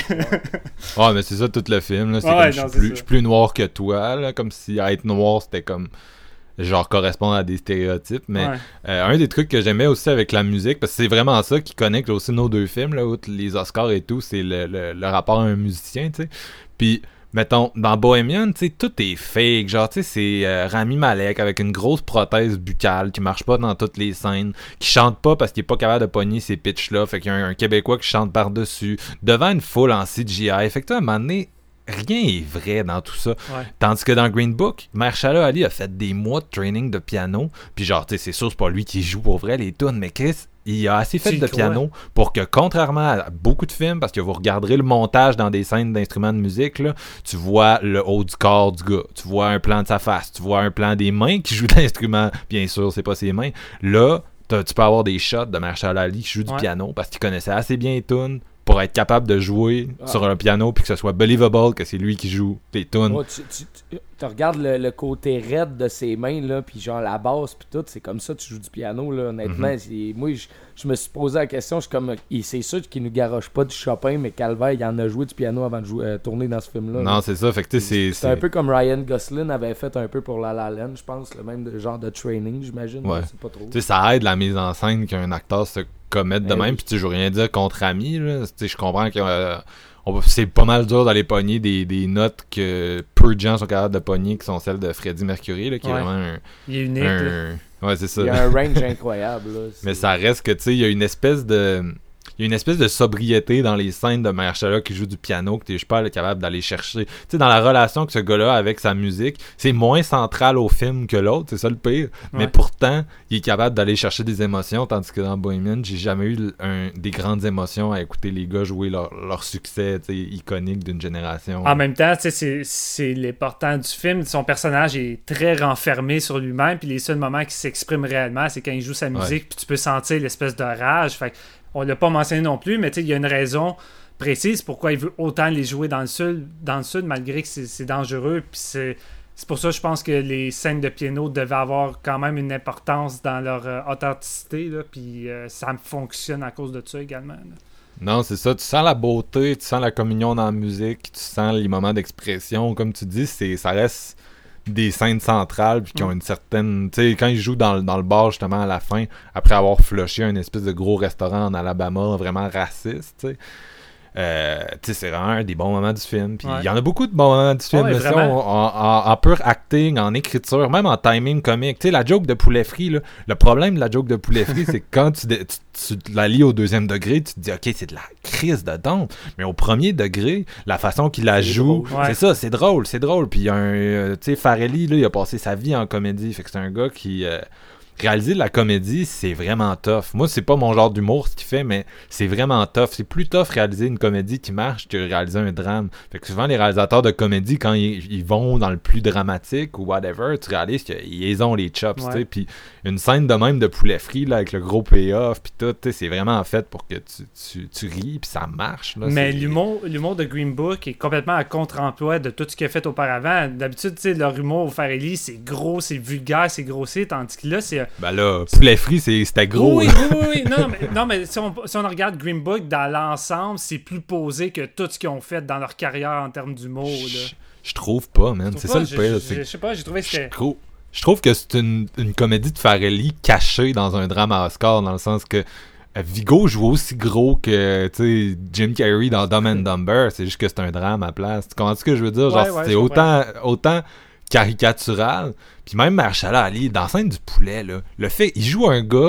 mais c'est ça tout le film, là. C'est ouais, comme, je suis plus, je suis plus noir que toi, là. Comme si être noir, c'était comme... genre correspondre à des stéréotypes, mais ouais. euh, un des trucs que j'aimais aussi avec la musique, parce que c'est vraiment ça qui connecte aussi nos deux films, là, outre les Oscars et tout, c'est le, le, le rapport à un musicien, tu sais. Puis, mettons, dans Bohemian, tu sais, tout est fake, genre, tu sais, c'est euh, Rami Malek avec une grosse prothèse buccale qui marche pas dans toutes les scènes, qui chante pas parce qu'il est pas capable de pogner ces pitchs-là, fait qu'il y a un, un Québécois qui chante par-dessus, devant une foule en C G I, fait que, à un moment donné, rien est vrai dans tout ça. Ouais. Tandis que dans Green Book, Mahershala Ali a fait des mois de training de piano. Puis genre, tu sais, c'est sûr, c'est pas lui qui joue pour vrai les tunes, mais Chris, il a assez fait tu de piano ouais. pour que, contrairement à beaucoup de films, parce que vous regarderez le montage dans des scènes d'instruments de musique, là, tu vois le haut du corps du gars, tu vois un plan de sa face, tu vois un plan des mains qui jouent de l'instrument. Bien sûr, c'est pas ses mains. Là, tu peux avoir des shots de Mahershala Ali qui joue du ouais. piano parce qu'il connaissait assez bien les tunes pour être capable de jouer ah. sur un piano puis que ce soit believable que c'est lui qui joue les tunes. Oh, tu, tu, tu, tu regardes le, le côté raide de ses mains là, puis genre la basse puis tout, c'est comme ça que tu joues du piano là, honnêtement. Mm-hmm. Moi je, je me suis posé la question, je suis comme c'est sûr qu'il nous garoche pas du Chopin, mais Calvaire il en a joué du piano avant de jouer, euh, tourner dans ce film là. Non, là. c'est ça, fait que tu sais c'est, c'est, c'est un peu comme Ryan Gosling avait fait un peu pour La La Land, je pense, le même genre de training, j'imagine. Ouais. Là, c'est pas trop. Tu sais ça aide la mise en scène qu'un acteur se commettre de ben même, oui. puis tu sais, je veux rien dire contre amis, là. Tu sais, je comprends que euh, on, c'est pas mal dur d'aller pogner des, des notes que peu de gens sont capables de pogner, qui sont celles de Freddie Mercury, là, qui ouais. est vraiment un... Il est unique, un... Ouais, c'est ça. Il y a un range incroyable, là. Mais ça reste que, tu sais, il y a une espèce de... Il y a une espèce de sobriété dans les scènes de Mahershala qui joue du piano que t'es, je suis pas capable d'aller chercher. Tu sais, dans la relation que ce gars-là a avec sa musique, c'est moins central au film que l'autre, c'est ça le pire. Ouais. Mais pourtant, il est capable d'aller chercher des émotions, tandis que dans Bohemian, j'ai jamais eu un, des grandes émotions à écouter les gars jouer leur, leur succès iconique d'une génération. En même temps, c'est, c'est l'important du film. Son personnage est très renfermé sur lui-même, puis les seuls moments qui s'expriment réellement, c'est quand il joue sa musique, ouais. puis tu peux sentir l'espèce de rage. Fait on l'a pas mentionné non plus, mais il y a une raison précise pourquoi il veut autant les jouer dans le sud, dans le sud malgré que c'est, c'est dangereux. Puis c'est, c'est pour ça que je pense que les scènes de piano devaient avoir quand même une importance dans leur euh, authenticité. Là, puis euh, ça fonctionne à cause de ça également. Là. Non, c'est ça. Tu sens la beauté, tu sens la communion dans la musique, tu sens les moments d'expression. Comme tu dis, c'est, ça reste des scènes centrales puis qui ont une certaine, tu sais, quand ils jouent dans, dans le bar justement à la fin après avoir flushé un espèce de gros restaurant en Alabama vraiment raciste, tu sais, euh, tu sais, c'est vraiment un des bons moments du film, puis il ouais. y en a beaucoup de bons moments du film, ouais, mais en, en, en pur acting, en écriture, même en timing comique, tu sais, la joke de poulet frit là, le problème de la joke de poulet frit c'est que quand tu, tu, tu la lis au deuxième degré, tu te dis ok, c'est de la crise de don, mais au premier degré, la façon qu'il la c'est joue, ouais. c'est ça, c'est drôle, c'est drôle, puis il y a un, euh, tu sais, Farrelly là, il a passé sa vie en comédie, fait que c'est un gars qui euh, réaliser de la comédie, c'est vraiment tough. Moi, c'est pas mon genre d'humour ce qu'il fait, mais c'est vraiment tough. C'est plus tough réaliser une comédie qui marche que réaliser un drame. Fait que souvent, les réalisateurs de comédie, quand ils, ils vont dans le plus dramatique ou whatever, tu réalises qu'ils ont les chops, ouais. tu sais. Puis une scène de même de poulet frit, là, avec le gros payoff, puis tout, tu sais, c'est vraiment fait pour que tu, tu, tu ris, puis ça marche. Là, mais c'est... l'humour, l'humour de Green Book est complètement à contre-emploi de tout ce qu'il a fait auparavant. D'habitude, tu sais, leur humour au Farrelly, c'est gros, c'est vulgaire, c'est grossier, tandis que là, c'est... Ben là, poulet frit, c'est, c'était gros. Oui, oui, oui. oui. Non, non, mais, non, mais si, on, si on regarde Green Book dans l'ensemble, c'est plus posé que tout ce qu'ils ont fait dans leur carrière en termes d'humour. Je, je trouve pas, man. C'est pas, ça le pire. Je sais pas, j'ai trouvé que c'était... Je trouve, je trouve que c'est une, une comédie de Farrelly cachée dans un drame à Oscar, dans le sens que Viggo joue aussi gros que Jim Carrey dans Dumb and Dumber. C'est juste que c'est un drame à place. Tu comprends ce que je veux dire? Genre, ouais, ouais, c'est autant, autant caricatural. Puis même Mahershala Ali, dans la scène du poulet, là, le fait, il joue un gars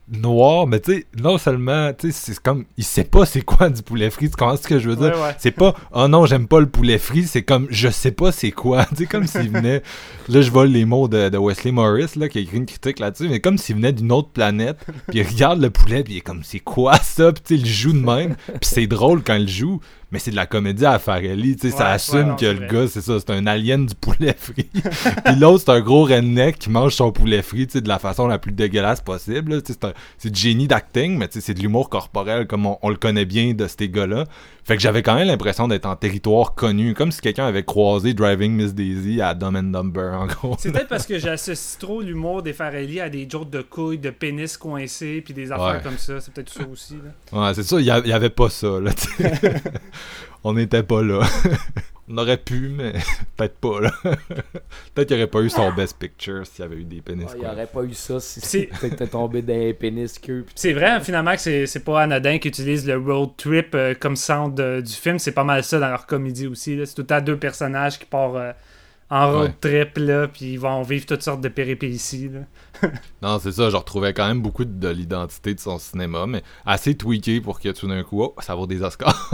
noir, mais tu sais, non seulement, tu sais, c'est comme, il sait pas c'est quoi du poulet frit, tu comprends ce que je veux dire? Ouais, ouais. C'est pas, oh non, j'aime pas le poulet frit, c'est comme, je sais pas c'est quoi, tu sais, comme s'il venait, là je vole les mots de, de Wesley Morris, là, qui a écrit une critique là-dessus, mais comme s'il venait d'une autre planète, puis il regarde le poulet, puis il est comme, c'est quoi ça? Puis tu sais, il joue de même, puis c'est drôle quand il joue, mais c'est de la comédie à Farrelly, tu sais, ça Ouais, assume ouais, non, que c'est le vrai. gars, c'est ça, c'est un alien du poulet frit. Puis l'autre, c'est un gros redneck qui mange son poulet frit, tu sais, de la façon la plus dégueulasse possible, là, tu sais, c'est, un, c'est du génie d'acting, mais tu sais, c'est de l'humour corporel comme on, on le connaît bien de ces gars-là. Fait que j'avais quand même l'impression d'être en territoire connu, comme si quelqu'un avait croisé Driving Miss Daisy à Dumb and Dumber, en gros. C'est peut-être parce que j'associe trop l'humour des Farrelly à des jokes de couilles, de pénis coincés, puis des affaires Ouais. comme ça. C'est peut-être ça aussi. Là. Ouais, c'est ça, il y, a- il y avait pas ça, là, tu sais. On n'était pas là. On aurait pu, mais peut-être pas, là. Peut-être qu'il n'y aurait pas eu son Best Picture s'il y avait eu des pénis. Ah, il n'y quoi. aurait pas eu ça si C'est- c'était tombé dans les pénis queue. Puis c'est vrai, finalement, que c'est, c'est pas anodin qu'ils utilisent le road trip euh, comme centre de- du film. C'est pas mal ça dans leur comédie aussi. Là. C'est tout le temps deux personnages qui partent euh, en road trip, là, puis ils vont vivre toutes sortes de péripéties. Là. Non, c'est ça, je retrouvais quand même beaucoup de l'identité de son cinéma, mais assez tweaké pour que tout d'un coup, oh, ça vaut des Oscars.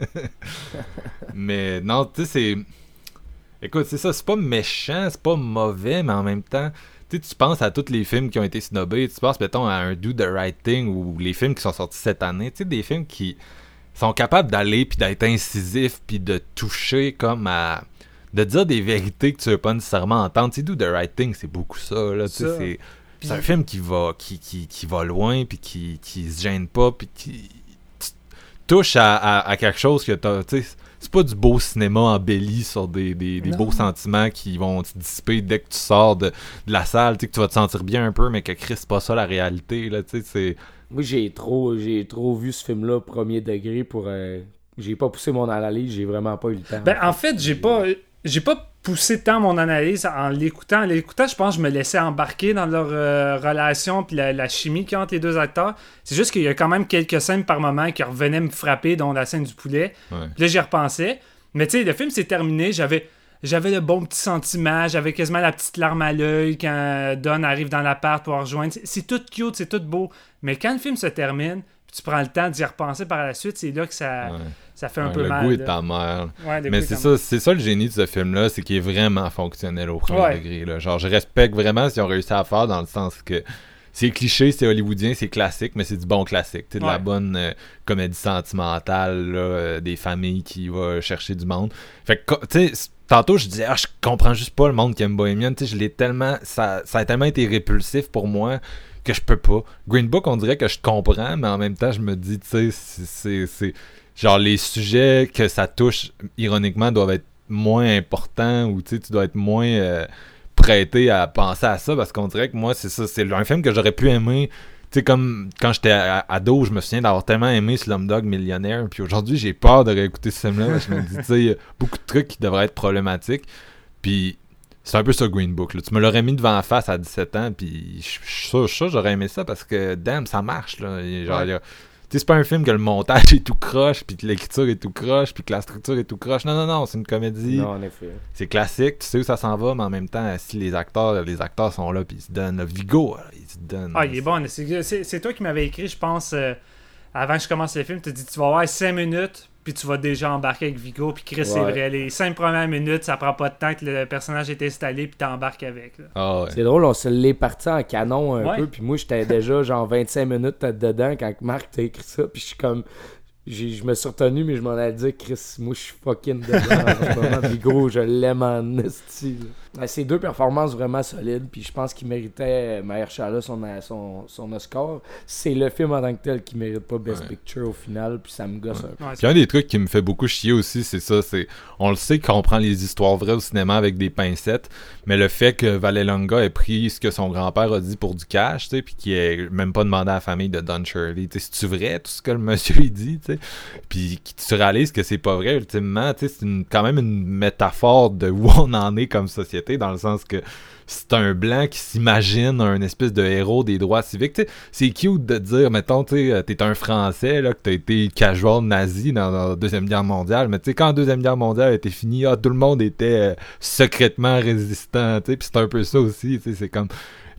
Mais non, tu sais, c'est... Écoute, c'est ça, c'est pas méchant, c'est pas mauvais, mais en même temps, tu sais, tu penses à tous les films qui ont été snobés, tu penses, mettons, à un Do the Right Thing ou les films qui sont sortis cette année, tu sais, des films qui sont capables d'aller puis d'être incisifs puis de toucher comme à... de dire des vérités que tu veux pas nécessairement entendre. Tu sais, Do the Right Thing, c'est beaucoup ça, là, tu sais, Ça. c'est... Puis- C'est un film qui va qui, qui, qui va loin puis qui, qui se gêne pas puis qui t- touche à, à, à quelque chose que t'as, tu sais, c'est pas du beau cinéma embelli sur des, des, des Non. beaux sentiments qui vont se dissiper dès que tu sors de, de la salle, tu sais, que tu vas te sentir bien un peu, mais que Chris, c'est pas ça la réalité, là, tu sais, c'est... Moi, j'ai trop, j'ai trop vu ce film-là premier degré pour... euh, j'ai pas poussé mon analyse, j'ai vraiment pas eu le temps. Ben, en fait, j'ai pas, j'ai pas poussé tant mon analyse en l'écoutant. En l'écoutant, je pense que je me laissais embarquer dans leur euh, relation puis la, la chimie qu'il y a entre les deux acteurs. C'est juste qu'il y a quand même quelques scènes par moment qui revenaient me frapper, dont la scène du poulet. Ouais. Puis là, j'y repensais. Mais tu sais, le film s'est terminé, j'avais... J'avais le bon petit sentiment, j'avais quasiment la petite larme à l'œil quand Don arrive dans l'appart pour rejoindre. C'est, c'est tout cute, c'est tout beau. Mais quand le film se termine, puis tu prends le temps d'y repenser par la suite, c'est là que ça, Ouais. ça fait un Ouais, peu le mal. goût là. est amer. Ouais, le Mais goût c'est est ça, c'est ça le génie de ce film-là, c'est qu'il est vraiment fonctionnel au premier Ouais. degré. Là. Genre, je respecte vraiment ce qu'ils ont réussi à faire dans le sens que c'est cliché, c'est hollywoodien, c'est classique, mais c'est du bon classique. Tu sais, de la Ouais. bonne euh, comédie sentimentale, là, euh, des familles qui vont chercher du monde. Fait que, co- tu sais, c- tantôt je disais, ah, je comprends juste pas le monde qui aime Bohemian. Tu sais, je l'ai tellement, ça, ça a tellement été répulsif pour moi que je peux pas. Green Book, on dirait que je comprends, mais en même temps, je me dis, tu sais, c'est- c'est. c'est genre les sujets que ça touche ironiquement doivent être moins importants ou tu sais tu dois être moins euh, prêté à penser à ça parce qu'on dirait que moi c'est ça c'est un film que j'aurais pu aimer tu sais comme quand j'étais a- ado je me souviens d'avoir tellement aimé Slumdog Millionnaire puis aujourd'hui j'ai peur de réécouter ce film là je me dis tu sais il y a beaucoup de trucs qui devraient être problématiques puis c'est un peu ça Green Book là. Tu me l'aurais mis devant la face à dix-sept ans puis je je suis sûr, je suis sûr j'aurais aimé ça parce que damn ça marche là. Et genre, Ouais. il y a- tu sais, c'est pas un film que le montage est tout croche, puis que l'écriture est tout croche, puis que la structure est tout croche. Non, non, non, c'est une comédie. Non, en effet. C'est classique, tu sais où ça s'en va, mais en même temps, si les acteurs, les acteurs sont là, puis ils se donnent. Le Vigo, là, ils se donnent. Ah, il est bon. C'est, c'est, c'est toi qui m'avais écrit, je pense, euh, avant que je commence le film, tu as dit tu vas avoir cinq minutes, puis tu vas déjà embarquer avec Vigo. Puis Chris, c'est Ouais. vrai. Les cinq premières minutes, ça prend pas de temps que le personnage est installé, puis t'embarques avec. Là. Ah ouais. C'est drôle, on se l'est parti en canon un Ouais. peu, puis moi j'étais déjà genre vingt-cinq minutes dedans quand Marc t'a écrit ça, puis je suis comme. j'ai- Je me suis retenu, mais je m'en allais dire, Chris, moi je suis fucking dedans en ce moment, puis gros, je l'aime en esti. là. Ouais, c'est deux performances vraiment solides, puis je pense qu'il méritait, Mahershala, son, son, son Oscar. C'est le film en tant que tel qui mérite pas Best Ouais. Picture au final, puis ça me gosse un peu. Ouais, Puis un des trucs qui me fait beaucoup chier aussi, c'est ça, c'est on le sait qu'on prend les histoires vraies au cinéma avec des pincettes, mais le fait que Vallelonga ait pris ce que son grand-père a dit pour du cash, tu sais, puis qu'il ait même pas demandé à la famille de Don Shirley, tu sais, c'est-tu vrai tout ce que le monsieur il dit, tu sais, puis que tu réalises que c'est pas vrai ultimement, tu sais, c'est une- quand même une métaphore de où on en est comme société, dans le sens que c'est un blanc qui s'imagine un espèce de héros des droits civiques. Tu sais, c'est cute de dire, mettons, tu sais, t'es un Français, là, que t'as été casual nazi dans la Deuxième Guerre mondiale, mais tu sais, quand la Deuxième Guerre mondiale était finie, ah, tout le monde était euh, secrètement résistant, tu sais, puis c'est un peu ça aussi, tu sais, c'est comme...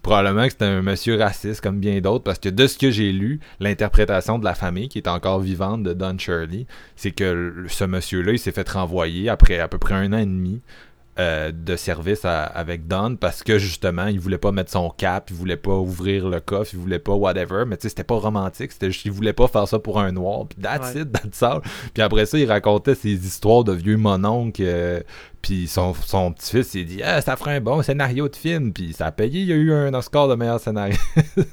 probablement que c'était un monsieur raciste comme bien d'autres, parce que de ce que j'ai lu, l'interprétation de la famille, qui est encore vivante, de Don Shirley, c'est que le- ce monsieur-là, il s'est fait renvoyer après à peu près un an et demi euh, de service à- avec Don, parce que justement, il voulait pas mettre son cap, il voulait pas ouvrir le coffre, il voulait pas whatever, mais tu sais, c'était pas romantique, c'était juste, il voulait pas faire ça pour un noir, puis that's Ouais. it, that's all. Puis après ça, il racontait ses histoires de vieux mononcles, euh, puis son, son petit-fils, il dit « Ah, ça ferait un bon scénario de film », puis ça a payé, il y a eu un Oscar de meilleur scénariste.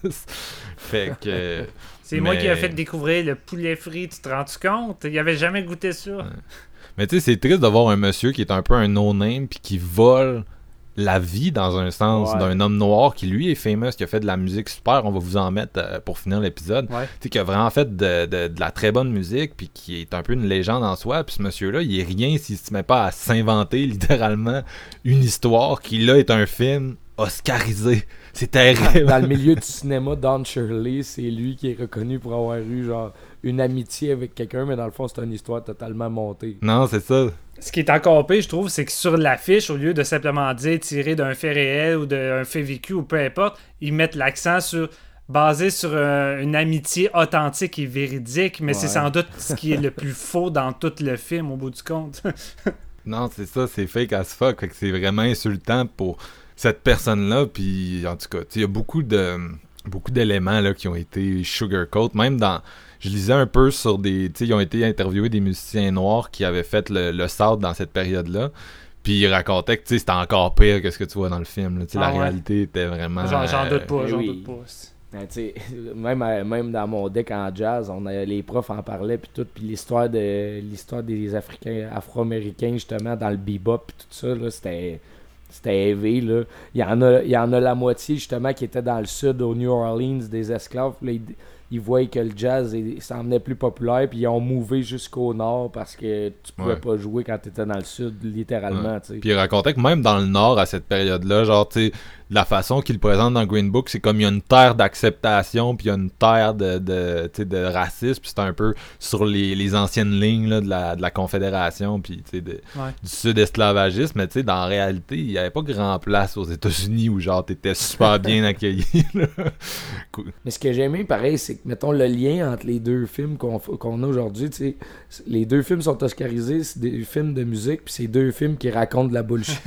Fait que... C'est moi mais- qui ai fait découvrir le poulet frit, tu te rends-tu compte? Il avait jamais goûté ça. Mais tu sais, c'est triste de voir un monsieur qui est un peu un no-name, puis qui vole la vie, dans un sens, Ouais. d'un homme noir qui, lui, est famous, qui a fait de la musique super. On va vous en mettre euh, pour finir l'épisode. Ouais. Tu sais, qui a vraiment fait de, de, de la très bonne musique, puis qui est un peu une légende en soi. Puis ce monsieur-là, il est rien s'il se met pas à s'inventer littéralement une histoire qui, là, est un film oscarisé. C'est terrible. Dans le milieu du cinéma, Don Shirley, c'est lui qui est reconnu pour avoir eu genre une amitié avec quelqu'un, mais dans le fond, c'est une histoire totalement montée. Non, c'est ça. Ce qui est encore pire, je trouve, c'est que sur l'affiche, au lieu de simplement dire tiré d'un fait réel ou d'un fait vécu ou peu importe, ils mettent l'accent sur basé sur euh, une amitié authentique et véridique, mais Ouais. c'est sans doute ce qui est le plus faux dans tout le film au bout du compte. Non, c'est ça, c'est fake as fuck. Fait que c'est vraiment insultant pour cette personne-là. Puis, en tout cas, tu sais, il y a beaucoup de beaucoup d'éléments là, qui ont été sugarcoat. Même dans... Je lisais un peu sur des... Tu sais, ils ont été interviewés des musiciens noirs qui avaient fait le, le South dans cette période-là. Puis ils racontaient que, tu sais, c'était encore pire que ce que tu vois dans le film. Là. Tu sais, Ah la ouais. réalité était vraiment... J'en j'en doute pas, eh j'en oui. doute pas. Ben, tu sais, même, à- même dans mon deck en jazz, on a, les profs en parlaient puis tout, puis l'histoire de l'histoire des Africains, Afro-Américains justement dans le bebop puis tout ça là, c'était c'était heavy là. Il y en a il y en a la moitié justement qui était dans le sud au New Orleans des esclaves. Puis là, ils, ils voyaient que le jazz il- s'en venait plus populaire puis ils ont mouvé jusqu'au nord parce que tu pouvais Ouais. pas jouer quand t'étais dans le sud littéralement, Ouais. tu sais. Puis il racontait que même dans le Nord, à cette période-là, genre, tu sais, la façon qu'il le présente dans Green Book, c'est comme il y a une terre d'acceptation, puis il y a une terre de, de, tu sais, de racisme, puis c'est un peu sur les, les anciennes lignes là, de, la, de la Confédération, puis tu sais, de- Ouais. du sud-esclavagisme, mais tu sais, dans la réalité, il n'y avait pas grand place aux États-Unis où, genre, t'étais super bien accueilli. là. Cool. Mais ce que j'ai aimé, pareil, c'est que, mettons, le lien entre les deux films qu'on qu'on a aujourd'hui, tu sais, les deux films sont oscarisés, c'est des films de musique, puis c'est deux films qui racontent de la bullshit.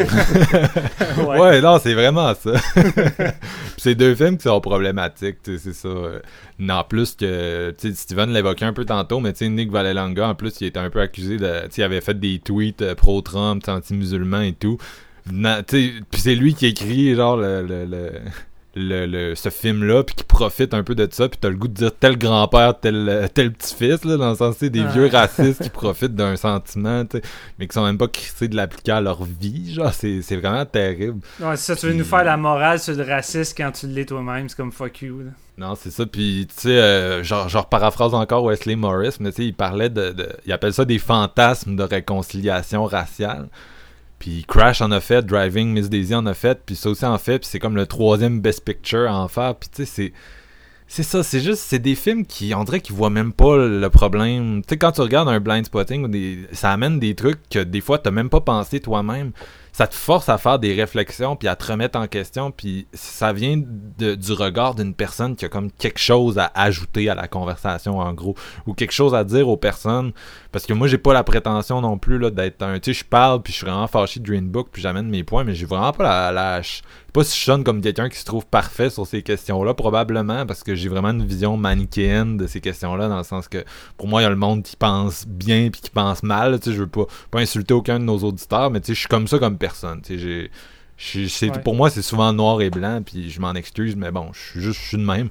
Ouais. Ouais, non, c'est vraiment ça. Puis c'est deux films qui sont problématiques, tu sais, c'est ça. Euh, En plus que, tu sais, Steven l'évoquait un peu tantôt, mais tu sais, Nick Vallelonga, en plus, il était un peu accusé de, tu sais, il avait fait des tweets euh, pro-Trump, anti-musulmans et tout. Na- tu sais, puis c'est lui qui écrit, genre, le... le, le... Le, le- ce film-là, puis qui profite un peu de ça, puis t'as le goût de dire tel grand-père, tel, euh, tel petit-fils, là, dans le sens, tu sais, des Ouais. vieux racistes qui profitent d'un sentiment, tu sais, mais qui sont même pas crissés de l'appliquer à leur vie, genre, c'est c'est vraiment terrible. Ouais, c'est ça, tu veux Puis- nous faire la morale sur le racisme quand tu l'es toi-même, c'est comme fuck you. Là. Non, c'est ça, puis tu sais, euh, genre, genre paraphrase encore Wesley Morris, mais tu sais, il parlait de, de... Il appelle ça des fantasmes de réconciliation raciale. Puis Crash en a fait, Driving Miss Daisy en a fait, puis ça aussi en fait, puis c'est comme le troisième Best Picture à en faire, puis tu sais, c'est... C'est ça, c'est juste, c'est des films qui, on dirait qu'ils voient même pas le problème. Tu sais, quand tu regardes un blind spotting, ou des, ça amène des trucs que des fois t'as même pas pensé toi-même. Ça te force à faire des réflexions, puis à te remettre en question, puis ça vient de, du regard d'une personne qui a comme quelque chose à ajouter à la conversation, en gros, ou quelque chose à dire aux personnes. Parce que moi, j'ai pas la prétention non plus là d'être un... Tu sais, je parle, puis je suis vraiment fâché de Green Book, puis j'amène mes points, mais j'ai vraiment pas la... la je sais pas si je sonne comme quelqu'un qui se trouve parfait sur ces questions-là, probablement, parce que j'ai vraiment une vision manichéenne de ces questions-là, dans le sens que, pour moi, il y a le monde qui pense bien puis qui pense mal, tu sais, je veux pas, pas insulter aucun de nos auditeurs, mais tu sais, je suis comme ça comme personne, tu sais, j'ai... j'ai- c'est- Ouais. Pour moi, c'est souvent noir et blanc, puis je m'en excuse, mais bon, je suis juste, je suis de même.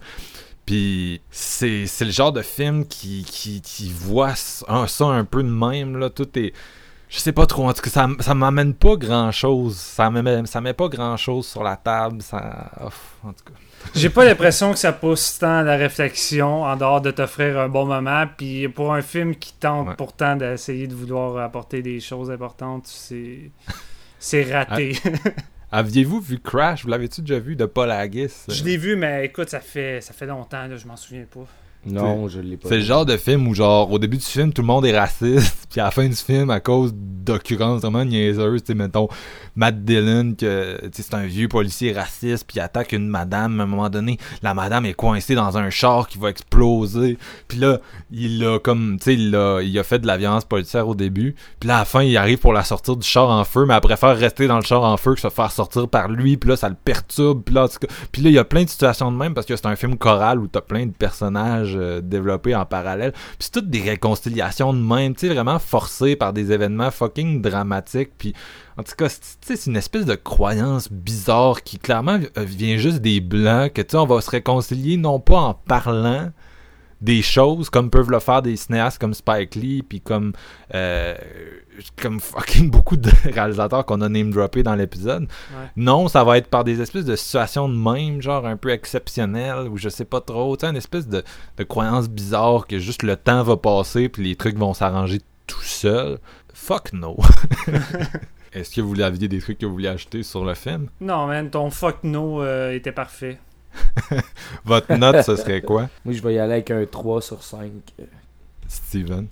Puis c'est, c'est le genre de film qui, qui, qui voit ça, ça un peu de même, là, tout est... Je sais pas trop, en tout cas, ça, ça m'amène pas grand-chose, ça met, ça met pas grand-chose sur la table, ça... Ouf, en tout cas... J'ai pas l'impression que ça pousse tant à la réflexion en dehors de t'offrir un bon moment. Puis pour un film qui tente Ouais. pourtant d'essayer de vouloir apporter des choses importantes, c'est c'est raté. Aviez-vous vu Crash? Vous l'avez-tu déjà vu de Paul Haggis? Je l'ai vu, mais écoute, ça fait ça fait longtemps, là, je m'en souviens pas. Non, je l'ai pas. C'est le genre de film où, genre, au début du film, tout le monde est raciste, Puis à la fin du film, à cause d'occurrences vraiment niaiseuses, tu sais, mettons, Matt Dillon, que c'est un vieux policier raciste, puis il attaque une madame, à un moment donné, la madame est coincée dans un char qui va exploser. Puis là, il a comme, tu sais, il a, il a fait de la violence policière au début. Puis là, à la fin, il arrive pour la sortir du char en feu, mais elle préfère rester dans le char en feu que se faire sortir par lui. Puis là, ça le perturbe. Puis là, en tout cas, puis là, il y a plein de situations de même, parce que c'est un film choral où t'as plein de personnages euh, développés en parallèle. Puis c'est toutes des réconciliations de même, tu sais, vraiment forcées par des événements fucking dramatiques. Puis en tout cas, c'est, c'est une espèce de croyance bizarre qui clairement vient juste des Blancs, que tu sais, on va se réconcilier non pas en parlant des choses comme peuvent le faire des cinéastes comme Spike Lee, puis comme euh, comme fucking beaucoup de réalisateurs qu'on a name-droppés dans l'épisode. Ouais. Non, ça va être par des espèces de situations de même, genre un peu exceptionnelles, ou je sais pas trop, tu sais, une espèce de, de croyance bizarre que juste le temps va passer, puis les trucs vont s'arranger tout seuls. Fuck no! Est-ce que vous aviez des trucs que vous vouliez acheter sur le film? Non, man, ton fuck no euh, était parfait. Votre note, ce serait quoi? Moi, je vais y aller avec un trois sur cinq. Steven?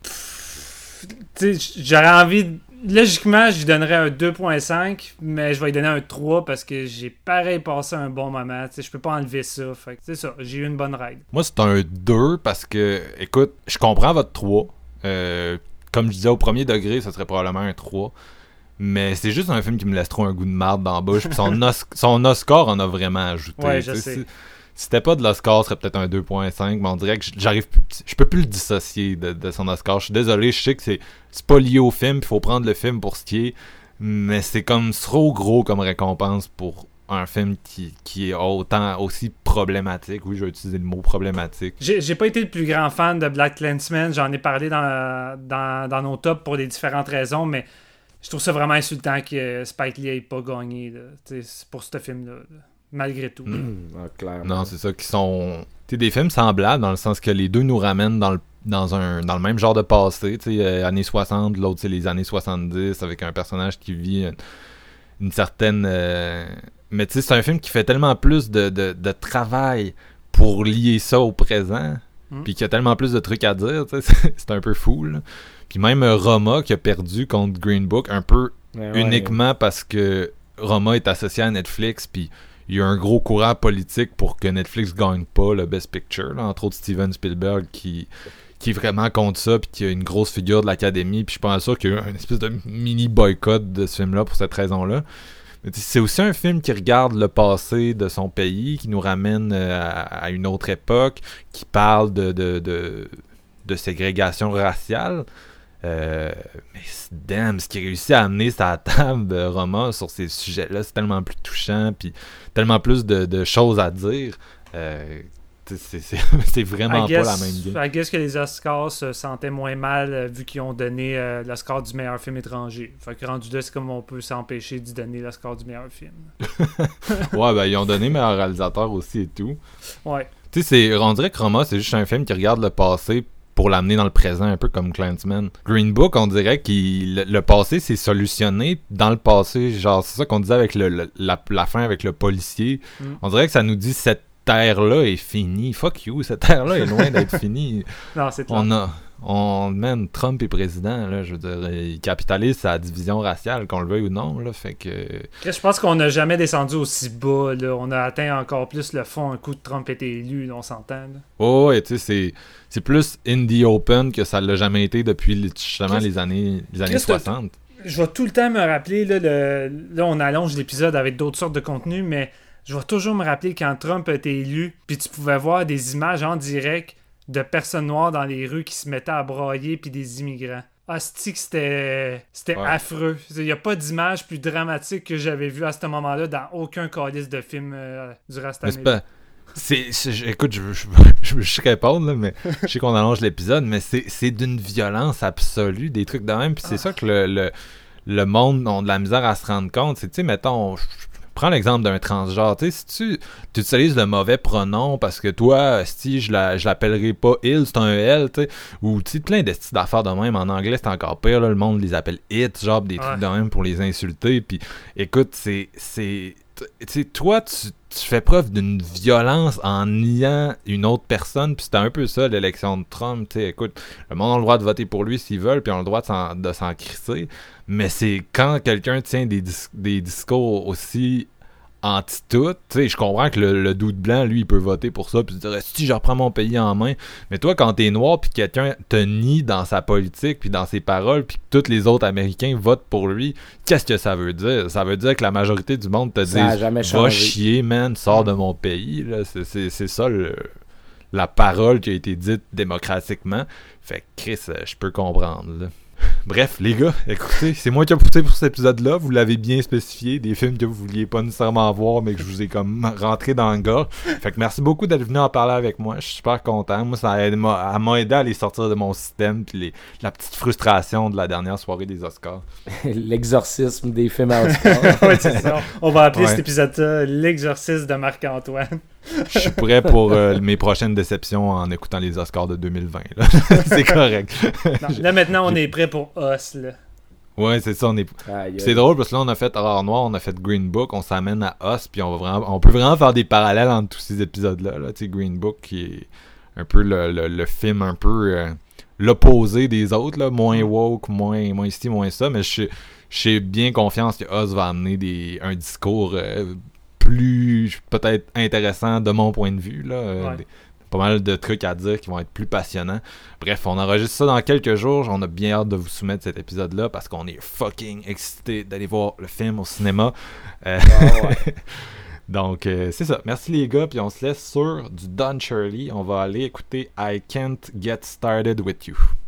Tu sais, j'aurais envie... Logiquement, je lui donnerais un deux virgule cinq, mais je vais lui donner un trois parce que j'ai pareil passé un bon moment. Tu sais, je peux pas enlever ça. Fait que c'est ça, j'ai eu une bonne ride. Moi, c'est un deux parce que, écoute, je comprends votre trois. Euh, comme je disais, au premier degré, ça serait probablement un trois. Mais c'est juste un film qui me laisse trop un goût de marde dans la bouche. Puis son, os- son Oscar en a vraiment ajouté. Ouais, je sais. Si, si c'était pas de l'Oscar, ce serait peut-être un deux virgule cinq. Mais on dirait que j'arrive plus, je peux plus le dissocier de, de son Oscar. Je suis désolé, je sais que c'est, c'est pas lié au film. Il faut prendre le film pour ce qui est. Mais c'est comme trop gros comme récompense pour un film qui, qui est autant aussi problématique. Oui, je vais utiliser le mot problématique. J'ai, j'ai pas été le plus grand fan de Black Klansman. J'en ai parlé dans, dans, dans nos tops pour des différentes raisons, mais je trouve ça vraiment insultant que Spike Lee ait pas gagné là, pour ce film-là, là, malgré tout. Mmh. Ah, clairement. Non, c'est ça, qui sont t'sais, des films semblables, dans le sens que les deux nous ramènent dans le, dans un, dans le même genre de passé, euh, années soixante, l'autre c'est les années soixante-dix, avec un personnage qui vit une, une certaine... Euh... Mais tu sais, c'est un film qui fait tellement plus de, de, de travail pour lier ça au présent, mmh. puis qu'il y a tellement plus de trucs à dire, c'est, c'est un peu fou, là. Puis même Roma qui a perdu contre Green Book un peu ouais, uniquement ouais. parce que Roma est associé à Netflix, puis il y a un gros courant politique pour que Netflix gagne pas le Best Picture, là, entre autres Steven Spielberg qui, qui est vraiment contre ça, puis qui a une grosse figure de l'Académie, puis je pense sûr qu'il y a eu une espèce de mini boycott de ce film-là pour cette raison-là. Mais c'est aussi un film qui regarde le passé de son pays, qui nous ramène à, à une autre époque, qui parle de, de, de, de ségrégation raciale. Euh, mais damn, ce qu'il réussit à amener sa table de Roma sur ces sujets-là, c'est tellement plus touchant, puis tellement plus de, de choses à dire. Euh, c'est, c'est, c'est vraiment guess, pas la même game. I guess que les Oscars se sentaient moins mal euh, vu qu'ils ont donné euh, l'Oscar du meilleur film étranger. Fait que rendu là, c'est comme on peut s'empêcher d'y donner l'Oscar du meilleur film. Ouais, ben ils ont donné meilleur réalisateur aussi et tout. Ouais. Tu sais, on dirait que Roma, c'est juste un film qui regarde le passé pour l'amener dans le présent, un peu comme Klansman. Green Book, on dirait que le, le passé s'est solutionné dans le passé. Genre, c'est ça qu'on disait avec le, le, la, la fin avec le policier. Mm. On dirait que ça nous dit cette terre-là est finie. Fuck you, cette terre-là est loin d'être finie. Non, c'est clair. On a... On, man, Trump est président, là, je veux dire, il capitalise sa division raciale, qu'on le veuille ou non, là, fait que... Je pense qu'on n'a jamais descendu aussi bas, là. On a atteint encore plus le fond un coup de Trump était élu, là, on s'entend, là. Oh, et tu sais, c'est, c'est plus in the open que ça l'a jamais été depuis, justement, les années, les années soixante. Je vais tout le temps me rappeler, là, le, là, on allonge l'épisode avec d'autres sortes de contenus, mais je vais toujours me rappeler quand Trump a été élu, puis tu pouvais voir des images en direct de personnes noires dans les rues qui se mettaient à brailler puis des immigrants. Ah, c'est que c'était, c'était ouais. affreux. Il n'y a pas d'image plus dramatique que j'avais vue à ce moment-là dans aucun calice de film euh, du reste de l'année. C'est, c'est, écoute, je veux je, je, je, je répondre, là, mais je sais qu'on allonge l'épisode, mais c'est, c'est d'une violence absolue, des trucs de même. Puis c'est ah. ça que le, le, le monde a de la misère à se rendre compte. C'est, tu sais, mettons... Je, prends l'exemple d'un transgenre. Tu sais, si tu, tu utilises le mauvais pronom parce que toi, si je, la, je l'appellerai pas il, c'est un elle, tu sais, ou tu sais, plein de styles d'affaires de même. En anglais, c'est encore pire, là, le monde les appelle it, genre des ouais. trucs de même pour les insulter. Puis écoute, c'est, c'est tu sais, toi, tu, tu fais preuve d'une violence en niant une autre personne, puis c'était un peu ça l'élection de Trump. Tu sais, écoute, le monde a le droit de voter pour lui s'ils veulent, puis ils ont le droit de s'en, de s'en crisser, mais c'est quand quelqu'un tient des, dis- des discours aussi anti-tout, tu sais, je comprends que le, le doute blanc, lui, il peut voter pour ça, puis se dire, si je reprends mon pays en main, mais toi, quand t'es noir, puis quelqu'un te nie dans sa politique, puis dans ses paroles, puis que tous les autres Américains votent pour lui, qu'est-ce que ça veut dire? Ça veut dire que la majorité du monde te dit, va chier, man, sors de mon pays, là. C'est, c'est, c'est ça, le, la parole qui a été dite démocratiquement. Fait que, Chris, je peux comprendre, là. Bref, les gars, écoutez, c'est moi qui ai poussé pour cet épisode-là. Vous l'avez bien spécifié, des films que vous vouliez pas nécessairement voir, mais que je vous ai comme rentré dans le gars. Fait que merci beaucoup d'être venu en parler avec moi. Je suis super content. Moi, ça aide, m'a, m'a aidé à les sortir de mon système, puis les, la petite frustration de la dernière soirée des Oscars. L'exorcisme des films à Oscars. Ouais, c'est ça. On va appeler Ouais. cet épisode-là l'exorcisme de Marc-Antoine. Je suis prêt pour euh, mes prochaines déceptions en écoutant les Oscars de deux mille vingt. Là. C'est correct. Non, là, maintenant, on est prêt pour Us, là. Ouais, c'est ça. On est... Aïe, aïe. C'est drôle parce que là, on a fait Horreur Noire, on a fait Green Book, on s'amène à Us, puis on va vraiment, on peut vraiment faire des parallèles entre tous ces épisodes-là. Là. Tu sais, Green Book qui est un peu le, le, le film un peu euh, l'opposé des autres, là, moins woke, moins, moins ci, moins ça, mais je j'ai bien confiance que Us va amener des, un discours euh, plus peut-être intéressant de mon point de vue. Là, euh, Ouais. des- pas mal de trucs à dire qui vont être plus passionnants. Bref, on enregistre ça dans quelques jours. On a bien hâte de vous soumettre cet épisode-là parce qu'on est fucking excités d'aller voir le film au cinéma. Euh, Ah ouais. Donc, euh, c'est ça. Merci les gars. Puis on se laisse sur du Don Shirley. On va aller écouter I Can't Get Started With You.